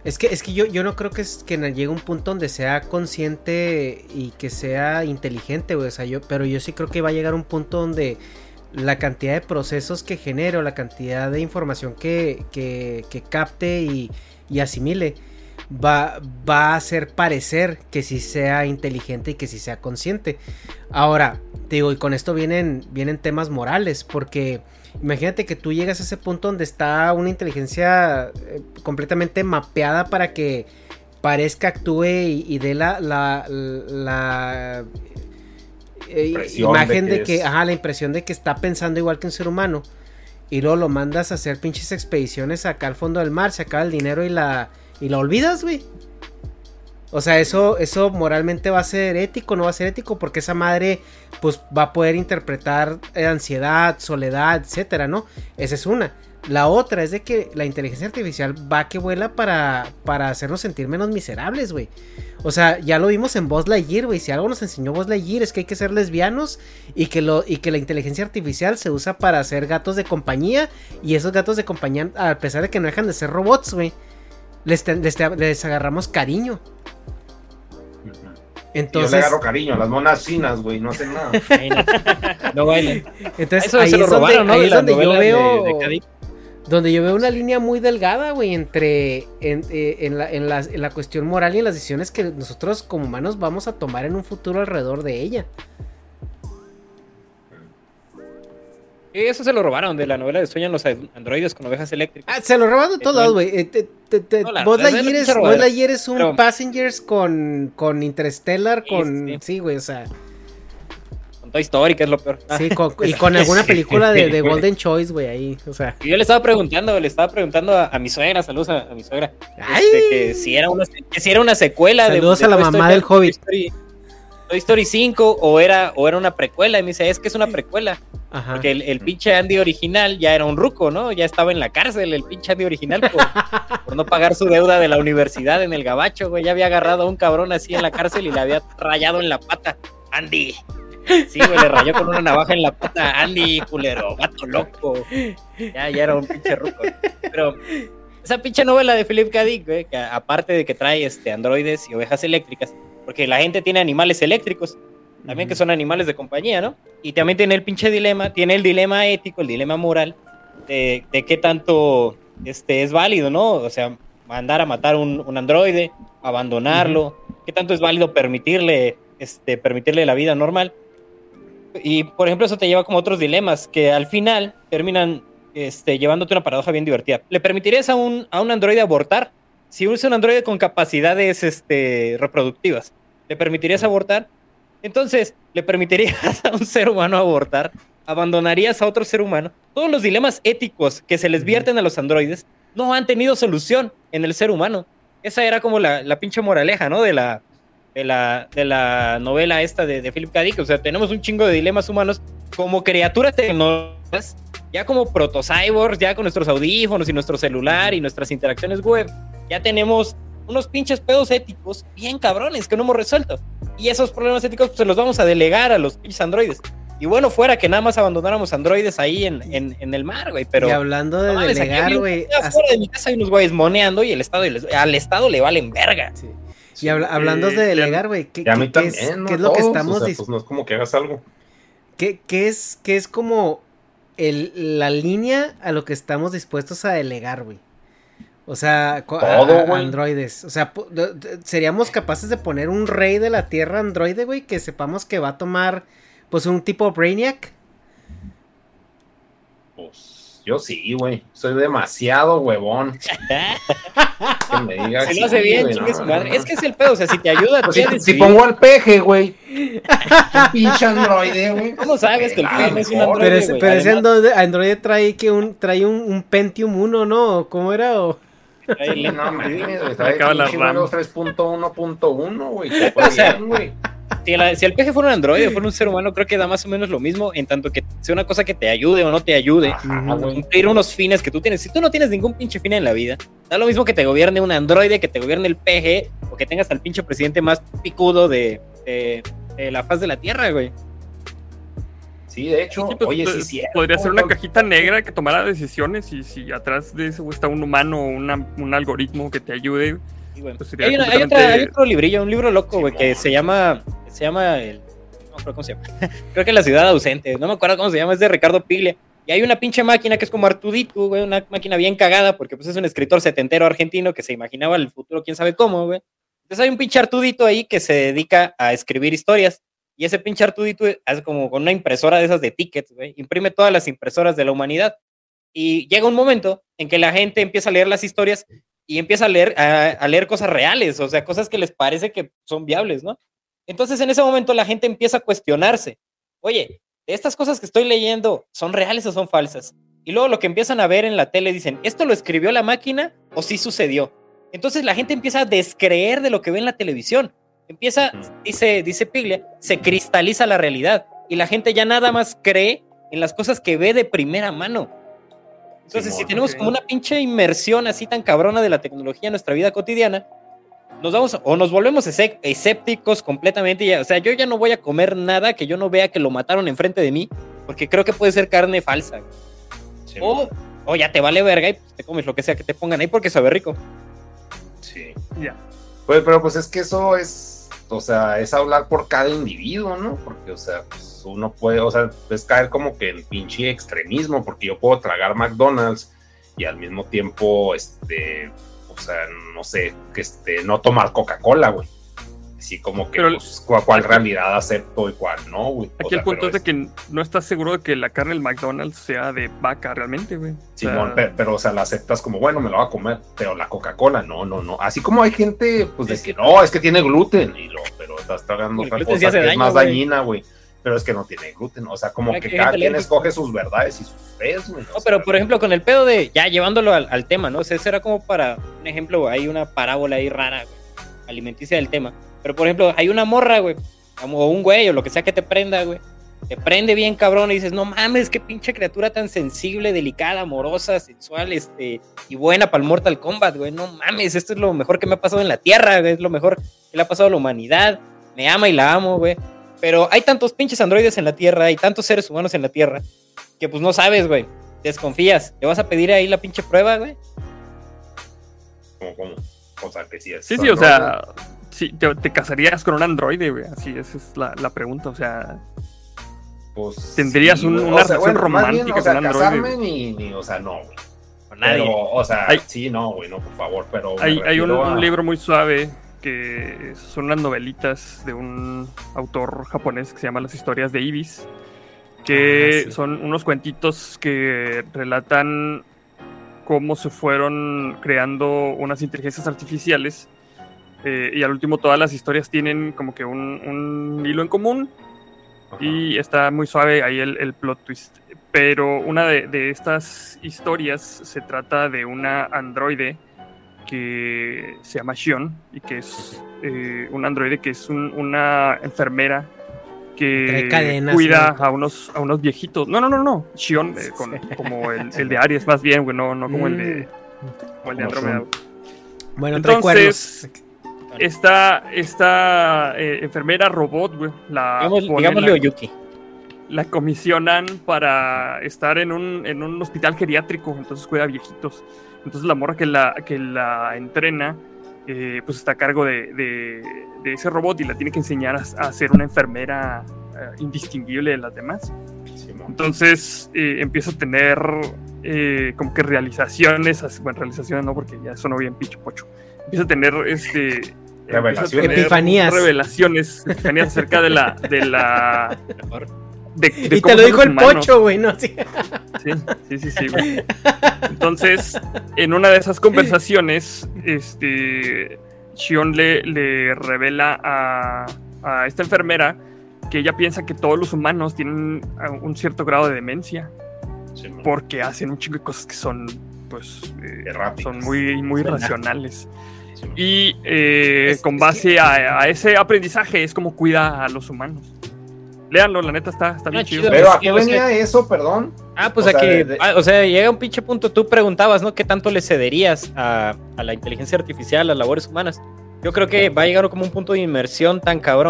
Es que, es que yo, yo no creo que, es, que llegue un punto donde sea consciente y que sea inteligente, güey. O sea, yo, pero yo sí creo que va a llegar un punto donde la cantidad de procesos que genere o la cantidad de información que, que, que capte y, y asimile va, va a hacer parecer que sí sea inteligente y que sí sea consciente. Ahora, te digo, y con esto vienen, vienen temas morales, porque imagínate que tú llegas a ese punto donde está una inteligencia eh, completamente mapeada para que parezca, actúe y, y dé la, la, la eh, imagen de que, de que es... ajá, la impresión de que está pensando igual que un ser humano, y luego lo mandas a hacer pinches expediciones acá al fondo del mar, se acaba el dinero y la, y la olvidas, güey. O sea, eso, eso moralmente va a ser ético, no va a ser ético, porque esa madre pues va a poder interpretar ansiedad, soledad, etcétera, ¿no? Esa es una. La otra es de que la inteligencia artificial va que vuela para, para hacernos sentir menos miserables, güey. O sea, ya lo vimos en Buzz Lightyear, güey. Si algo nos enseñó Buzz Lightyear es que hay que ser lesbianos y que, lo, y que la inteligencia artificial se usa para hacer gatos de compañía, y esos gatos de compañía, a pesar de que no dejan de ser robots, güey, les, les, les agarramos cariño. Entonces, yo le agarro cariño a las monas chinas, güey, no hacen nada. No bailan. Entonces, eso ahí se lo es robaron, donde, ¿no? ahí De es la donde yo novela veo, de, de donde yo veo una línea muy delgada, güey, entre en, eh, en, la, en, la, en la cuestión moral y en las decisiones que nosotros como humanos vamos a tomar en un futuro alrededor de ella. Eso se lo robaron de la novela de Sueñan los androides con ovejas eléctricas. Ah, se lo robaron de todos lados, güey. Eh, te, te, te, no, Buzz Lightyear es, Buzz Lightyear es un pero... Passengers con, con Interstellar, sí, con... Sí, güey, sí, o sea... Con Toy Story, que es lo peor. Sí, con, y con alguna película de, de Golden Choice, güey, ahí, o sea... Y yo le estaba preguntando, le estaba preguntando a, a mi suegra, saludos a, a mi suegra, este, que, si era una, que si era una secuela saludos de... Saludos a la mamá del Hobbit. Toy Story, Toy Story cinco o era, o era una precuela, y me dice, es que es una precuela. Ajá. Porque el, el pinche Andy original ya era un ruco, ¿no? Ya estaba en la cárcel el pinche Andy original por, por no pagar su deuda de la universidad en el gabacho, güey. Ya había agarrado a un cabrón así en la cárcel y le había rayado en la pata. Andy. Sí, güey, le rayó con una navaja en la pata. Andy, culero, vato loco. Ya, ya era un pinche ruco. Pero esa pinche novela de Philip K. Dick, güey, que aparte de que trae este, androides y ovejas eléctricas, porque la gente tiene animales eléctricos, también que son animales de compañía, ¿no? Y también tiene el pinche dilema, tiene el dilema ético, el dilema moral de, de qué tanto este, es válido, ¿no? O sea, mandar a matar un, un androide, abandonarlo, uh-huh. qué tanto es válido permitirle, este, permitirle la vida normal. Y, por ejemplo, eso te lleva como otros dilemas que al final terminan este, llevándote una paradoja bien divertida. ¿Le permitirías a un, a un androide abortar? Si usa un androide con capacidades este, reproductivas, ¿le permitirías abortar? Entonces, ¿le permitirías a un ser humano abortar? ¿Abandonarías a otro ser humano? Todos los dilemas éticos que se les vierten a los androides no han tenido solución en el ser humano. Esa era como la, la pinche moraleja, ¿no? De la, de la, de la novela esta de, de Philip K. Dick. O sea, tenemos un chingo de dilemas humanos como criaturas tecnológicas, ya como protocyborgs, ya con nuestros audífonos y nuestro celular y nuestras interacciones web. Ya tenemos unos pinches pedos éticos bien cabrones que no hemos resuelto. Y esos problemas éticos pues, se los vamos a delegar a los pinches androides. Y bueno, fuera que nada más abandonáramos androides ahí en, en, en el mar, güey. Pero y hablando de no, delegar, güey. Hasta... Fuera de mi casa hay unos güeyes moneando y el estado, al Estado le valen verga. Sí. Sí, y habla, hablando de delegar, güey, ¿qué, qué, ¿qué, es, ¿no? ¿qué es lo Todos, que estamos o sea, pues no es como que hagas algo. ¿Qué, qué, es, qué es como el, la línea a lo que estamos dispuestos a delegar, güey? O sea, Todo, a, a androides. O sea, seríamos capaces de poner un rey de la tierra androide, güey, que sepamos que va a tomar, pues, un tipo Brainiac. Pues, yo sí, güey. Soy demasiado huevón. Que me diga Se lo hace bien, chingue no, su madre. No. Es que es el pedo, o sea, si te ayuda... Pues si, si pongo al peje, güey. Pinche androide, güey. ¿Cómo sabes que el peje no es un androide, Pero, ese, pero ese androide, androide trae que un trae un, un Pentium uno, ¿no? ¿Cómo era? O... Sí, no, mames, güey. Trae Windows tres punto uno punto uno, güey. O sea, güey. Si, la, si el peje fuera un androide, fuera un ser humano, creo que da más o menos lo mismo, en tanto que sea una cosa que te ayude o no te ayude a cumplir unos fines que tú tienes. Si tú no tienes ningún pinche fin en la vida, da lo mismo que te gobierne un androide, que te gobierne el peje, o que tengas al pinche presidente más picudo de, de, de la faz de la tierra, güey. Sí, de hecho, Sí, pues, oye, sí, pues, sí. podría ser una cajita negra que tomara decisiones y si atrás de eso está un humano o una- un algoritmo que te ayude. Sí, güey. Pues sería hay, una- hay completamente- otra- hay otro librillo, un libro loco, güey, Sí, que mo. se llama, se llama el, no me acuerdo cómo se llama, creo que La ciudad ausente, no me acuerdo cómo se llama, es de Ricardo Piglia, y hay una pinche máquina que es como Artudito, güey, una máquina bien cagada, porque pues es un escritor setentero argentino que se imaginaba el futuro quién sabe cómo, güey. Entonces hay un pinche Artudito ahí que se dedica a escribir historias, y ese pinche Artudito hace como con una impresora de esas de tickets, güey, imprime todas las impresoras de la humanidad, y llega un momento en que la gente empieza a leer las historias y empieza a leer, a, a leer cosas reales, o sea, cosas que les parece que son viables, ¿no? Entonces en ese momento la gente empieza a cuestionarse, oye, ¿estas cosas que estoy leyendo son reales o son falsas? Y luego lo que empiezan a ver en la tele dicen, ¿esto lo escribió la máquina o sí sucedió? Entonces la gente empieza a descreer de lo que ve en la televisión. Empieza, dice, dice Piglia, se cristaliza la realidad y la gente ya nada más cree en las cosas que ve de primera mano. Entonces, Sí, si mo, tenemos ok. como una pinche inmersión así tan cabrona de la tecnología en nuestra vida cotidiana, nos vamos o nos volvemos escé- escépticos completamente. Ya, o sea, yo ya no voy a comer nada que yo no vea que lo mataron enfrente de mí, porque creo que puede ser carne falsa. Sí, O, mo. o ya te vale verga y pues, te comes lo que sea que te pongan ahí porque sabe rico. Sí. Ya. Pues, pero pues es que eso es, o sea, es hablar por cada individuo, ¿no? Porque, o sea, pues uno puede, o sea, es caer como que en pinche extremismo, porque yo puedo tragar McDonald's y al mismo tiempo, este, o sea, no sé, que este, no tomar Coca-Cola, güey. Así como que, Pero- pues, cuál, cuál realidad acepto y cuál no, güey. O Aquí sea, el punto pero es de que no estás seguro de que la carne del McDonald's sea de vaca realmente, güey. O sea, Simón, pero, pero, o sea, la aceptas como, bueno, me lo voy a comer, pero la Coca-Cola, no, no, no. Así como hay gente, pues, de Es que que- no, es que tiene gluten, y lo, pero estás tragando El otra gluten sí cosa hace que es daño, más güey. dañina, güey. Pero es que no tiene gluten, o sea, como Hay que que cada gente quien alérgica. escoge sus verdades y sus fees, güey. No, pero por ejemplo, con el pedo de, ya llevándolo al, al tema, ¿no? O sea, eso era como para un ejemplo, hay una parábola ahí rara, güey, alimenticia del tema. Pero por ejemplo, hay una morra, güey, o un güey, o lo que sea que te prenda, güey. Te prende bien cabrón y dices, no mames, qué pinche criatura tan sensible, delicada, amorosa, sensual, este, y buena para el Mortal Kombat, güey. No mames, esto es lo mejor que me ha pasado en la Tierra, güey. Es lo mejor que le ha pasado a la humanidad. Me ama y la amo, güey. Pero hay tantos pinches androides en la Tierra, hay tantos seres humanos en la Tierra, que pues no sabes, güey. Desconfías. ¿Le vas a pedir ahí la pinche prueba, güey? Como, como, o sea, que sí es. sí, sí, o sea, sí, te, te casarías con un androide, güey. Así, esa es la, la pregunta. O sea, pues, tendrías un- güey, una relación más bien, romántica o sea, con un androide, casarme ni, ni, o sea, no, güey. Con nadie. Pero, o sea, Hay- sí, no, güey, no, por favor, pero. me hay, hay un, refiero a- un libro muy suave que son unas novelitas de un autor japonés que se llama Las historias de Ibis, que Ah, sí. son unos cuentitos que relatan cómo se fueron creando unas inteligencias artificiales, eh, y al último todas las historias tienen como que un, un hilo en común. Ajá. Y está muy suave ahí el, el plot twist. Pero una de, de estas historias se trata de una androide que se llama Shion y que es eh, un androide que es un- una enfermera que Trae cadenas, cuida ¿no? a unos, a unos viejitos. No, no, no, no. Shion, eh, con- como el, el de Aries, más bien, güey, no, no como el de, como el de Como Andrómeda. Shun. güey. Bueno, trae cuernos. Entonces, esta, esta eh, enfermera robot, güey, la Digamos, ponen digámosle a- Oyuki. la comisionan para estar en un, en un hospital geriátrico, entonces cuida a viejitos. Entonces la morra que la, que la entrena, eh, pues está a cargo de, de, de ese robot y la tiene que enseñar a, a ser una enfermera eh, indistinguible de las demás. Simón. Entonces eh, empieza a tener eh, como que realizaciones, as- bueno, realizaciones no, porque ya sonó bien picho pocho. Empieza a tener este... empieza a Revelaciones. tener Epifanías. Revelaciones, epifanías acerca de la... De la de, de Y cómo te lo son dijo los el humanos. pocho, güey, ¿no? Sí. Sí, sí, sí, sí, güey. Entonces, en una de esas conversaciones, este, Shion le, le revela a, a esta enfermera que ella piensa que todos los humanos tienen un cierto grado de demencia Simón. porque hacen un chingo de cosas que son, pues, eh, Erráticas. son muy, muy irracionales. Simón. Y eh, Es- con es base que- a, a ese aprendizaje es como cuida a los humanos. Léanlo, la neta está, está bien Ah, chido. chido. Pero Sí, ¿a qué o sea- venía eso, perdón? Ah, pues O a sea, que, de- de- ah, o sea, llega un pinche punto, tú preguntabas, ¿no? ¿Qué tanto le cederías a, a la inteligencia artificial, a las labores humanas? Yo creo que va a llegar como un punto de inmersión tan cabrón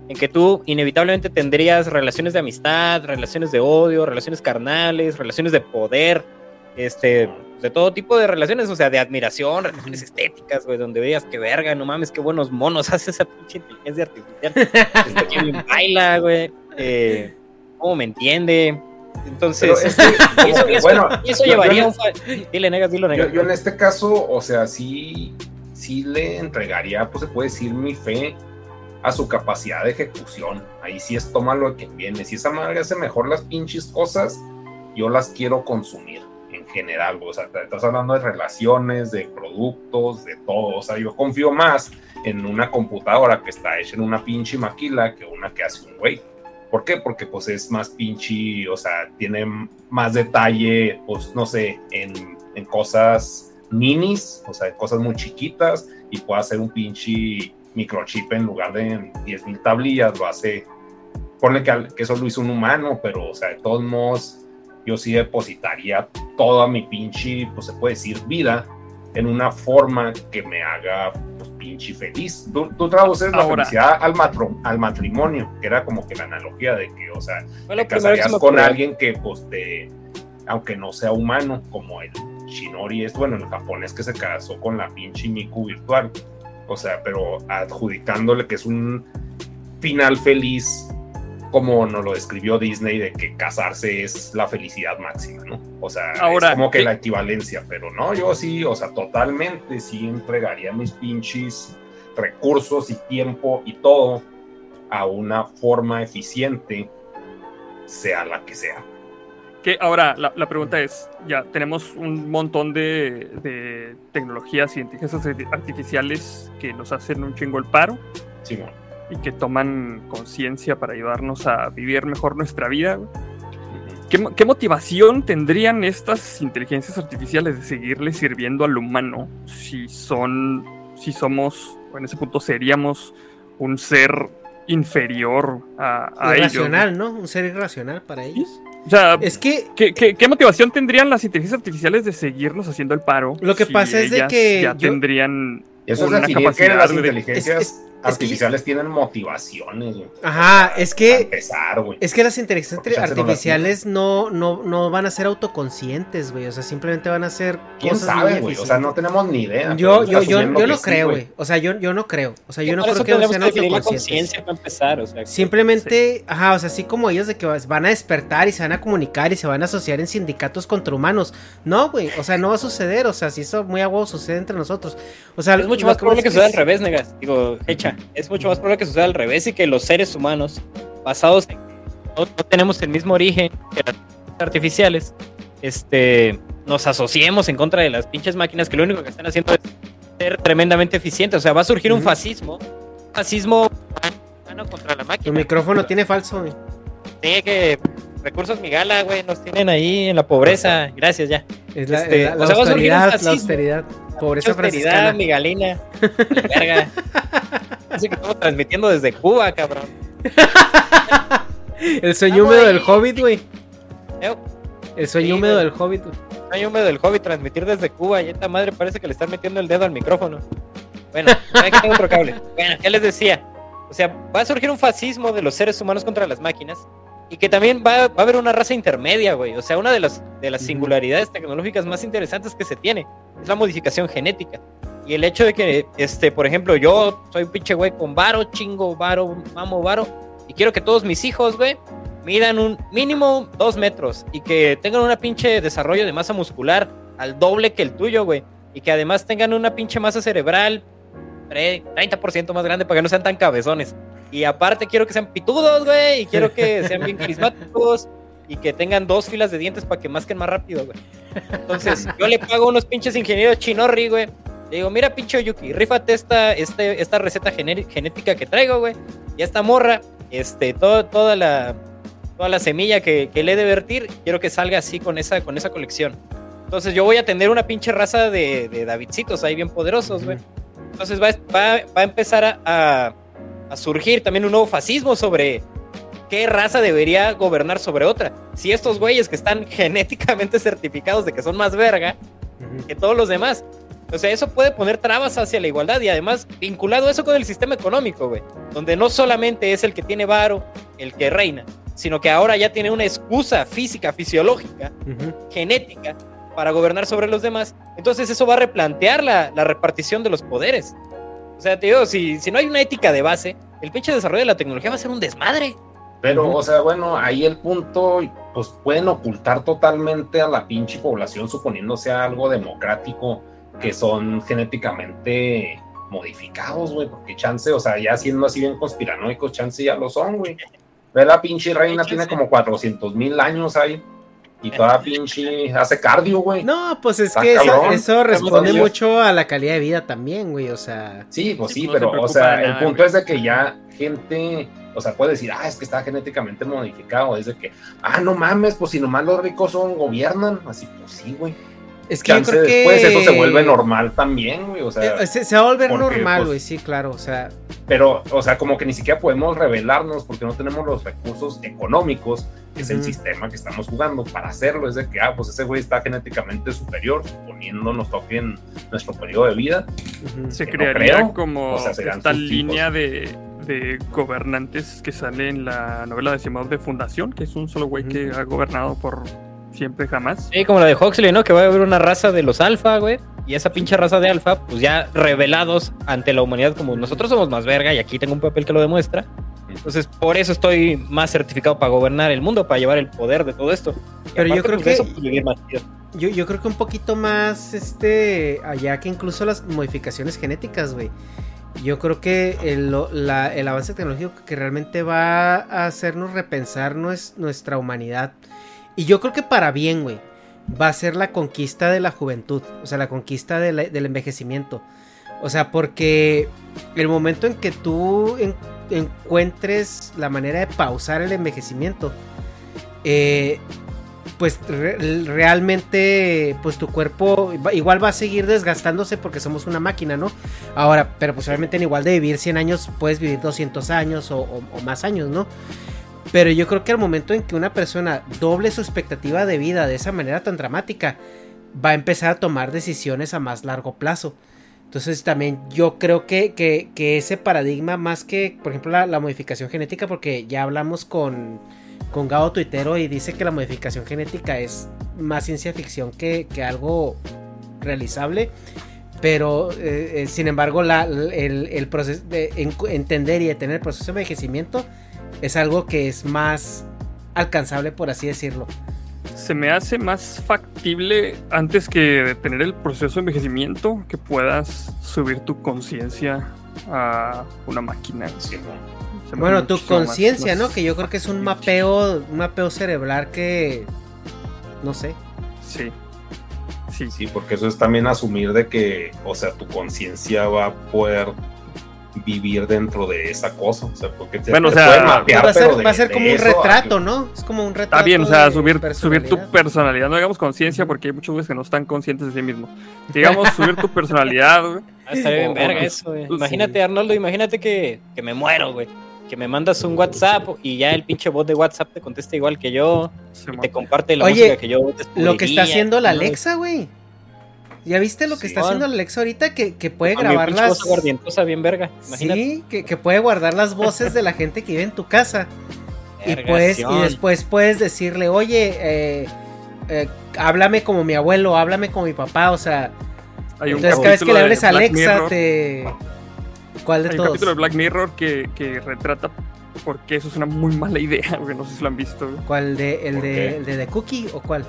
en que tú inevitablemente tendrías relaciones de amistad, relaciones de odio, relaciones carnales, relaciones de poder, este, de todo tipo de relaciones, o sea, de admiración, relaciones estéticas, güey, donde veas que verga, no mames, qué buenos monos hace esa pinche inteligencia artificial, este, que bien baila, güey, eh, cómo me entiende. Entonces, es que, eso, eso, bueno, eso yo, llevaría yo, un fa... Dile, negas, dilo, negas. Yo, yo en este caso, o sea, sí, sí le entregaría, pues se puede decir, mi fe a su capacidad de ejecución. Ahí sí es toma lo que viene. Si esa madre hace mejor las pinches cosas, yo las quiero consumir en general. O sea, estás hablando de relaciones, de productos, de todo. O sea, yo confío más en una computadora que está hecha en una pinche maquila que una que hace un güey. ¿Por qué? Porque pues es más pinche, o sea, tiene más detalle, pues no sé, en, en cosas minis, o sea, en cosas muy chiquitas, y puede hacer un pinche microchip en lugar de diez mil tablillas, lo hace, ponle que, que eso lo hizo un humano, pero, o sea, de todos modos, yo sí depositaría toda mi pinche, pues se puede decir, vida en una forma que me haga, pues, pinche feliz. Tú, tú traduces la Ahora, felicidad al, matro, al matrimonio, que era como que la analogía de que, o sea, bueno, te casarías con ocurrió. alguien que, pues, te, aunque no sea humano, como el Shinori es, bueno, el japonés que se casó con la pinche Miku virtual, o sea, pero adjudicándole que es un final feliz, como nos lo describió Disney, de que casarse es la felicidad máxima, ¿no? O sea, ahora, es como que ¿qué? la equivalencia, pero no, yo sí, o sea, totalmente sí entregaría mis pinches recursos y tiempo y todo a una forma eficiente, sea la que sea. Que ahora la, la pregunta es, ya tenemos un montón de, de tecnologías y inteligencias artificiales que nos hacen un chingo el paro, Sí, bueno. y que toman conciencia para ayudarnos a vivir mejor nuestra vida. ¿Qué, ¿Qué motivación tendrían estas inteligencias artificiales de seguirle sirviendo al humano si son, si somos, o en ese punto seríamos un ser inferior a, a ellos? Irracional, ¿no? Un ser irracional para ellos. O sea, Es que ¿qué, qué, qué motivación tendrían las inteligencias artificiales de seguirnos haciendo el paro? Lo que si pasa es de ellas que ya yo- tendrían Eso es una definir que capacidad las de- inteligencias Es- es- es artificiales tienen motivaciones, güey. Ajá, es que- Para empezar, güey. Es que las inteligencias Porque chance no las artificiales no, no, no van a ser autoconscientes, güey. O sea, simplemente van a ser ¿Quién cosas sabe, muy güey? O sea, no eficientes. tenemos ni idea. Yo, Estamos yo, yo, asumiendo yo que no sí, creo, güey. güey. O sea, yo, yo no creo. O sea, yo no Por creo eso que tendríamos sean que definir la autoconscientes. conciencia para empezar, o sea, que- Simplemente, ajá, o sea, así como ellos de que van a despertar y se van a comunicar y se van a asociar en sindicatos contra humanos. No, güey, o sea, no va a suceder. O sea, si eso muy a huevo sucede entre nosotros. O sea, es mucho lo más probable que pasa suceda es- al revés, negas. Digo, hecha, es mucho más probable que suceda al revés y que los seres humanos, basados en que no, no tenemos el mismo origen que las artificiales, este, nos asociemos en contra de las pinches máquinas que lo único que están haciendo es ser tremendamente eficientes. O sea, va a surgir un Ujú. fascismo, un fascismo humano contra la Tu máquina. micrófono tiene falso, güey. Sí, que recursos Migala, güey, nos tienen ahí en la pobreza. Gracias, ya. Es la, Este, la- la o sea, va a surgir un austeridad, la fascismo. austeridad. Pobreza Mucha austeridad, franciscana. migalina. La verga. Así que estamos transmitiendo desde Cuba, cabrón. El sueño Ah, húmedo güey. del Hobbit, güey. Eh, El sueño Sí, húmedo güey. del Hobbit, güey. Hay húmedo del hobby transmitir desde Cuba y esta madre parece que le están metiendo el dedo al micrófono. Bueno, aquí tengo otro cable. Bueno, ¿qué les decía? O sea, va a surgir un fascismo de los seres humanos contra las máquinas y que también va, va a haber una raza intermedia, güey. O sea, una de las, de las Ujú. singularidades tecnológicas más interesantes que se tiene es la modificación genética. Y el hecho de que, este, por ejemplo, yo soy un pinche güey con varo, chingo varo, mamo varo, y quiero que todos mis hijos, güey, midan un mínimo dos metros y que tengan una pinche desarrollo de masa muscular al doble que el tuyo, güey. Y que además tengan una pinche masa cerebral treinta por ciento más grande para que no sean tan cabezones. Y aparte quiero que sean pitudos, güey, y quiero que sean bien carismáticos y que tengan dos filas de dientes para que masquen más rápido, güey. Entonces, yo le pago a unos pinches ingenieros chinorri, güey. Le digo, mira, pinche Yuki, rífate esta, este, esta receta gené- genética que traigo, güey. Y esta morra, este, todo, toda la... toda la semilla que, que le he de vertir, quiero que salga así con esa, con esa colección. Entonces yo voy a tener una pinche raza de, de Davidcitos ahí bien poderosos, güey. Entonces va, va, va a empezar a, a, a surgir también un nuevo fascismo sobre qué raza debería gobernar sobre otra. Si estos güeyes que están genéticamente certificados de que son más verga Ujú. que todos los demás, O sea, eso puede poner trabas hacia la igualdad y además vinculado eso con el sistema económico, güey. Donde no solamente es el que tiene varo el que reina, sino que ahora ya tiene una excusa física, fisiológica, uh-huh. genética, para gobernar sobre los demás. Entonces eso va a replantear la, la repartición de los poderes. O sea, te digo, si, si no hay una ética de base, el pinche desarrollo de la tecnología va a ser un desmadre. Pero, o sea, bueno, ahí el punto, pues pueden ocultar totalmente a la pinche población suponiéndose algo democrático, que son genéticamente modificados, güey, porque chance, o sea, ya siendo así bien conspiranoicos, chance ya lo son, güey. Ve, la pinche reina tiene como cuatrocientos mil años ahí, y toda pinche hace cardio, güey. No, pues es Está que eso, eso responde mucho a la calidad de vida también, güey, o sea... Sí, pues sí, sí pero, no o sea, el nada, punto güey. Es de que ya gente... O sea, puede decir, ah, es que está genéticamente modificado. Es de que, ah, no mames, pues si nomás los ricos son, gobiernan. Así, pues sí, güey. Es que yo creo que... después eso se vuelve normal también, güey. O sea, se, se va a volver porque, normal, güey, pues, sí, claro, o sea... Pero, o sea, como que ni siquiera podemos rebelarnos porque no tenemos los recursos económicos, que es uh-huh. el sistema que estamos jugando, para hacerlo. Es de que, ah, pues ese güey está genéticamente superior, suponiendo nos toque en nuestro periodo de vida. Uh-huh. Se crearía no como o sea, esta línea de... de gobernantes que sale en la novela de Asimov de Fundación, que es un solo güey uh-huh. que ha gobernado por siempre jamás. Sí, como la de Huxley, ¿no? Que va a haber una raza de los alfa, güey, y esa pinche raza de alfa, pues ya revelados ante la humanidad como nosotros somos más verga, y aquí tengo un papel que lo demuestra. Entonces, por eso estoy más certificado para gobernar el mundo, para llevar el poder de todo esto. Y Pero aparte, yo creo pues, que... Eso, pues, vivir más yo, yo creo que un poquito más, este, allá que incluso las modificaciones genéticas, güey. Yo creo que el, la, el avance tecnológico que realmente va a hacernos repensar nues, nuestra humanidad. Y yo creo que para bien, güey, va a ser la conquista de la juventud. O sea, la conquista de la, del envejecimiento. O sea, porque el momento en que tú en, encuentres la manera de pausar el envejecimiento, eh, pues re, realmente pues tu cuerpo va, igual va a seguir desgastándose porque somos una máquina, ¿no? Ahora, pero pues obviamente en igual de vivir cien años puedes vivir doscientos años o, o, o más años, ¿no? Pero yo creo que al momento en que una persona doble su expectativa de vida de esa manera tan dramática, va a empezar a tomar decisiones a más largo plazo. Entonces también yo creo que, que, que ese paradigma, más que por ejemplo la, la modificación genética, porque ya hablamos con, con Gabo Tuitero y dice que la modificación genética es más ciencia ficción que, que algo realizable, pero eh, eh, sin embargo la, el, el proceso de en, entender y de tener el proceso de envejecimiento es algo que es más alcanzable, por así decirlo. Se me hace más factible, antes que tener el proceso de envejecimiento, que puedas subir tu conciencia a una máquina. ¿Sí? Bueno, tu conciencia, ¿no? Que yo creo que es un mapeo, un mapeo cerebral que... no sé. Sí. Sí. Sí, porque eso es también asumir de que, o sea, tu conciencia va a poder vivir dentro de esa cosa, o sea, porque te, bueno, te o sea, pueden mapear, va a ser, de, va a ser como un retrato, a... ¿no? Es como un retrato. Está bien, o sea, subir, subir tu personalidad, no digamos conciencia, porque hay muchos güeyes que no están conscientes de sí mismos. Digamos, subir tu personalidad, güey. Ah, estaría bien verga eso, güey. Imagínate, Arnoldo, imagínate que, que me muero, güey. Que me mandas un WhatsApp y ya el pinche bot de WhatsApp te contesta igual que yo, sí, y te comparte la Oye, música que yo lo que está haciendo la Alexa, güey. ¿Ya viste lo que sí, está haciendo la Alexa ahorita? Que, que puede también grabar las... voz guardientosa bien verga, imagínate. Sí, que, que puede guardar las voces de la gente que vive en tu casa. Y, pues, y después puedes decirle, oye, eh, eh, háblame como mi abuelo, háblame como mi papá, o sea... Hay un entonces cada vez que le hables a Alexa te... ¿Cuál de Hay todos? un capítulo de Black Mirror que, que retrata porque eso es una muy mala idea, güey, no sé si lo han visto. Güey. ¿Cuál? De, ¿El de, el de The Cookie o cuál?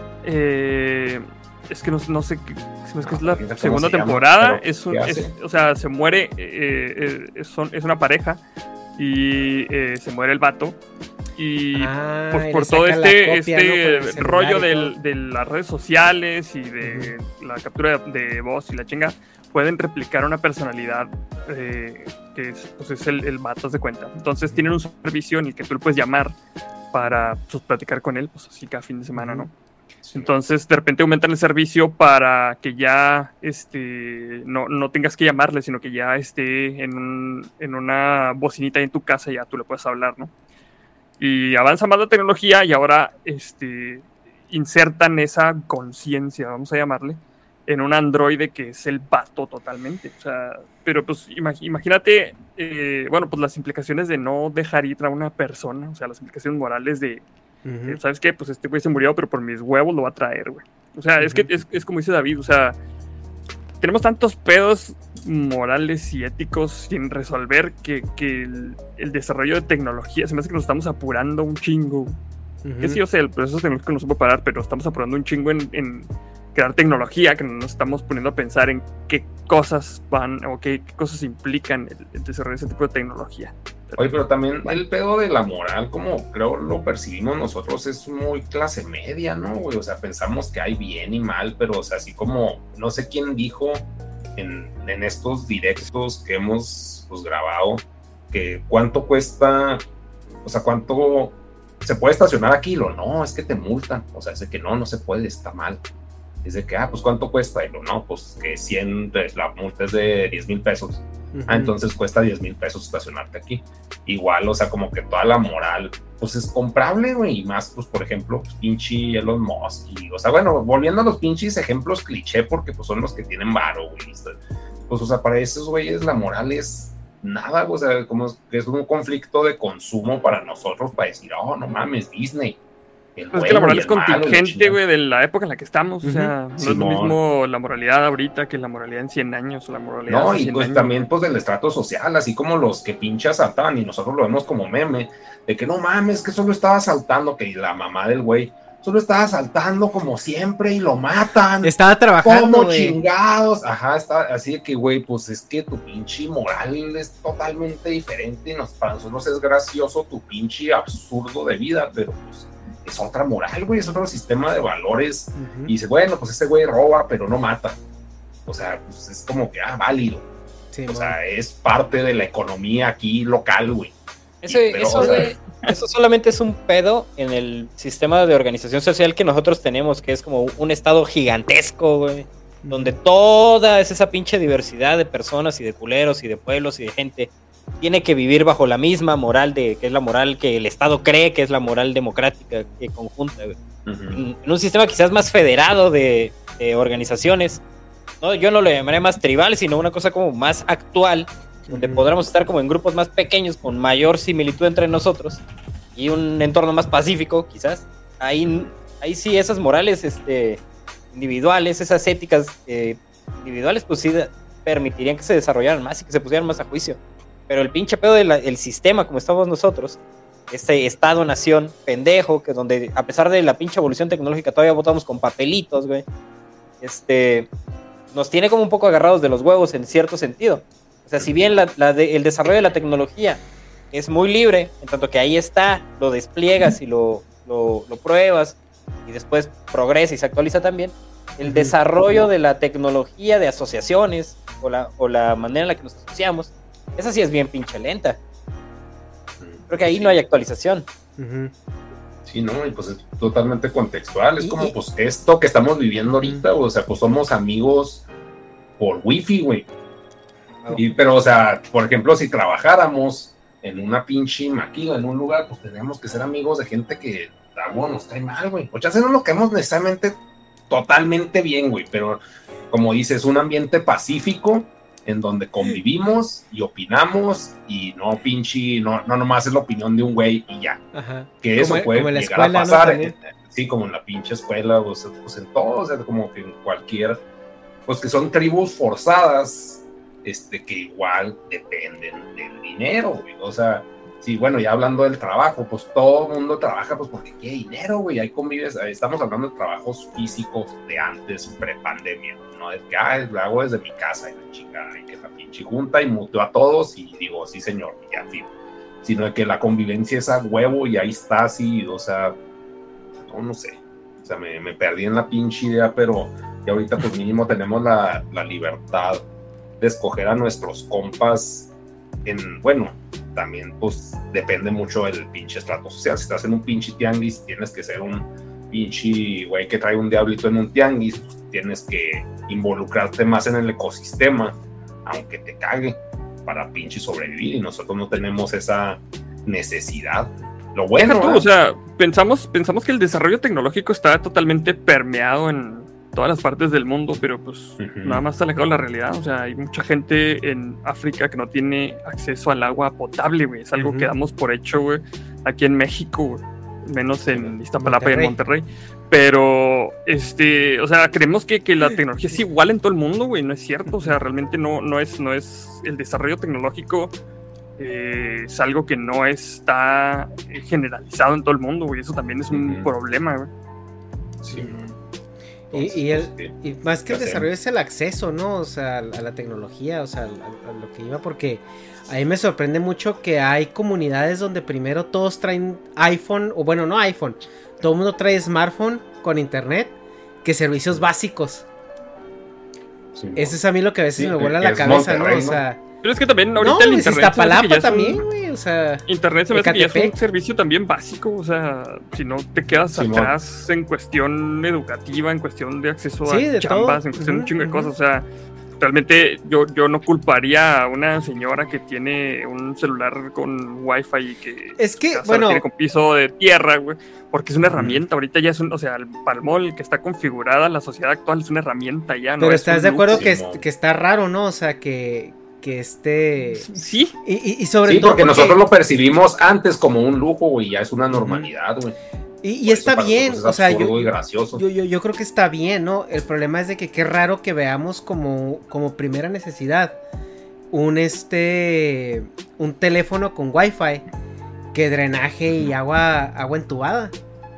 Eh... Es que no, no sé, es que es la segunda temporada, es, un, es o sea, se muere, eh, eh, son, es una pareja y eh, se muere el vato y ah, pues por todo este, copia, este ¿no? rollo del, de las redes sociales y de uh-huh. la captura de, de voz y la chinga, pueden replicar una personalidad eh, que es, pues es el, el vato, de cuenta. Entonces tienen un servicio en el que tú le puedes llamar para pues, platicar con él, pues así cada fin de semana, ¿no? Entonces de repente aumentan el servicio para que ya este no, no tengas que llamarle, sino que ya esté en, un, en una bocinita en tu casa y ya tú le puedes hablar, ¿no? Y avanza más la tecnología y ahora este, insertan esa conciencia, vamos a llamarle, en un androide que es el pato totalmente. O sea, pero pues imag- imagínate, eh, bueno, pues las implicaciones de no dejar ir a una persona, o sea, las implicaciones morales de, Ujú. eh, ¿sabes qué? Pues este güey se murió, pero por mis huevos lo va a traer, güey. O sea, es Ujú. que es, es como dice David, o sea, tenemos tantos pedos morales y éticos sin resolver que, que el, el desarrollo de tecnología, se me hace que nos estamos apurando un chingo. Ujú. Que sí, o sea, el proceso tecnológico no se puede parar, pero estamos apurando un chingo en, en crear tecnología, que no nos estamos poniendo a pensar en qué cosas van o qué, qué cosas implican el, el desarrollo de ese tipo de tecnología. Oye, pero también el pedo de la moral, como creo lo percibimos nosotros, es muy clase media, ¿no, güey? O sea, pensamos que hay bien y mal, pero, o sea, así como, no sé quién dijo en, en estos directos que hemos pues, grabado, que cuánto cuesta, o sea, cuánto se puede estacionar aquí, lo no, es que te multan, o sea, es de que no, no se puede, está mal. Es de que, ah, pues ¿cuánto cuesta? Y lo no, pues que cien, la multa es de diez mil pesos. Ujú. Ah, entonces cuesta diez mil pesos estacionarte aquí. Igual, o sea, como que toda la moral, pues es comprable, güey, y más, pues, por ejemplo, pues, pinche Elon Musk, y, o sea, bueno, volviendo a los pinches ejemplos cliché, porque, pues, son los que tienen varo, güey, pues, o sea, para esos güeyes la moral es nada, o sea, como que es un conflicto de consumo para nosotros, para decir, oh, no mames, Disney. El Pues es que la bueno moral y es el malo, y la contingente, chingada. güey, de la época en la que estamos. O sea, no es lo Simón. mismo la moralidad ahorita que la moralidad en cien años o la moralidad No, hace y cien pues años. también pues del estrato social, así como los que pinche asaltaban y nosotros lo vemos como meme, de que no mames, que solo estaba asaltando, que la mamá del güey solo estaba asaltando como siempre y lo matan. Estaba trabajando, como güey. chingados. Ajá, está así de que, güey, pues es que tu pinche moral es totalmente diferente. Nos, para nosotros es gracioso tu pinche absurdo de vida, pero pues es otra moral, güey, es otro sistema de valores. Ujú. Y dice, bueno, pues ese güey roba, pero no mata. O sea, pues es como que, ah, válido. Sí, O mon. sea, es parte de la economía aquí local, güey. Eso, Y- pero, eso, o sea, güey, eso solamente es un pedo en el sistema de organización social que nosotros tenemos, que es como un estado gigantesco, güey, donde toda es esa pinche diversidad de personas y de culeros y de pueblos y de gente tiene que vivir bajo la misma moral de que es la moral que el Estado cree que es la moral democrática que conjunta, güey. ujú. En, en un sistema quizás más federado de, de organizaciones, ¿no? Yo no lo llamaré más tribal, sino una cosa como más actual, donde Ujú. podremos estar como en grupos más pequeños con mayor similitud entre nosotros y un entorno más pacífico, quizás. Ahí, ahí sí esas morales este, individuales, esas éticas eh, individuales, pues sí de- permitirían que se desarrollaran más y que se pusieran más a juicio. Pero el pinche pedo del el sistema como estamos nosotros, este estado-nación pendejo, que donde a pesar de la pinche evolución tecnológica todavía votamos con papelitos, güey, este, nos tiene como un poco agarrados de los huevos en cierto sentido. O sea, si bien la, la de- el desarrollo de la tecnología es muy libre, en tanto que ahí está, lo despliegas y lo, lo, lo pruebas y después progresa y se actualiza también, el desarrollo de la tecnología de asociaciones o la, o la manera en la que nos asociamos, esa sí es bien pinche lenta. Creo que ahí no hay actualización. Ujú. Sí, ¿no? Y pues es totalmente contextual. Es Y- como, y- pues, esto que estamos viviendo ahorita, o sea, pues somos amigos por wifi, güey. Y, pero, o sea, por ejemplo, si trabajáramos en una pinche maquila, en un lugar, pues tendríamos que ser amigos de gente que, ah, bueno, nos cae mal, güey. O sea, no nos caemos necesariamente totalmente bien, güey, pero como dices, un ambiente pacífico en donde convivimos y opinamos y no pinche, no, no nomás es la opinión de un güey y ya. Ajá. Que eso Como- puede como en la llegar escuela, a ¿no? pasar, También. eh, sí, como en la pinche escuela, o sea, pues en todo, o sea, como que en cualquier, pues que son tribus forzadas, este, que igual dependen del dinero, güey, o sea, sí, bueno, ya hablando del trabajo, pues todo el mundo trabaja, pues porque quiere dinero, güey, ahí convives, ahí estamos hablando de trabajos físicos de antes, pre-pandemia, ¿no? Es que, ah, lo hago desde mi casa, y la chica, y que la pinche junta, y muteo a todos, y digo, sí señor, y ya, fin, sino de que la convivencia es a huevo, y ahí está, así, o sea, no, no sé, o sea, me, me perdí en la pinche idea, pero ya ahorita, pues mínimo tenemos la, la libertad de escoger a nuestros compas en, bueno, también pues depende mucho del pinche estrato social. Si estás en un pinche tianguis, tienes que ser un pinche güey que trae un diablito en un tianguis, pues tienes que involucrarte más en el ecosistema, aunque te cague, para pinche sobrevivir, y nosotros no tenemos esa necesidad. Lo bueno, Deja tú, ¿eh? o sea, pensamos, pensamos que el desarrollo tecnológico está totalmente permeado en, todas las partes del mundo, pero pues uh-huh. nada más está alejado de la realidad. O sea, hay mucha gente en África que no tiene acceso al agua potable, güey. Es algo uh-huh. que damos por hecho, güey, aquí en México, güey. Menos en Iztapalapa y en Monterrey. Pero, este, o sea, creemos que, que la tecnología es igual en todo el mundo, güey. No es cierto. O sea, realmente no, no, es, no es el desarrollo tecnológico. Eh, es algo que no está generalizado en todo el mundo, güey. Eso también es un uh-huh. problema, güey. Sí. Entonces, y, y, el, y más que el desarrollo es el acceso, ¿no? O sea, a la tecnología, o sea, a, a lo que iba, porque a mí me sorprende mucho que hay comunidades donde primero todos traen iPhone, o bueno, no iPhone, todo el mundo trae smartphone con internet, que servicios básicos. Sí, Eso es a mí lo que a veces sí, me vuela la cabeza, ¿no? O sea... Pero es que también ahorita no, el internet... No, Iztapalapa también, güey, o sea... Internet se me hace que ya es un servicio también básico, o sea, si no te quedas sí, atrás no. en cuestión educativa, en cuestión de acceso sí, a de chambas, todo. en cuestión uh-huh, de un chingo de cosas, o sea... Realmente yo, yo no culparía a una señora que tiene un celular con wifi y que... Es que, bueno... tiene con piso de tierra, güey, porque es una herramienta, uh-huh. ahorita ya es un... O sea, el palmol que está configurada, la sociedad actual es una herramienta ya, ¿no? Pero estás de acuerdo que, es, que está raro, ¿no? O sea, que... que este... Sí. Y, y, y sobre sí, todo porque, porque nosotros lo percibimos antes como un lujo, güey, ya es una normalidad, güey. Y, y está bien, o sea, yo, yo, yo, yo creo que está bien, ¿no? El problema es de que qué raro que veamos como, como primera necesidad un este un teléfono con wifi que drenaje y agua agua entubada.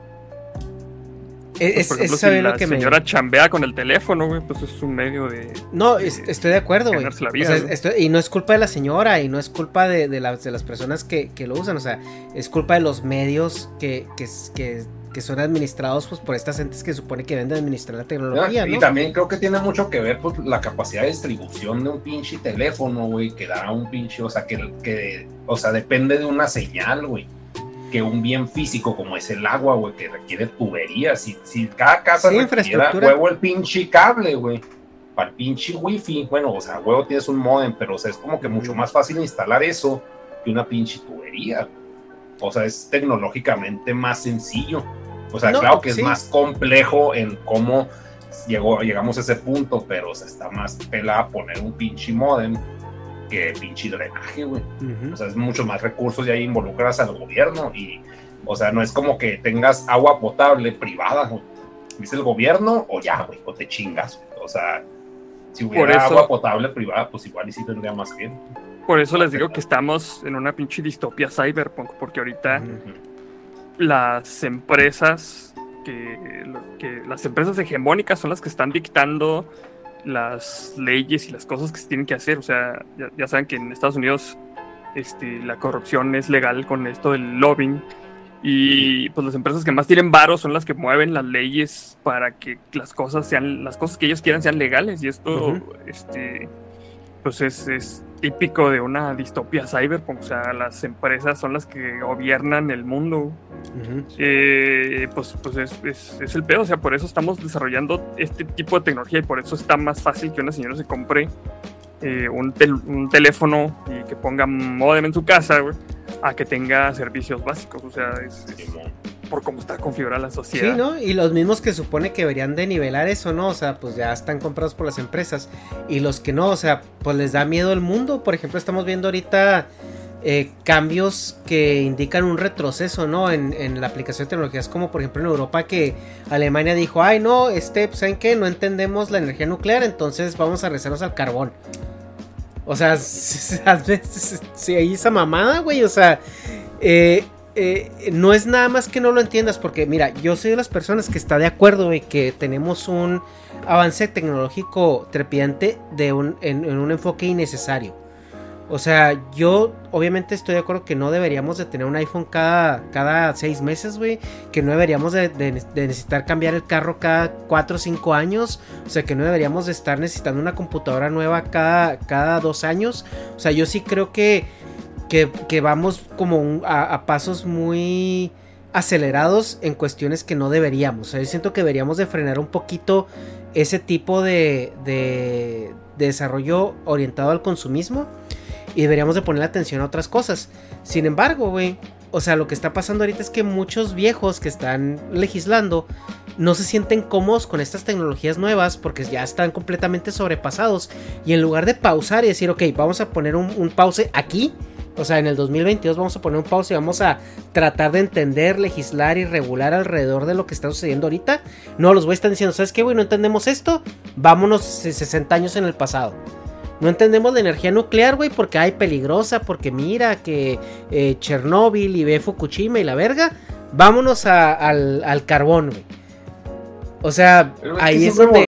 Pues, es, por ejemplo, es si la lo que señora me... chambea con el teléfono, güey, pues es un medio de... No, de, es, estoy de acuerdo, güey. O sea, estoy, y no es culpa de la señora, y no es culpa de, de, la, de las personas que, que lo usan, o sea, es culpa de los medios que, que, que, que son administrados pues por estas entes que supone que deben de administrar la tecnología, y ¿no? también creo que tiene mucho que ver pues la capacidad de distribución de un pinche teléfono, güey, que da un pinche, o sea, que, que o sea, depende de una señal, güey, que un bien físico como es el agua, güey, que requiere tuberías. Si, si cada casa sí, requiera huevo el pinche cable, güey, para el pinche wifi, bueno, o sea, huevo tienes un modem, pero o sea, es como que mucho más fácil instalar eso que una pinche tubería. O sea, es tecnológicamente más sencillo. O sea, no, claro que sí. es más complejo en cómo llegó, llegamos a ese punto, pero o sea, está más pelada poner un pinche modem que pinche drenaje, güey. Uh-huh. O sea, es mucho más recursos y ahí involucras al gobierno y, o sea, no es como que tengas agua potable privada, güey. ¿Es el gobierno o ya, güey? O te chingas, güey. O sea, si hubiera eso, agua potable privada, pues igual y sí tendría más gente. Por eso les digo que estamos en una pinche distopia cyberpunk, porque ahorita uh-huh. las empresas que, que las empresas hegemónicas son las que están dictando las leyes y las cosas que se tienen que hacer. O sea, ya, ya saben que en Estados Unidos este, la corrupción es legal con esto del lobbying y pues las empresas que más tienen varo son las que mueven las leyes para que las cosas sean, las cosas que ellos quieran sean legales, y esto uh-huh. este pues es, es típico de una distopia cyberpunk. O sea, las empresas son las que gobiernan el mundo. Uh-huh. eh, pues, pues es, es, es el pedo. O sea, por eso estamos desarrollando este tipo de tecnología y por eso está más fácil que una señora se compre eh, un, tel- un teléfono y que ponga modem en su casa, güey, a que tenga servicios básicos. O sea, es, es por cómo está configurada la sociedad. Sí, ¿no? Y los mismos que supone que deberían de nivelar eso, ¿no? O sea, pues ya están comprados por las empresas. Y los que no, o sea, pues les da miedo el mundo. Por ejemplo, estamos viendo ahorita eh, cambios que indican un retroceso, ¿no? En, en la aplicación de tecnologías, como por ejemplo en Europa, que Alemania dijo, ay, no, este, pues, ¿saben qué? No entendemos la energía nuclear, entonces vamos a regresarnos al carbón. O sea, si hay esa mamada, güey, o sea, eh... Eh, no es nada más que no lo entiendas, porque mira, yo soy de las personas que está de acuerdo, güey, que tenemos un avance tecnológico trepidante de un, en, en un enfoque innecesario. O sea, yo obviamente estoy de acuerdo que no deberíamos de tener un iPhone cada, cada seis meses, güey, que no deberíamos de, de, de necesitar cambiar el carro cada cuatro o cinco años, o sea, que no deberíamos de estar necesitando una computadora nueva cada, cada dos años. O sea, yo sí creo que Que, que vamos como un, a, a pasos muy acelerados en cuestiones que no deberíamos. O sea, yo siento que deberíamos de frenar un poquito ese tipo de, de, de desarrollo orientado al consumismo y deberíamos de poner atención a otras cosas. Sin embargo, güey, o sea, lo que está pasando ahorita es que muchos viejos que están legislando no se sienten cómodos con estas tecnologías nuevas porque ya están completamente sobrepasados. Y en lugar de pausar y decir, ok, vamos a poner un, un pause aquí, o sea, en el dos mil veintidós vamos a poner un pause y vamos a tratar de entender, legislar y regular alrededor de lo que está sucediendo ahorita. No, los güeyes están diciendo, ¿sabes qué, güey? No entendemos esto, vámonos sesenta años en el pasado. No entendemos la energía nuclear, güey, porque hay peligrosa, porque mira que eh, Chernóbil y ve Fukushima y la verga. Vámonos a, al, al carbón, güey. O sea, ahí es donde...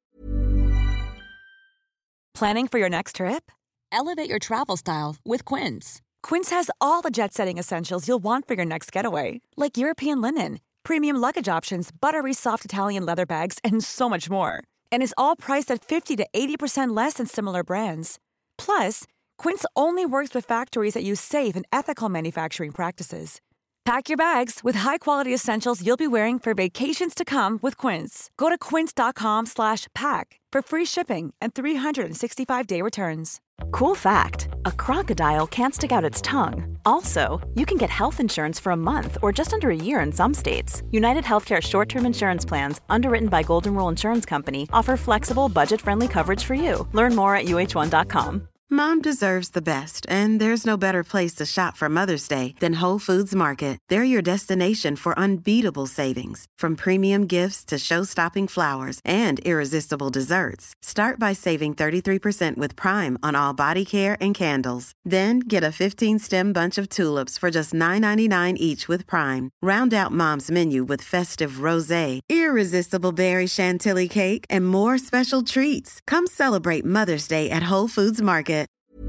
Planning for your next trip? Elevate your travel style with Quince. Quince has all the jet-setting essentials you'll want for your next getaway, like European linen, premium luggage options, buttery soft Italian leather bags, and so much more. And is all priced at fifty to eighty percent less than similar brands. Plus, Quince only works with factories that use safe and ethical manufacturing practices. Pack your bags with high-quality essentials you'll be wearing for vacations to come with Quince. Go to quince.com slash pack for free shipping and three sixty-five day returns. Cool fact, a crocodile can't stick out its tongue. Also, you can get health insurance for a month or just under a year in some states. United Healthcare short-term insurance plans, underwritten by Golden Rule Insurance Company, offer flexible, budget-friendly coverage for you. Learn more at U H one dot com. Mom deserves the best, and there's no better place to shop for Mother's Day than Whole Foods Market. They're your destination for unbeatable savings, from premium gifts to show-stopping flowers and irresistible desserts. Start by saving thirty-three percent with Prime on all body care and candles. Then get a fifteen-stem bunch of tulips for just nine ninety-nine each with Prime. Round out Mom's menu with festive rosé, irresistible berry chantilly cake, and more special treats. Come celebrate Mother's Day at Whole Foods Market.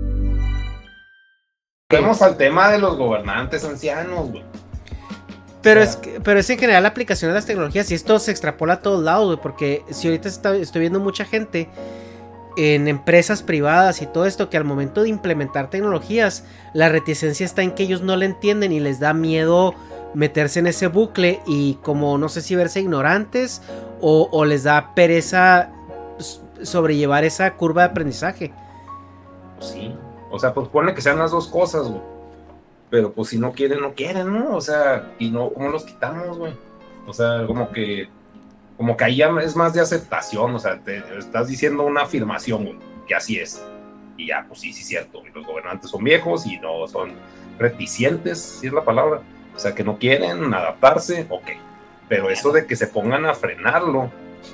Vemos al tema de los gobernantes ancianos, güey. Pero, o sea, es que, pero es en general la aplicación de las tecnologías y esto se extrapola a todos lados, güey, porque si ahorita está, estoy viendo mucha gente en empresas privadas y todo esto que al momento de implementar tecnologías, la reticencia está en que ellos no le entienden y les da miedo meterse en ese bucle y como no sé si verse ignorantes o, o les da pereza sobrellevar esa curva de aprendizaje. Sí. O sea, pues pone que sean las dos cosas, güey. Pero pues si no quieren, no quieren, ¿no? O sea, y no, ¿cómo los quitamos, güey? O sea, como que, como que ahí ya es más de aceptación, o sea, te estás diciendo una afirmación, güey, que así es. Y ya, pues sí, sí es cierto, güey. Los gobernantes son viejos y no son reticentes, si es la palabra. O sea, que no quieren adaptarse, ok. Pero eso de que se pongan a frenarlo,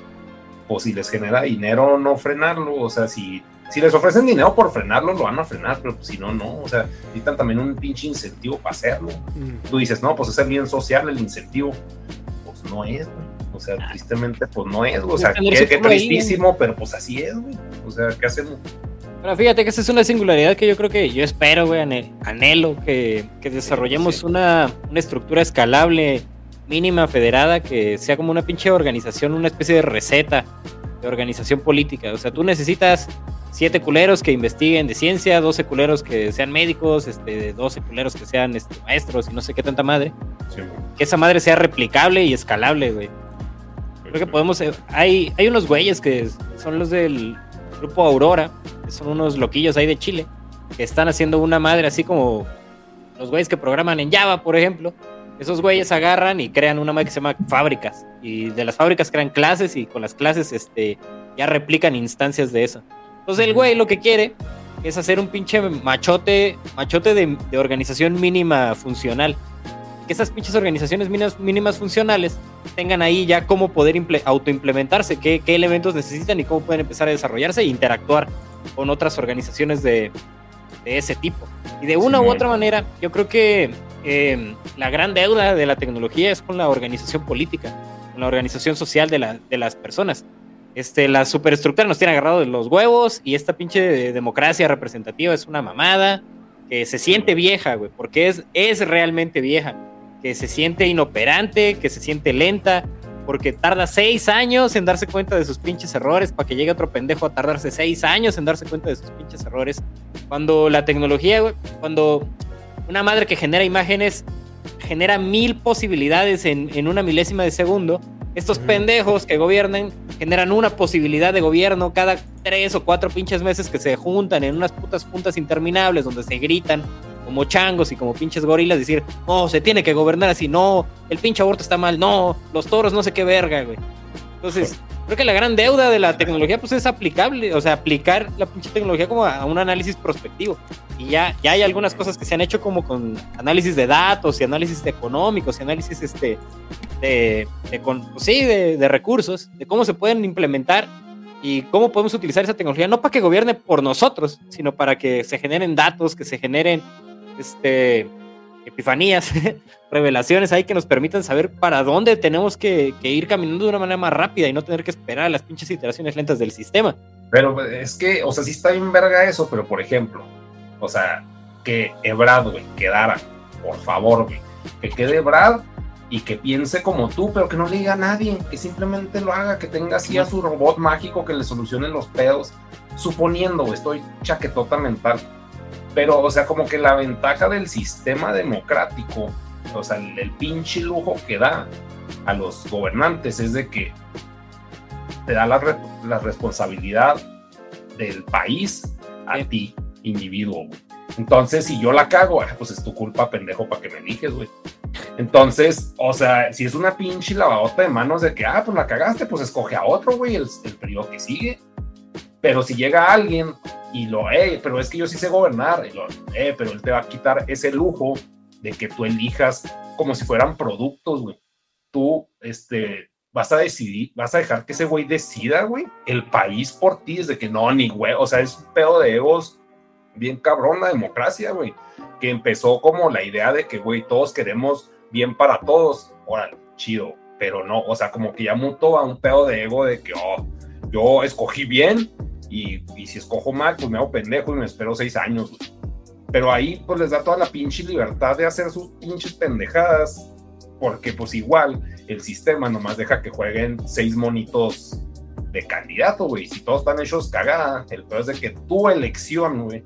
pues si les genera dinero no frenarlo, o sea, si... Si les ofrecen dinero por frenarlo, lo van a frenar, pero pues, si no, no. O sea, necesitan también un pinche incentivo para hacerlo. Mm. Tú dices, no, pues es el bien social el incentivo. Pues no es, güey. O sea, tristemente, pues no es, güey. O sea, qué, qué tristísimo, ahí, pero pues así es, güey. O sea, ¿qué hacemos? Pero fíjate que esa es una singularidad que yo creo que yo espero, güey, anhelo que, que desarrollemos sí, sí. Una, una estructura escalable, mínima, federada, que sea como una pinche organización, una especie de receta de organización política. O sea, tú necesitas siete culeros que investiguen de ciencia, doce culeros que sean médicos, este, doce culeros que sean este, maestros y no sé qué tanta madre. Sí, que esa madre sea replicable y escalable, güey. Creo que podemos... Hay, hay unos güeyes que son los del grupo Aurora, que son unos loquillos ahí de Chile, que están haciendo una madre así como los güeyes que programan en Java, por ejemplo. Esos güeyes agarran y crean una madre que se llama fábricas. Y de las fábricas crean clases y con las clases este, ya replican instancias de eso. Entonces el güey lo que quiere es hacer un pinche machote, machote de, de organización mínima funcional. Que esas pinches organizaciones mínimas, mínimas funcionales tengan ahí ya cómo poder imple, autoimplementarse, qué, qué elementos necesitan y cómo pueden empezar a desarrollarse e interactuar con otras organizaciones de, de ese tipo. Y de una sí, u otra manera, yo creo que eh, la gran deuda de la tecnología es con la organización política, con la organización social de, la, de las personas. Este, la superestructura nos tiene agarrado de los huevos y esta pinche democracia representativa es una mamada que se siente vieja, güey, porque es, es realmente vieja, que se siente inoperante, que se siente lenta, porque tarda seis años en darse cuenta de sus pinches errores para que llegue otro pendejo a tardarse seis años en darse cuenta de sus pinches errores. Cuando la tecnología, güey, cuando una madre que genera imágenes genera mil posibilidades en, en una milésima de segundo, estos pendejos que gobiernan generan una posibilidad de gobierno cada tres o cuatro pinches meses que se juntan en unas putas juntas interminables donde se gritan como changos y como pinches gorilas, decir, no, se tiene que gobernar así, no, el pinche aborto está mal, no, los toros no sé qué verga, güey. Entonces, creo que la gran deuda de la tecnología, pues, es aplicable, o sea, aplicar la pinche tecnología como a, a un análisis prospectivo. Y ya, ya hay algunas cosas que se han hecho como con análisis de datos y análisis económicos y análisis, este, de, de con, pues, sí, de, de recursos, de cómo se pueden implementar y cómo podemos utilizar esa tecnología, no para que gobierne por nosotros, sino para que se generen datos, que se generen este, epifanías, revelaciones ahí que nos permitan saber para dónde tenemos que, que ir caminando de una manera más rápida y no tener que esperar a las pinches iteraciones lentas del sistema. Pero es que, o sea, sí está bien verga eso, pero por ejemplo, o sea, que Ebrard, güey, quedara, por favor, güey, que quede Ebrard y que piense como tú, pero que no le diga a nadie, que simplemente lo haga, que tenga así a su robot mágico que le solucione los pedos, suponiendo, güey, estoy chaquetota mental, pero, o sea, como que la ventaja del sistema democrático, o sea, el, el pinche lujo que da a los gobernantes es de que te da la, re, la responsabilidad del país a sí. ti, individuo, güey. Entonces, si yo la cago, pues es tu culpa, pendejo, para que me eliges, güey. Entonces, o sea, si es una pinche lavadota de manos de que, ah, pues la cagaste, pues escoge a otro, güey, el, el periodo que sigue. Pero si llega alguien y lo, eh, pero es que yo sí sé gobernar, y lo, eh, pero él te va a quitar ese lujo de que tú elijas como si fueran productos, güey. Tú, este, vas a decidir, vas a dejar que ese güey decida, güey, el país por ti, desde que no, ni güey, o sea, es un pedo de egos bien cabrón la democracia, güey, que empezó como la idea de que, güey, todos queremos bien para todos, órale, chido, pero no, o sea, como que ya mutó a un pedo de ego de que, oh, yo escogí bien y, y si escojo mal, pues me hago pendejo y me espero seis años, güey. Pero ahí, pues les da toda la pinche libertad de hacer sus pinches pendejadas, porque pues igual el sistema nomás deja que jueguen seis monitos de candidato, güey. Si todos están hechos cagada, el peor es de que tu elección, güey,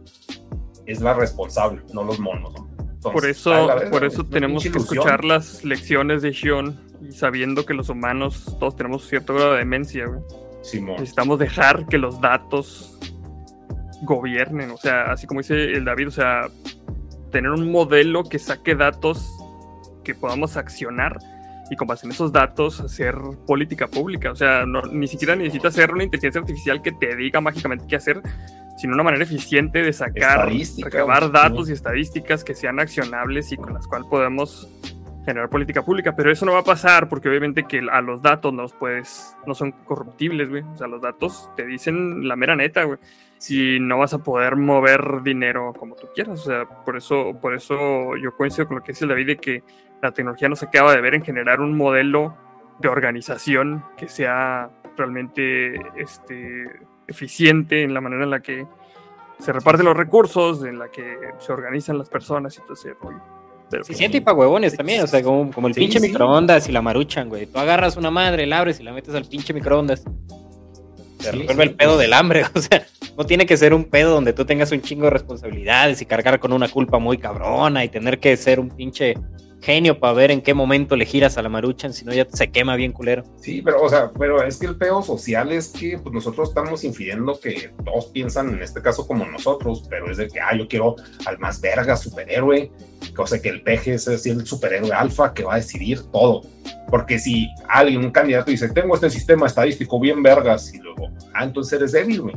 es la responsable, no los monos, ¿no? Entonces, por eso, verga, por eso tenemos que ilusión. escuchar las lecciones de Shion y sabiendo que los humanos todos tenemos cierto grado de demencia, güey. Simón. Necesitamos dejar que los datos gobiernen, o sea, así como dice el David, o sea, tener un modelo que saque datos que podamos accionar y con base en esos datos hacer política pública, o sea, no, ni siquiera necesitas hacer una inteligencia artificial que te diga mágicamente qué hacer, sino una manera eficiente de sacar, recabar datos y estadísticas que sean accionables y con las cuales podemos generar política pública, pero eso no va a pasar porque obviamente que a los datos no los puedes, no son corruptibles, güey, o sea, los datos te dicen la mera neta, güey, si no vas a poder mover dinero como tú quieras, o sea, por eso, por eso yo coincido con lo que dice el David de que la tecnología no se acaba de ver en generar un modelo de organización que sea realmente este, eficiente en la manera en la que se reparten los recursos, en la que se organizan las personas y todo ese rollo. Pero se siente y pa' huevones también, o sea, como, como el sí, pinche sí. microondas y la maruchan, güey. Tú agarras una madre, la abres y la metes al pinche microondas. Se sí, resuelve sí, el pedo sí. del hambre, o sea, no tiene que ser un pedo donde tú tengas un chingo de responsabilidades y cargar con una culpa muy cabrona y tener que ser un pinche genio para ver en qué momento le giras a la maruchan, si no ya se quema bien culero. Sí, pero, o sea, pero es que el pedo social es que pues, nosotros estamos infiriendo que todos piensan en este caso como nosotros, pero es de que, ah, yo quiero al más verga superhéroe, o sea, que el peje es así el superhéroe alfa que va a decidir todo. Porque si alguien, un candidato dice, tengo este sistema estadístico bien vergas, y luego, ah, entonces eres débil, güey.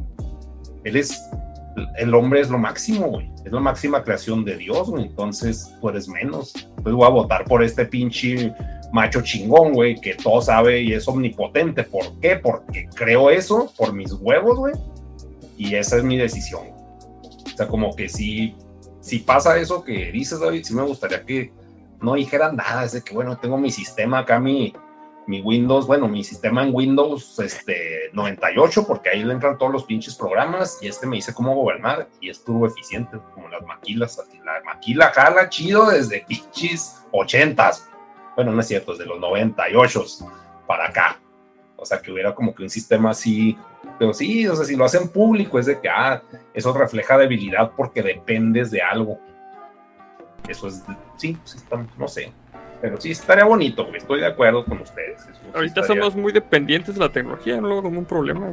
Eres... El hombre es lo máximo, güey. Es la máxima creación de Dios, güey. Entonces, tú eres menos. Entonces voy a votar por este pinche macho chingón, güey, que todo sabe y es omnipotente. ¿Por qué? Porque creo eso por mis huevos, güey. Y esa es mi decisión. O sea, como que si, si pasa eso que dices, David, sí me gustaría que no dijeran nada. Es de que, bueno, tengo mi sistema acá, mi... mi Windows, bueno, mi sistema en Windows este, noventa y ocho, porque ahí le entran todos los pinches programas, y este me dice cómo gobernar, y es turbo eficiente, como las maquilas, la maquila jala chido desde pinches ochentas, bueno, no es cierto, desde los noventa y ocho para acá, o sea, que hubiera como que un sistema así, pero sí, o sea, si lo hacen público, es de que, ah, eso refleja debilidad porque dependes de algo, eso es, sí, sí no sé. Pero sí, estaría bonito, güey. Estoy de acuerdo con ustedes. Eso Ahorita sí estaría... somos muy dependientes de la tecnología, no lo veo como un problema, güey.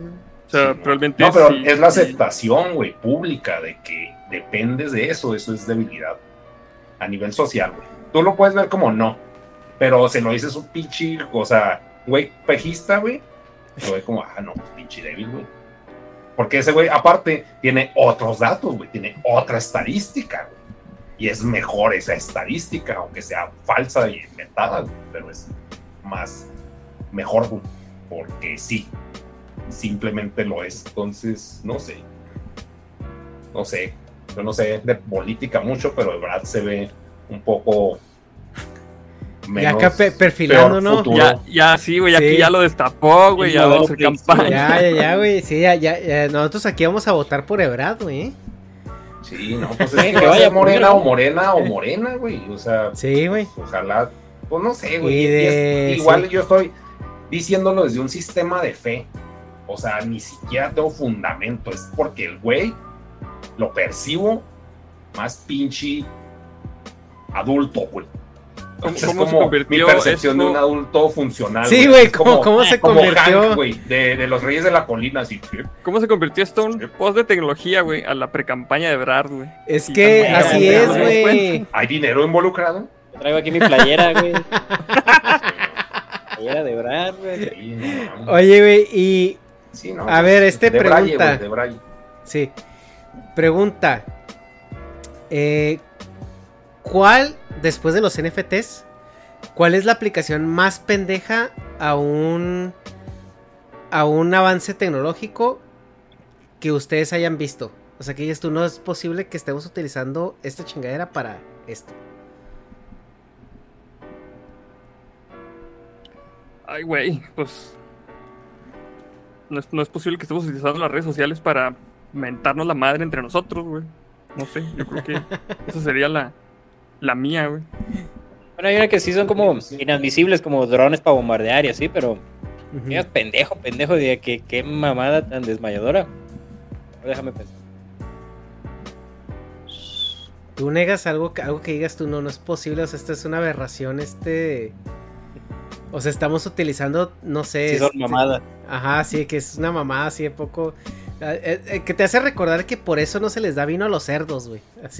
O sea, sí, realmente no, pero sí, es la sí. aceptación, güey, pública, de que dependes de eso, eso es debilidad a nivel social, güey. Tú lo puedes ver como no, pero se lo dices un pinche, o sea, güey, pejista, güey, lo ve como, ah, no, pues pinche débil, güey. Porque ese güey, aparte, tiene otros datos, güey, tiene otra estadística, güey. Y es mejor esa estadística, aunque sea falsa y inventada, güey, pero es más mejor, güey, porque sí, simplemente lo es. Entonces, no sé, no sé, yo no sé de política mucho, pero de verdad se ve un poco menos, ya acá pe- perfilando, ¿no? Ya, ya, sí, güey, Sí. aquí ya lo destapó, güey, ya va a hacer campaña. Ya, ya, ya, güey, sí, ya, ya, ya, nosotros aquí vamos a votar por Ebrard, güey. Sí, no, pues es que, que vaya morena o morena o morena, güey, o sea, sí, güey. Pues, ojalá, pues no sé, güey, Y de- es, igual sí. yo estoy diciéndolo desde un sistema de fe, o sea, ni siquiera tengo fundamento, es porque el güey lo percibo más pinche adulto, güey. ¿Cómo, Es cómo se como convirtió mi percepción esto? de un adulto funcional. Sí, güey, Es ¿cómo, como- cómo se como convirtió? Hank, güey, de, de los Reyes de la Colina, así. ¿Cómo se convirtió esto en un post de tecnología, güey? A la precampaña de Ebrard, güey. Es Sí, que también, así güey, es, nos damos güey. cuenta. ¿Hay dinero involucrado? Yo traigo aquí mi playera, güey. Playera de Ebrard, güey. Sí, no, mames. Oye, güey, y Sí, no, a ver, este de Braille, pregunta. güey, de Braille. Sí. Pregunta. Eh, ¿Cuál, después de los N F Ts, cuál es la aplicación más pendeja a un a un avance tecnológico que ustedes hayan visto? O sea, que dices tú, no es posible que estemos utilizando esta chingadera para esto. Ay, güey, pues... No es, no es posible que estemos utilizando las redes sociales para mentarnos la madre entre nosotros, güey. No sé, yo creo que esa sería la, la mía, güey. Bueno, hay una que sí son como inadmisibles, como drones para bombardear y así, pero... Ujú. Mira, pendejo, pendejo, de que qué mamada tan desmayadora. Déjame pensar. Tú negas algo, que- algo que digas tú, no, no es posible, o sea, esta es una aberración, este... O sea, estamos utilizando, no sé... Sí, son este- mamadas. Ajá, sí, que es una mamada así de poco... eh, eh, que te hace recordar que por eso no se les da vino a los cerdos, güey. Así.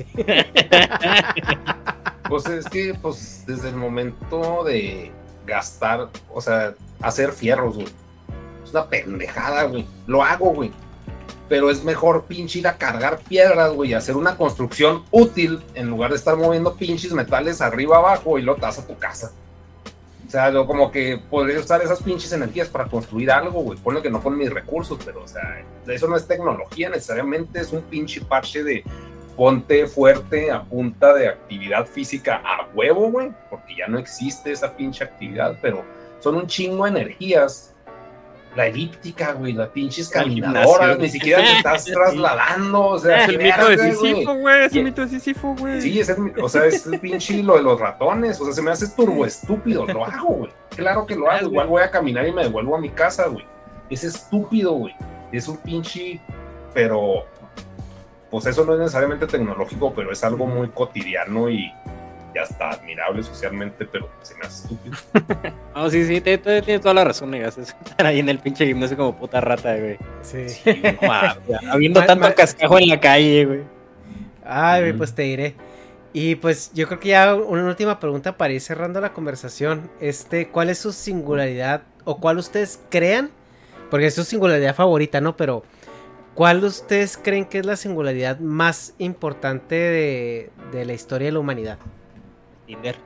Pues es que, pues, desde el momento de gastar, o sea, hacer fierros, güey. Es una pendejada, güey. Lo hago, güey. Pero es mejor pinche ir a cargar piedras, güey, y hacer una construcción útil en lugar de estar moviendo pinches metales arriba abajo y luego te vas a tu casa. O sea, lo, como que podría usar esas pinches energías para construir algo, güey. Ponle que no con mis recursos, pero, o sea, eso no es tecnología necesariamente, es un pinche parche de ponte fuerte a punta de actividad física a huevo, güey, porque ya no existe esa pinche actividad, pero son un chingo de energías. La elíptica, güey, las pinches caminadoras, ni siquiera te estás trasladando, o sea, Es el mito de verga, Sísifo, güey. güey, es el Y- mito de Sísifo, güey. Sí, es el, o sea, es el pinche lo de los ratones, o sea, se me hace turbo estúpido, lo hago, güey. Claro que lo hago, igual voy a caminar y me devuelvo a mi casa, güey. Es estúpido, güey. Es un pinche, pero, pues eso no es necesariamente tecnológico, pero es algo muy cotidiano y ya está admirable socialmente, pero se me hace estúpido. No, sí, sí, te- te- tienes toda la razón, negas. Es estar ahí en el pinche gimnasio como puta rata, güey. Sí. No mames, habiendo Ma- tanto ma- cascajo en la calle, güey. Ay, güey, Ujú. pues te diré. Y pues yo creo que ya una última pregunta para ir cerrando la conversación. Este, ¿cuál es su singularidad o cuál ustedes crean? Porque es su singularidad favorita, ¿no? Pero ¿cuál ustedes creen que es la singularidad más importante de, de la historia de la humanidad? Tinder.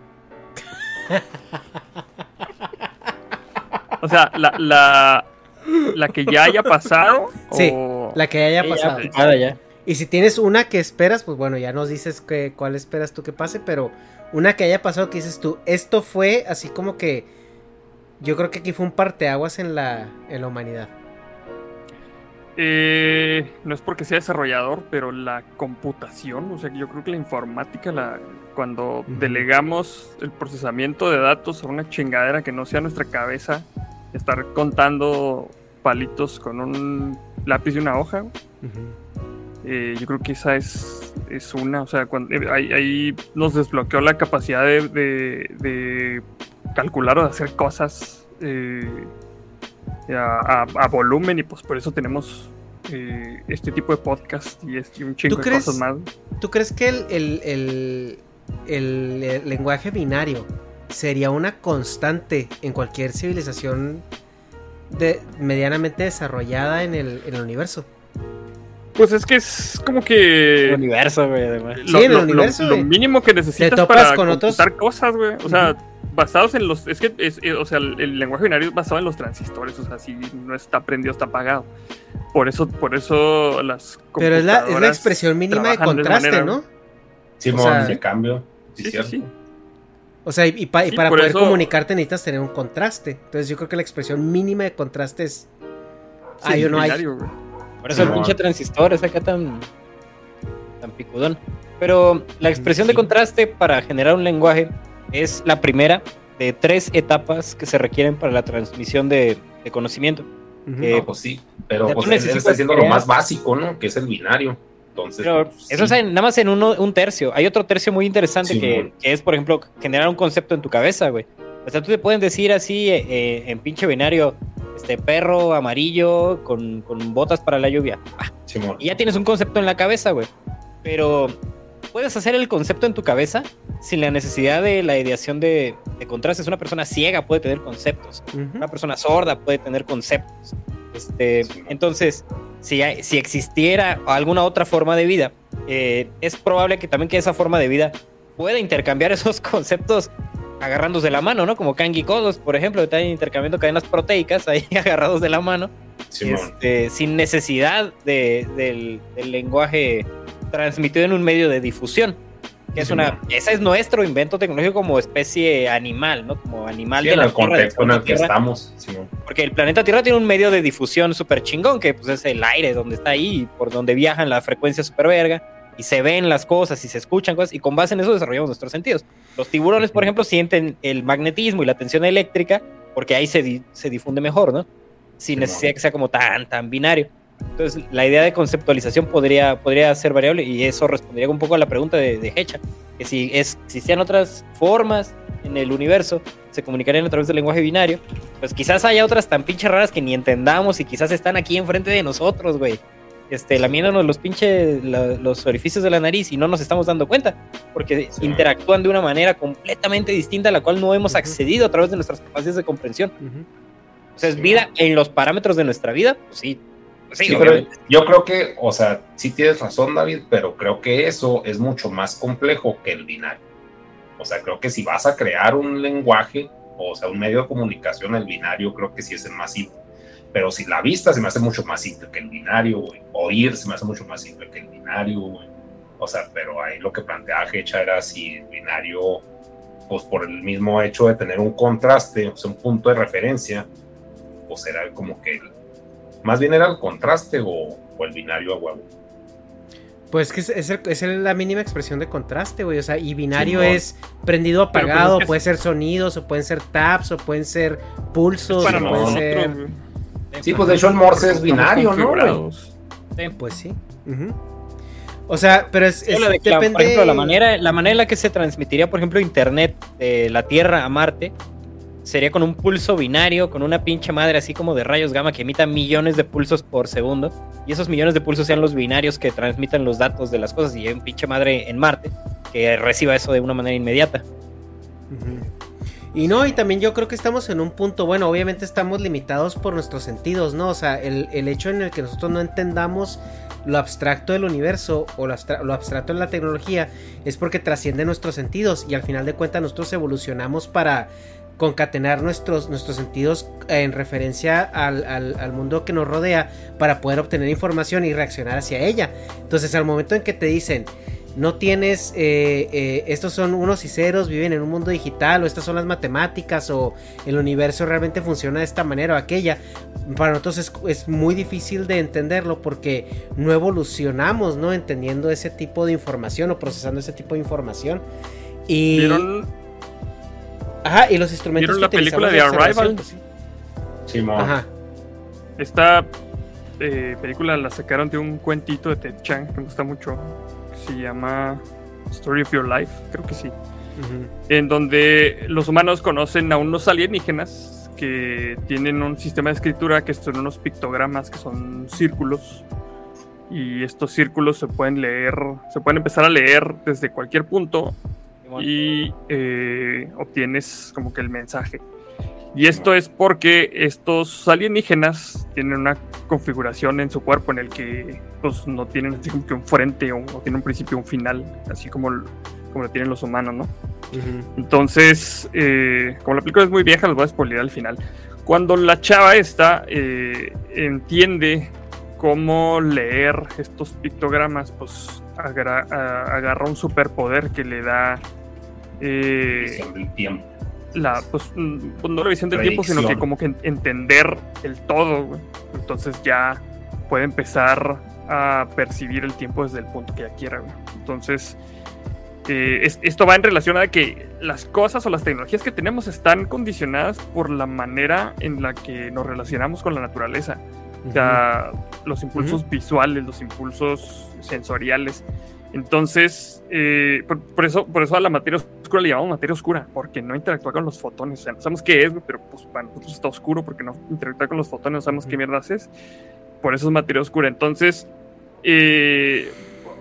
O sea, la, la, la que ya haya pasado. Sí, o... la que haya Sí, ya pasado. aplicada ya. Y si tienes una que esperas, pues bueno, ya nos dices que, cuál esperas tú que pase, pero una que haya pasado que dices tú, esto fue así como que yo creo que aquí fue un parteaguas en la, en la humanidad. Eh, no es porque sea desarrollador, pero la computación, o sea, yo creo que la informática, la, cuando Ujú. delegamos el procesamiento de datos a una chingadera que no sea nuestra cabeza, estar contando palitos con un lápiz y una hoja, eh, yo creo que esa es, es una, o sea, cuando, eh, ahí, ahí nos desbloqueó la capacidad de, de, de calcular o de hacer cosas eh, a, a, a volumen, y pues por eso tenemos eh, este tipo de podcast y, este, y un chingo ¿Tú de crees, cosas más. ¿Tú crees que el, el, el, el, el lenguaje binario sería una constante en cualquier civilización de, medianamente desarrollada en el, en el universo? Pues es que es como que... El universo, güey, además. Lo, Sí, en el lo, universo, lo, lo mínimo que necesitas para con computar otros... cosas, güey. O sea, uh-huh. basados en los... Es que, es, o sea, el, el lenguaje binario es basado en los transistores. O sea, si no está prendido, está apagado. Por eso, por eso las Pero es la, es la expresión mínima de contraste, de manera, ¿no? Sí, o sea, de cambio. Sí, sí, sí. O sea, y, y, pa, y sí, para poder eso... comunicarte necesitas tener un contraste. Entonces yo creo que la expresión mínima de contraste es... Sí, hay o no hay. Güey. Por eso sí, el pinche transistor es acá tan, tan picudón. Pero la expresión sí. de contraste para generar un lenguaje es la primera de tres etapas que se requieren para la transmisión de, de conocimiento. Uh-huh. Que, no, pues sí, pero pues él, él está haciendo lo más básico, ¿no? Que es el binario. Entonces, pero pues, eso sí. es nada más en uno, un tercio. Hay otro tercio muy interesante sí, que, que es, por ejemplo, generar un concepto en tu cabeza, güey. O sea, tú te pueden decir así eh, en pinche binario, este perro amarillo con, con botas para la lluvia. Ah, sí, y ya tienes un concepto en la cabeza, güey. Pero puedes hacer el concepto en tu cabeza sin la necesidad de la ideación de, de contrastes. Una persona ciega puede tener conceptos. Uh-huh. Una persona sorda puede tener conceptos. Este, sí, entonces, si, hay, si existiera alguna otra forma de vida, eh, es probable que también que esa forma de vida pueda intercambiar esos conceptos agarrándose de la mano, ¿no? Como Kang y Kodos, por ejemplo, que están intercambiando cadenas proteicas ahí agarrados de la mano, sí, este, sin necesidad de, del, del lenguaje transmitido en un medio de difusión. Que es sí, una, ese es nuestro invento tecnológico como especie animal, ¿no? Como animal sí, de la el Tierra. contexto en el que estamos. Sí, porque el planeta Tierra tiene un medio de difusión súper chingón, que pues es el aire donde está ahí, por donde viajan la frecuencia súper verga. Y se ven las cosas y se escuchan cosas, y con base en eso desarrollamos nuestros sentidos. Los tiburones, por ejemplo, sienten el magnetismo y la tensión eléctrica porque ahí se, di- se difunde mejor, ¿no? Sin sí, necesidad de que sea como tan, tan binario. Entonces, la idea de conceptualización podría, podría ser variable, y eso respondería un poco a la pregunta de, de Hecha, que si es, existían otras formas en el universo, se comunicarían a través del lenguaje binario, pues quizás haya otras tan pinches raras que ni entendamos y quizás están aquí enfrente de nosotros, güey. Este, lamiéndonos los pinches la, los orificios de la nariz y no nos estamos dando cuenta, porque sí, interactúan de una manera completamente distinta a la cual no hemos uh-huh. accedido a través de nuestras capacidades de comprensión. Uh-huh. O sea, es sí, vida en los parámetros de nuestra vida, pues sí. Pues sí, sí, pero yo creo que, o sea, sí tienes razón, David, pero creo que eso es mucho más complejo que el binario. O sea, creo que si vas a crear un lenguaje, o sea, un medio de comunicación, el binario creo que sí es el más simple. Pero si la vista se me hace mucho más simple que el binario, güey. Oír se me hace mucho más simple que el binario, güey. O sea, pero ahí lo que planteaba Hecha era si el binario, pues por el mismo hecho de tener un contraste, o sea, un punto de referencia, pues era como que, el, más bien era el contraste o, o el binario a huevo. Pues que es, es, el, es el, la mínima expresión de contraste, güey. O sea, y binario sí, no. es prendido, apagado, pues es puede es... ser sonidos, o pueden ser taps, o pueden ser pulsos, para o nosotros, pueden ser... güey. Sí, pues de hecho el Morse es binario, ¿no? Sí. Pues sí. Uh-huh. O sea, pero es, es de depende... la, por ejemplo, la manera, la manera en la que se transmitiría, por ejemplo, internet de la Tierra a Marte sería con un pulso binario, con una pinche madre así como de rayos gamma que emita millones de pulsos por segundo, y esos millones de pulsos sean los binarios que transmitan los datos de las cosas, y hay un pinche madre en Marte que reciba eso de una manera inmediata. Uh-huh. Y no, y también yo creo que estamos en un punto, bueno, obviamente estamos limitados por nuestros sentidos, ¿no? O sea, el, el hecho en el que nosotros no entendamos lo abstracto del universo o lo, abstra- lo abstracto de la tecnología es porque trasciende nuestros sentidos, y al final de cuentas nosotros evolucionamos para concatenar nuestros, nuestros sentidos en referencia al, al, al mundo que nos rodea para poder obtener información y reaccionar hacia ella. Entonces, al momento en que te dicen... no tienes, eh, eh, estos son unos y ceros, viven en un mundo digital, o estas son las matemáticas, o el universo realmente funciona de esta manera o aquella, para nosotros es, es muy difícil de entenderlo porque no evolucionamos, ¿no? Entendiendo ese tipo de información o procesando ese tipo de información. Y... ¿Vieron? Ajá, y los instrumentos ¿Vieron que la película de Arrival? Pues, sí. Sí, mo. Ajá. Esta eh, película la sacaron de un cuentito de Ted Chiang que me gusta mucho. Se llama Story of Your Life, creo que sí. Uh-huh. En donde los humanos conocen a unos alienígenas que tienen un sistema de escritura que son unos pictogramas que son círculos, y estos círculos se pueden leer, se pueden empezar a leer desde cualquier punto y eh, obtienes como que el mensaje. Y esto es porque estos alienígenas tienen una configuración en su cuerpo en el que pues, no tienen así como que un frente o no tienen un principio y un final, así como, como lo tienen los humanos, ¿no? Uh-huh. Entonces, eh, como la película es muy vieja, les voy a spoilear al final. Cuando la chava esta eh, entiende cómo leer estos pictogramas, pues agarra, a, agarra un superpoder que le da eh, visión del tiempo. La, pues, no la visión del Predicción. tiempo, sino que como que entender el todo, güey. Entonces ya puede empezar a percibir el tiempo desde el punto que ella quiera, güey. Entonces eh, es, esto va en relación a que las cosas o las tecnologías que tenemos están condicionadas por la manera en la que nos relacionamos con la naturaleza. O sea, los impulsos uh-huh. visuales, los impulsos sensoriales. Entonces, eh, por, por eso por eso a la materia oscura le llamamos materia oscura, porque no interactúa con los fotones. O sea, no sabemos qué es, pero pues para nosotros está oscuro porque no interactúa con los fotones, no sabemos uh-huh. qué mierdas es. Por eso es materia oscura. Entonces, eh,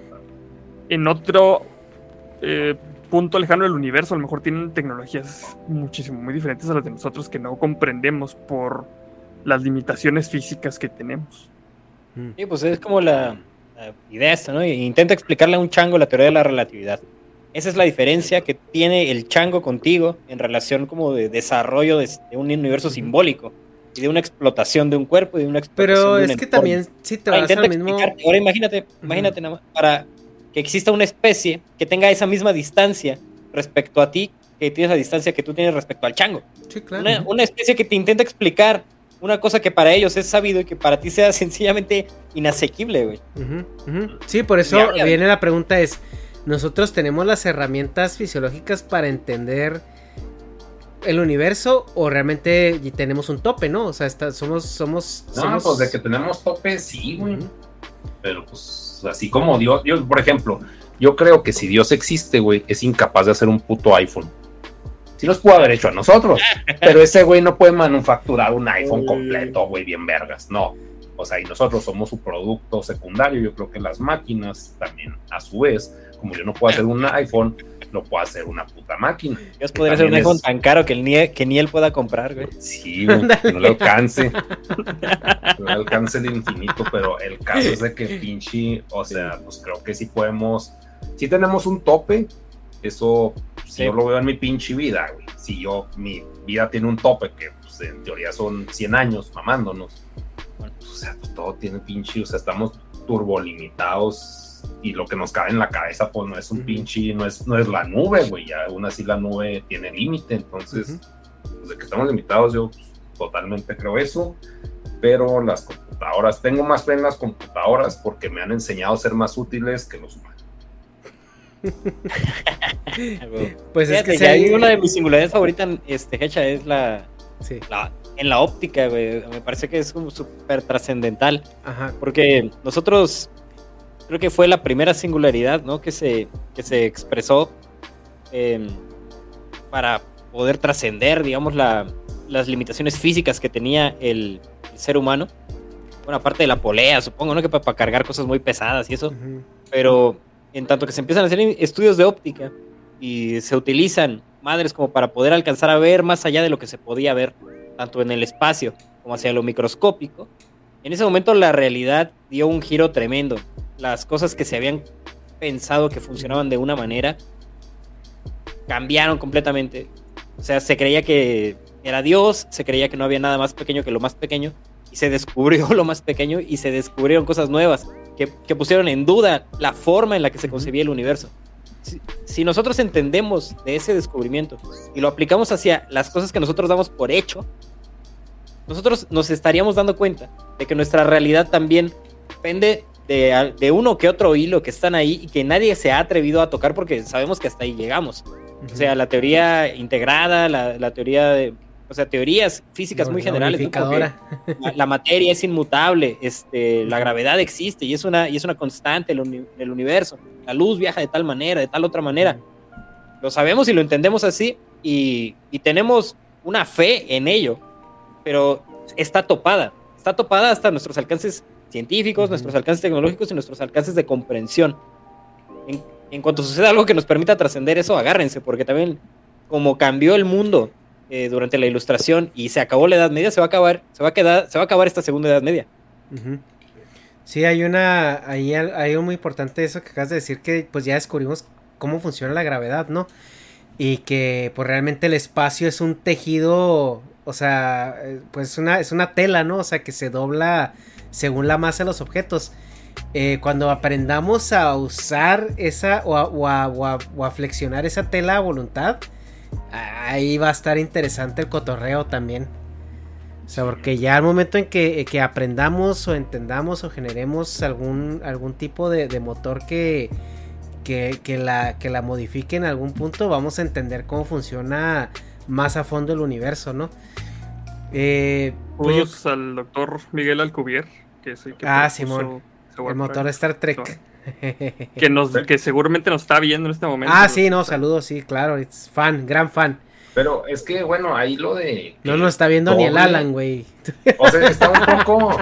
en otro eh, punto lejano del universo, a lo mejor tienen tecnologías muchísimo, muy diferentes a las de nosotros que no comprendemos por las limitaciones físicas que tenemos. Sí, pues es como la, la idea esta, ¿no? Intenta explicarle a un chango la teoría de la relatividad. Esa es la diferencia que tiene el chango contigo en relación como de desarrollo de, de un universo simbólico y de una explotación de un cuerpo y de una explotación Pero de un es que entorno. también si te ah, vas al mismo... Ahora imagínate, imagínate uh-huh. nada más, para que exista una especie que tenga esa misma distancia respecto a ti, que tienes la distancia que tú tienes respecto al chango. Sí, claro. Una, una especie que te intenta explicar una cosa que para ellos es sabido y que para ti sea sencillamente inasequible, güey. Uh-huh, uh-huh. Sí, por eso ya, ya. viene la pregunta es, ¿nosotros tenemos las herramientas fisiológicas para entender el universo o realmente tenemos un tope, no? O sea, está, somos, somos... No, somos... pues de que tenemos tope, sí, güey. Uh-huh. Pero pues así como Dios, Dios, por ejemplo, yo creo que si Dios existe, güey, es incapaz de hacer un puto iPhone. Sí los pudo haber hecho a nosotros, pero ese güey no puede manufacturar un iPhone completo, güey, bien vergas, no. O sea, y nosotros somos su producto secundario. Yo creo que las máquinas también, a su vez, como yo no puedo hacer un iPhone, no puedo hacer una puta máquina. Dios podría hacer un iPhone es... tan caro que, el ni, que ni él pueda comprar, güey. Sí, güey, que no le alcance. No le alcance el infinito, pero el caso es de que pinche, o sea, pues creo que sí podemos, sí tenemos un tope, eso... Si sí. Yo lo veo en mi pinche vida, güey. Si yo, mi vida tiene un tope que, pues, en teoría son cien años mamándonos. Bueno, pues, o sea, pues todo tiene pinche, o sea, estamos turbolimitados y lo que nos cae en la cabeza, pues, no es un uh-huh. pinche, no es, no es la nube, güey. Ya aún así la nube tiene límite, entonces, uh-huh. pues, de que estamos limitados, yo pues, totalmente creo eso. Pero las computadoras, tengo más fe en las computadoras porque me han enseñado a ser más útiles que los humanos. Pues fíjate, es que hay una de mis singularidades favoritas, este, Hecha, es la, sí. la en la óptica, güey. Me parece que es como súper trascendental. Ajá. Porque nosotros creo que fue la primera singularidad, ¿no? Que se, que se expresó eh, para poder trascender, digamos, la, las limitaciones físicas que tenía el, el ser humano. Bueno, aparte de la polea, supongo, ¿no? Que para, para cargar cosas muy pesadas y eso. Uh-huh. Pero en tanto que se empiezan a hacer estudios de óptica y se utilizan madres como para poder alcanzar a ver más allá de lo que se podía ver, tanto en el espacio como hacia lo microscópico, en ese momento la realidad dio un giro tremendo. Las cosas que se habían pensado que funcionaban de una manera cambiaron completamente. O sea, se creía que era Dios, se creía que no había nada más pequeño que lo más pequeño, y se descubrió lo más pequeño y se descubrieron cosas nuevas que, que pusieron en duda la forma en la que se concebía el universo. Si, si nosotros entendemos de ese descubrimiento y lo aplicamos hacia las cosas que nosotros damos por hecho, nosotros nos estaríamos dando cuenta de que nuestra realidad también depende de, de uno que otro hilo que están ahí y que nadie se ha atrevido a tocar porque sabemos que hasta ahí llegamos. Uh-huh. O sea, la teoría integrada, la, la teoría de... O sea, teorías físicas no, muy generales, ¿no? la, la materia es inmutable, este, la gravedad existe y es una, y es una constante en el, el universo. La luz viaja de tal manera, de tal otra manera. Lo sabemos y lo entendemos así y, y tenemos una fe en ello. pero está topada. Está topada hasta nuestros alcances científicos, uh-huh. nuestros alcances tecnológicos y nuestros alcances de comprensión. En, en cuanto suceda algo que nos permita trascender eso, agárrense, porque también como cambió el mundo eh, durante la Ilustración y se acabó la Edad Media, se va a acabar, se va a quedar, se va a acabar esta segunda Edad Media. Uh-huh. Sí, hay una, hay, hay algo muy importante eso que acabas de decir, que pues ya descubrimos cómo funciona la gravedad, ¿no? Y que pues realmente el espacio es un tejido, o sea, pues una, es una tela, ¿no? O sea, que se dobla según la masa de los objetos. Eh, cuando aprendamos a usar esa o a, o, a, o, a, o a flexionar esa tela a voluntad, ahí va a estar interesante el cotorreo también. O sea, porque ya al momento en que, que aprendamos o entendamos o generemos algún, algún tipo de, de motor que, que, que, la, que la modifique en algún punto, vamos a entender cómo funciona más a fondo el universo, ¿no? Eh, pues yo... al doctor Miguel Alcubierre, que es el que ah, Simón, el motor de Star Trek. Que, nos, que seguramente nos está viendo en este momento. Ah, sí, no, saludos, sí, claro, es fan, gran fan. Pero es que, bueno, ahí lo de... No nos está viendo doble, ni el Alan, güey. O sea, está un poco...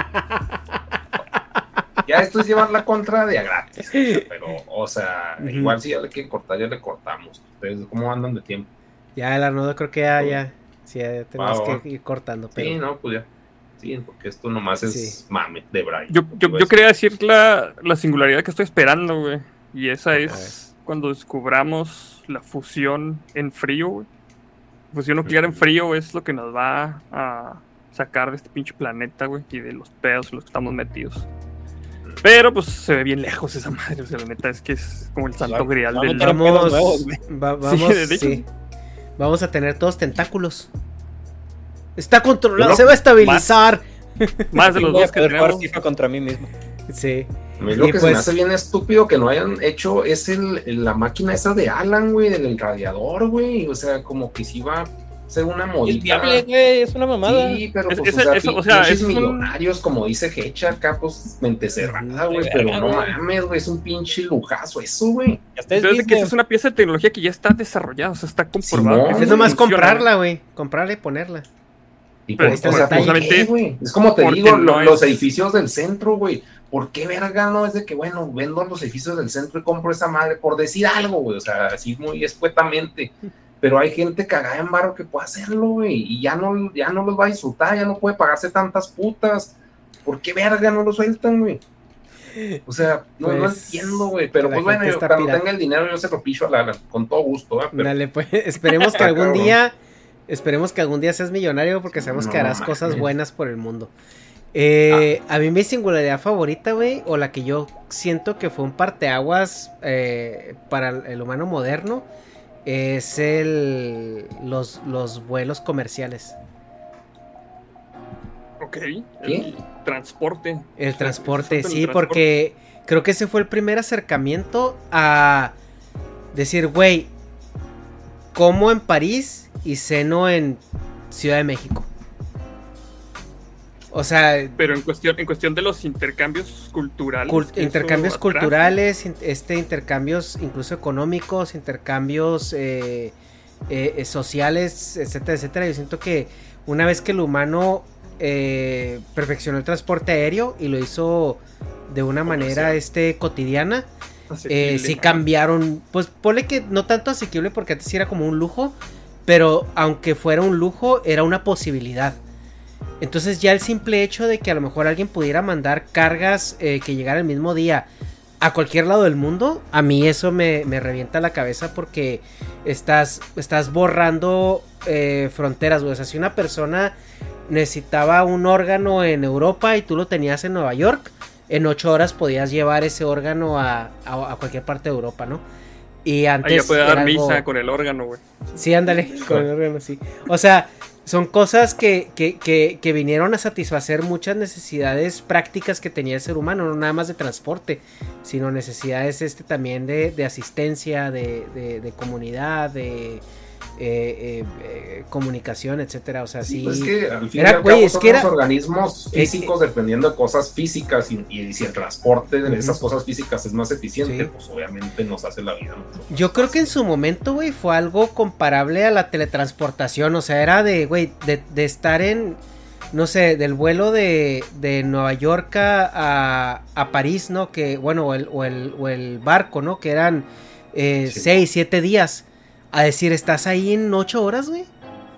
Ya esto es llevar la contra de a gratis. Pero, o sea, uh-huh. igual si ya le quieren cortar, ya le cortamos. ¿Ustedes cómo andan de tiempo? Ya, el Arnoldo creo que ya, ya, sí, ya tenemos wow. que ir cortando. Pero... Sí, no, pues ya. Sí, porque esto nomás es sí. mame de Brian. Yo, yo, yo quería decir la, la singularidad que estoy esperando, güey. Y esa es cuando descubramos la fusión en frío, güey. Fusión nuclear en frío es lo que nos va a sacar de este pinche planeta, güey, y de los pedos en los que estamos metidos. Pero pues se ve bien lejos esa madre, o sea, la neta es que es como el santo grial vamos, del... Vamos, nuevos, va, vamos, sí, sí. vamos a tener todos tentáculos. Está controlado, no, se va a estabilizar. Más, más de los dos que tenemos. FIFA contra mí mismo. Sí. A mí lo y que pues, se me hace bien estúpido que no hayan hecho es el, la máquina esa de Alan, güey, del radiador, güey. O sea, como que si iba a ser una modita. Es viable, güey, es una mamada. Sí, pero es, pues, es, o sea, eso, o sea es millonarios, un... como dice Hecha acá, pues, mente cerrada, güey. Pero no mames, güey, es un pinche lujazo eso, güey. Entonces, que esa es una pieza de tecnología que ya está desarrollada, o sea, está comprobada. Sí, es nomás comprarla, güey. Comprarla y ponerla. Y pero, pues, o sea, ¿qué, güey? Es como te digo, no los es... edificios del centro, güey. ¿Por qué verga no es de que, bueno, vendo los edificios del centro y compro esa madre? Por decir algo, güey, o sea, así muy escuetamente. Pero hay gente cagada en varo que puede hacerlo, güey, y ya no, ya no los va a disfrutar, ya no puede pagarse tantas putas. ¿Por qué verga no lo sueltan, güey? O sea, no, pues, no entiendo, güey, pero pues bueno, yo, cuando pirata. tenga el dinero yo se lo picho a la, con todo gusto, ¿eh? Pero... Dale, pues, esperemos que algún día, esperemos que algún día seas millonario porque sabemos no, que harás man, cosas buenas por el mundo. Eh, ah. A mí mi singularidad favorita, güey, o la que yo siento que fue un parteaguas eh, para el humano moderno, es el los, los vuelos comerciales. Ok, el transporte. El transporte, sí, el porque transporte. Creo que ese fue el primer acercamiento a decir, güey, como en París y ceno en Ciudad de México. O sea, pero en cuestión en cuestión de los intercambios culturales, cult- intercambios culturales, in- este intercambios incluso económicos, intercambios eh, eh, sociales, etcétera, etcétera. Yo siento que una vez que el humano eh, perfeccionó el transporte aéreo y lo hizo de una manera este cotidiana, eh, sí cambiaron, pues ponle que no tanto asequible porque antes sí era como un lujo, pero aunque fuera un lujo era una posibilidad. Entonces ya el simple hecho de que a lo mejor alguien pudiera mandar cargas eh, que llegaran el mismo día a cualquier lado del mundo, a mí eso me, me revienta la cabeza porque estás, estás borrando eh, fronteras, güey. O sea, si una persona necesitaba un órgano en Europa y tú lo tenías en Nueva York, en ocho horas podías llevar ese órgano a, a, a cualquier parte de Europa, ¿no? Y antes... Ahí ya puede dar algo... misa con el órgano, güey. Sí, ándale, con el órgano, sí. O sea... Son cosas que, que, que, que vinieron a satisfacer muchas necesidades prácticas que tenía el ser humano, no nada más de transporte, sino necesidades este también de, de asistencia, de, de, de comunidad, de eh, eh, eh, comunicación, etcétera. O sea, sí. Pues es que al fin era, y al güey, cabo es son que era, los organismos físicos eh, dependiendo de cosas físicas y, y si el transporte de uh-huh. esas cosas físicas es más eficiente, sí. pues obviamente nos hace la vida mucho más Yo creo fácil. Que en su momento, güey, fue algo comparable a la teletransportación, o sea, era de, güey, de, de estar en... no sé, del vuelo de, de Nueva York a, a París, ¿no? Que, bueno, o el, o el, o el barco, ¿no? Que eran eh, sí. seis, siete días. A decir, ¿estás ahí en ocho horas, güey?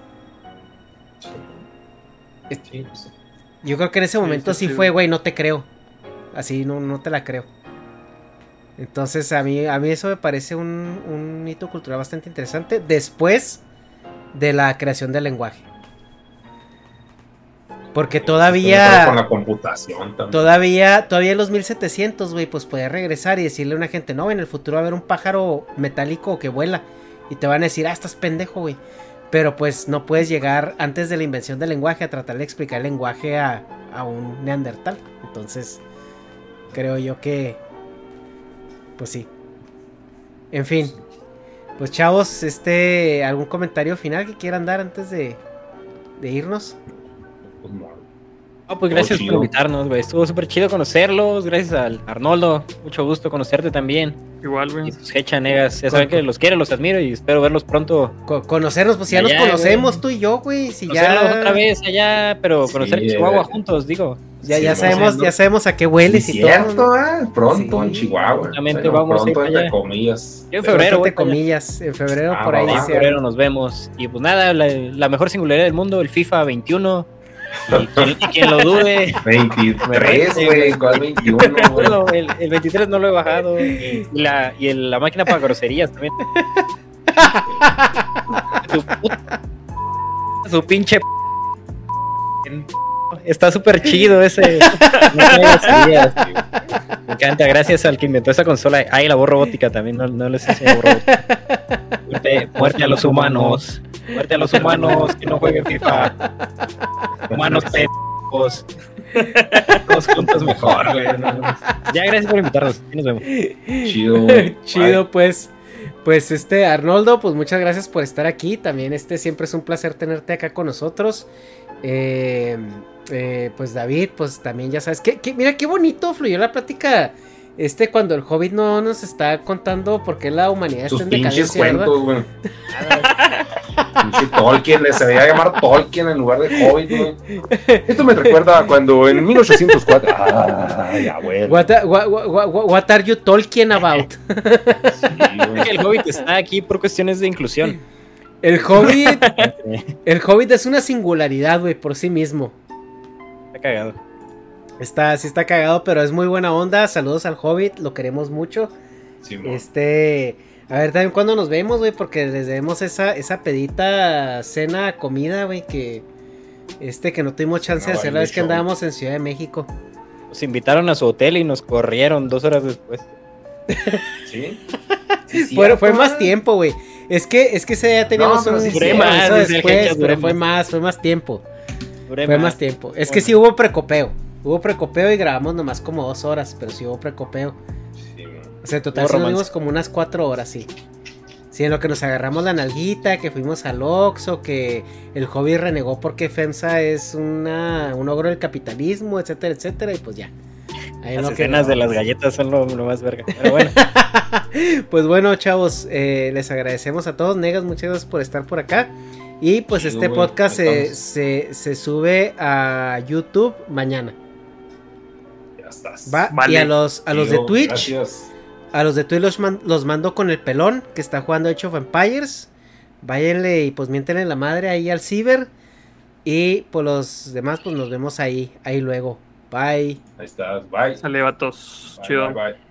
Sí. Sí, sí. Yo creo que en ese momento sí, sí, sí fue, güey, no te creo. Así, no, no te la creo. Entonces, a mí, a mí eso me parece un, un hito cultural bastante interesante. Después de la creación del lenguaje. Porque todavía... Con la computación también. Todavía, todavía en los mil setecientos, güey, pues podías regresar y decirle a una gente, no, en el futuro va a haber un pájaro metálico que vuela. Y te van a decir, ah, estás pendejo, güey. Pero pues no puedes llegar antes de la invención del lenguaje a tratar de explicar el lenguaje a, a un neandertal. Entonces, creo yo que... Pues sí. En fin. Pues chavos, este... ¿algún comentario final que quieran dar antes de, de irnos? Pues no. Oh, pues gracias por invitarnos, güey. Estuvo súper chido conocerlos. Gracias al Arnoldo. Mucho gusto conocerte también. Igual, güey. Y sus hecha negas. Ya saben que los quiero, los admiro y espero verlos pronto. Co- conocernos, pues ya allá, nos conocemos, güey. Tú y yo, güey. Si conocerlos ya... otra vez allá, pero sí, conocer Chihuahua juntos, digo. Ya, sí, ya sabemos, ya sabemos a qué hueles sí, y cierto, todo. ¿eh? Pronto sí. En Chihuahua. Exactamente, bueno, vamos pronto a ir entre allá. Comillas. Yo en febrero, entre comillas, en febrero ah, por ahí. En febrero nos vemos. Y pues nada, la, la mejor singularidad del mundo, el FIFA veintiuno. Y quien, y quien lo dude. veintitrés, güey. ¿Cuál veintiuno? No, el, el veintitrés no lo he bajado. Y, la, y el, la máquina para groserías también. su, puta, su pinche. Está súper chido ese. Me encanta, gracias al que inventó esa consola. Ay, la voz robótica también. No, no les hice voz robótica. Muerte, muerte a los humanos. Muerte a los humanos que no jueguen FIFA. Humanos pendejos. Todos juntos mejor, güey. Ya, gracias por invitarnos. Y nos vemos. Chido. Chido, bye. pues. Pues este, Arnoldo, pues muchas gracias por estar aquí. También este, siempre es un placer tenerte acá con nosotros. Eh, eh, pues David, pues también ya sabes que, que mira qué bonito fluyó la plática. Este, cuando el Hobbit no nos está contando por qué la humanidad sus está en pinches decadencia, cuentos, güey. Pinche Tolkien, les debía llamar Tolkien en lugar de Hobbit, güey. Esto me recuerda a cuando en mil ochocientos cuatro. Ah, ya, güey. What, what, what, what are you talking about? Sí, el Hobbit está aquí por cuestiones de inclusión. El Hobbit, el Hobbit es una singularidad, güey, por sí mismo. Está cagado. Está, sí está cagado, pero es muy buena onda. Saludos al Hobbit, lo queremos mucho. Sí, este, a ver también cuando nos vemos, güey, porque les debemos esa, esa pedita, cena, comida, güey, que este que no tuvimos chance no, de hacer la vez que andábamos en Ciudad de México. Nos invitaron a su hotel y nos corrieron dos horas después. Sí. sí fue, fue más tiempo, güey. Es que, es que ese ya teníamos no, un sí, sí, más, eso después, pero más. fue más, fue más tiempo. Duré fue más. más tiempo. Es bueno. que sí hubo precopeo. Hubo precopeo y grabamos nomás como dos horas, pero sí hubo precopeo. Sí, o sea, en total sí nos vimos como unas cuatro horas, sí. Sí, en lo que nos agarramos la nalguita, que fuimos al Oxxo, que el Hobby renegó porque FEMSA es una, un ogro del capitalismo, etcétera, etcétera, y pues ya. Ahí las escenas de las galletas son lo, lo más verga, pero bueno. Pues bueno, chavos, eh, les agradecemos a todos. Negas, muchas gracias por estar por acá. Y pues sí, este güey, podcast se, se, se sube a YouTube mañana. Ya estás. Va, vale. Y a los, a los de Twitch, gracias. a los de Twitch los, man, los mando con el pelón que está jugando Age of Empires. Váyanle y pues miéntenle la madre ahí al Ciber. Y pues los demás pues nos vemos ahí, ahí luego. Bye. Ahí estás, bye. Sale, vatos. Bye, chido. Bye, bye.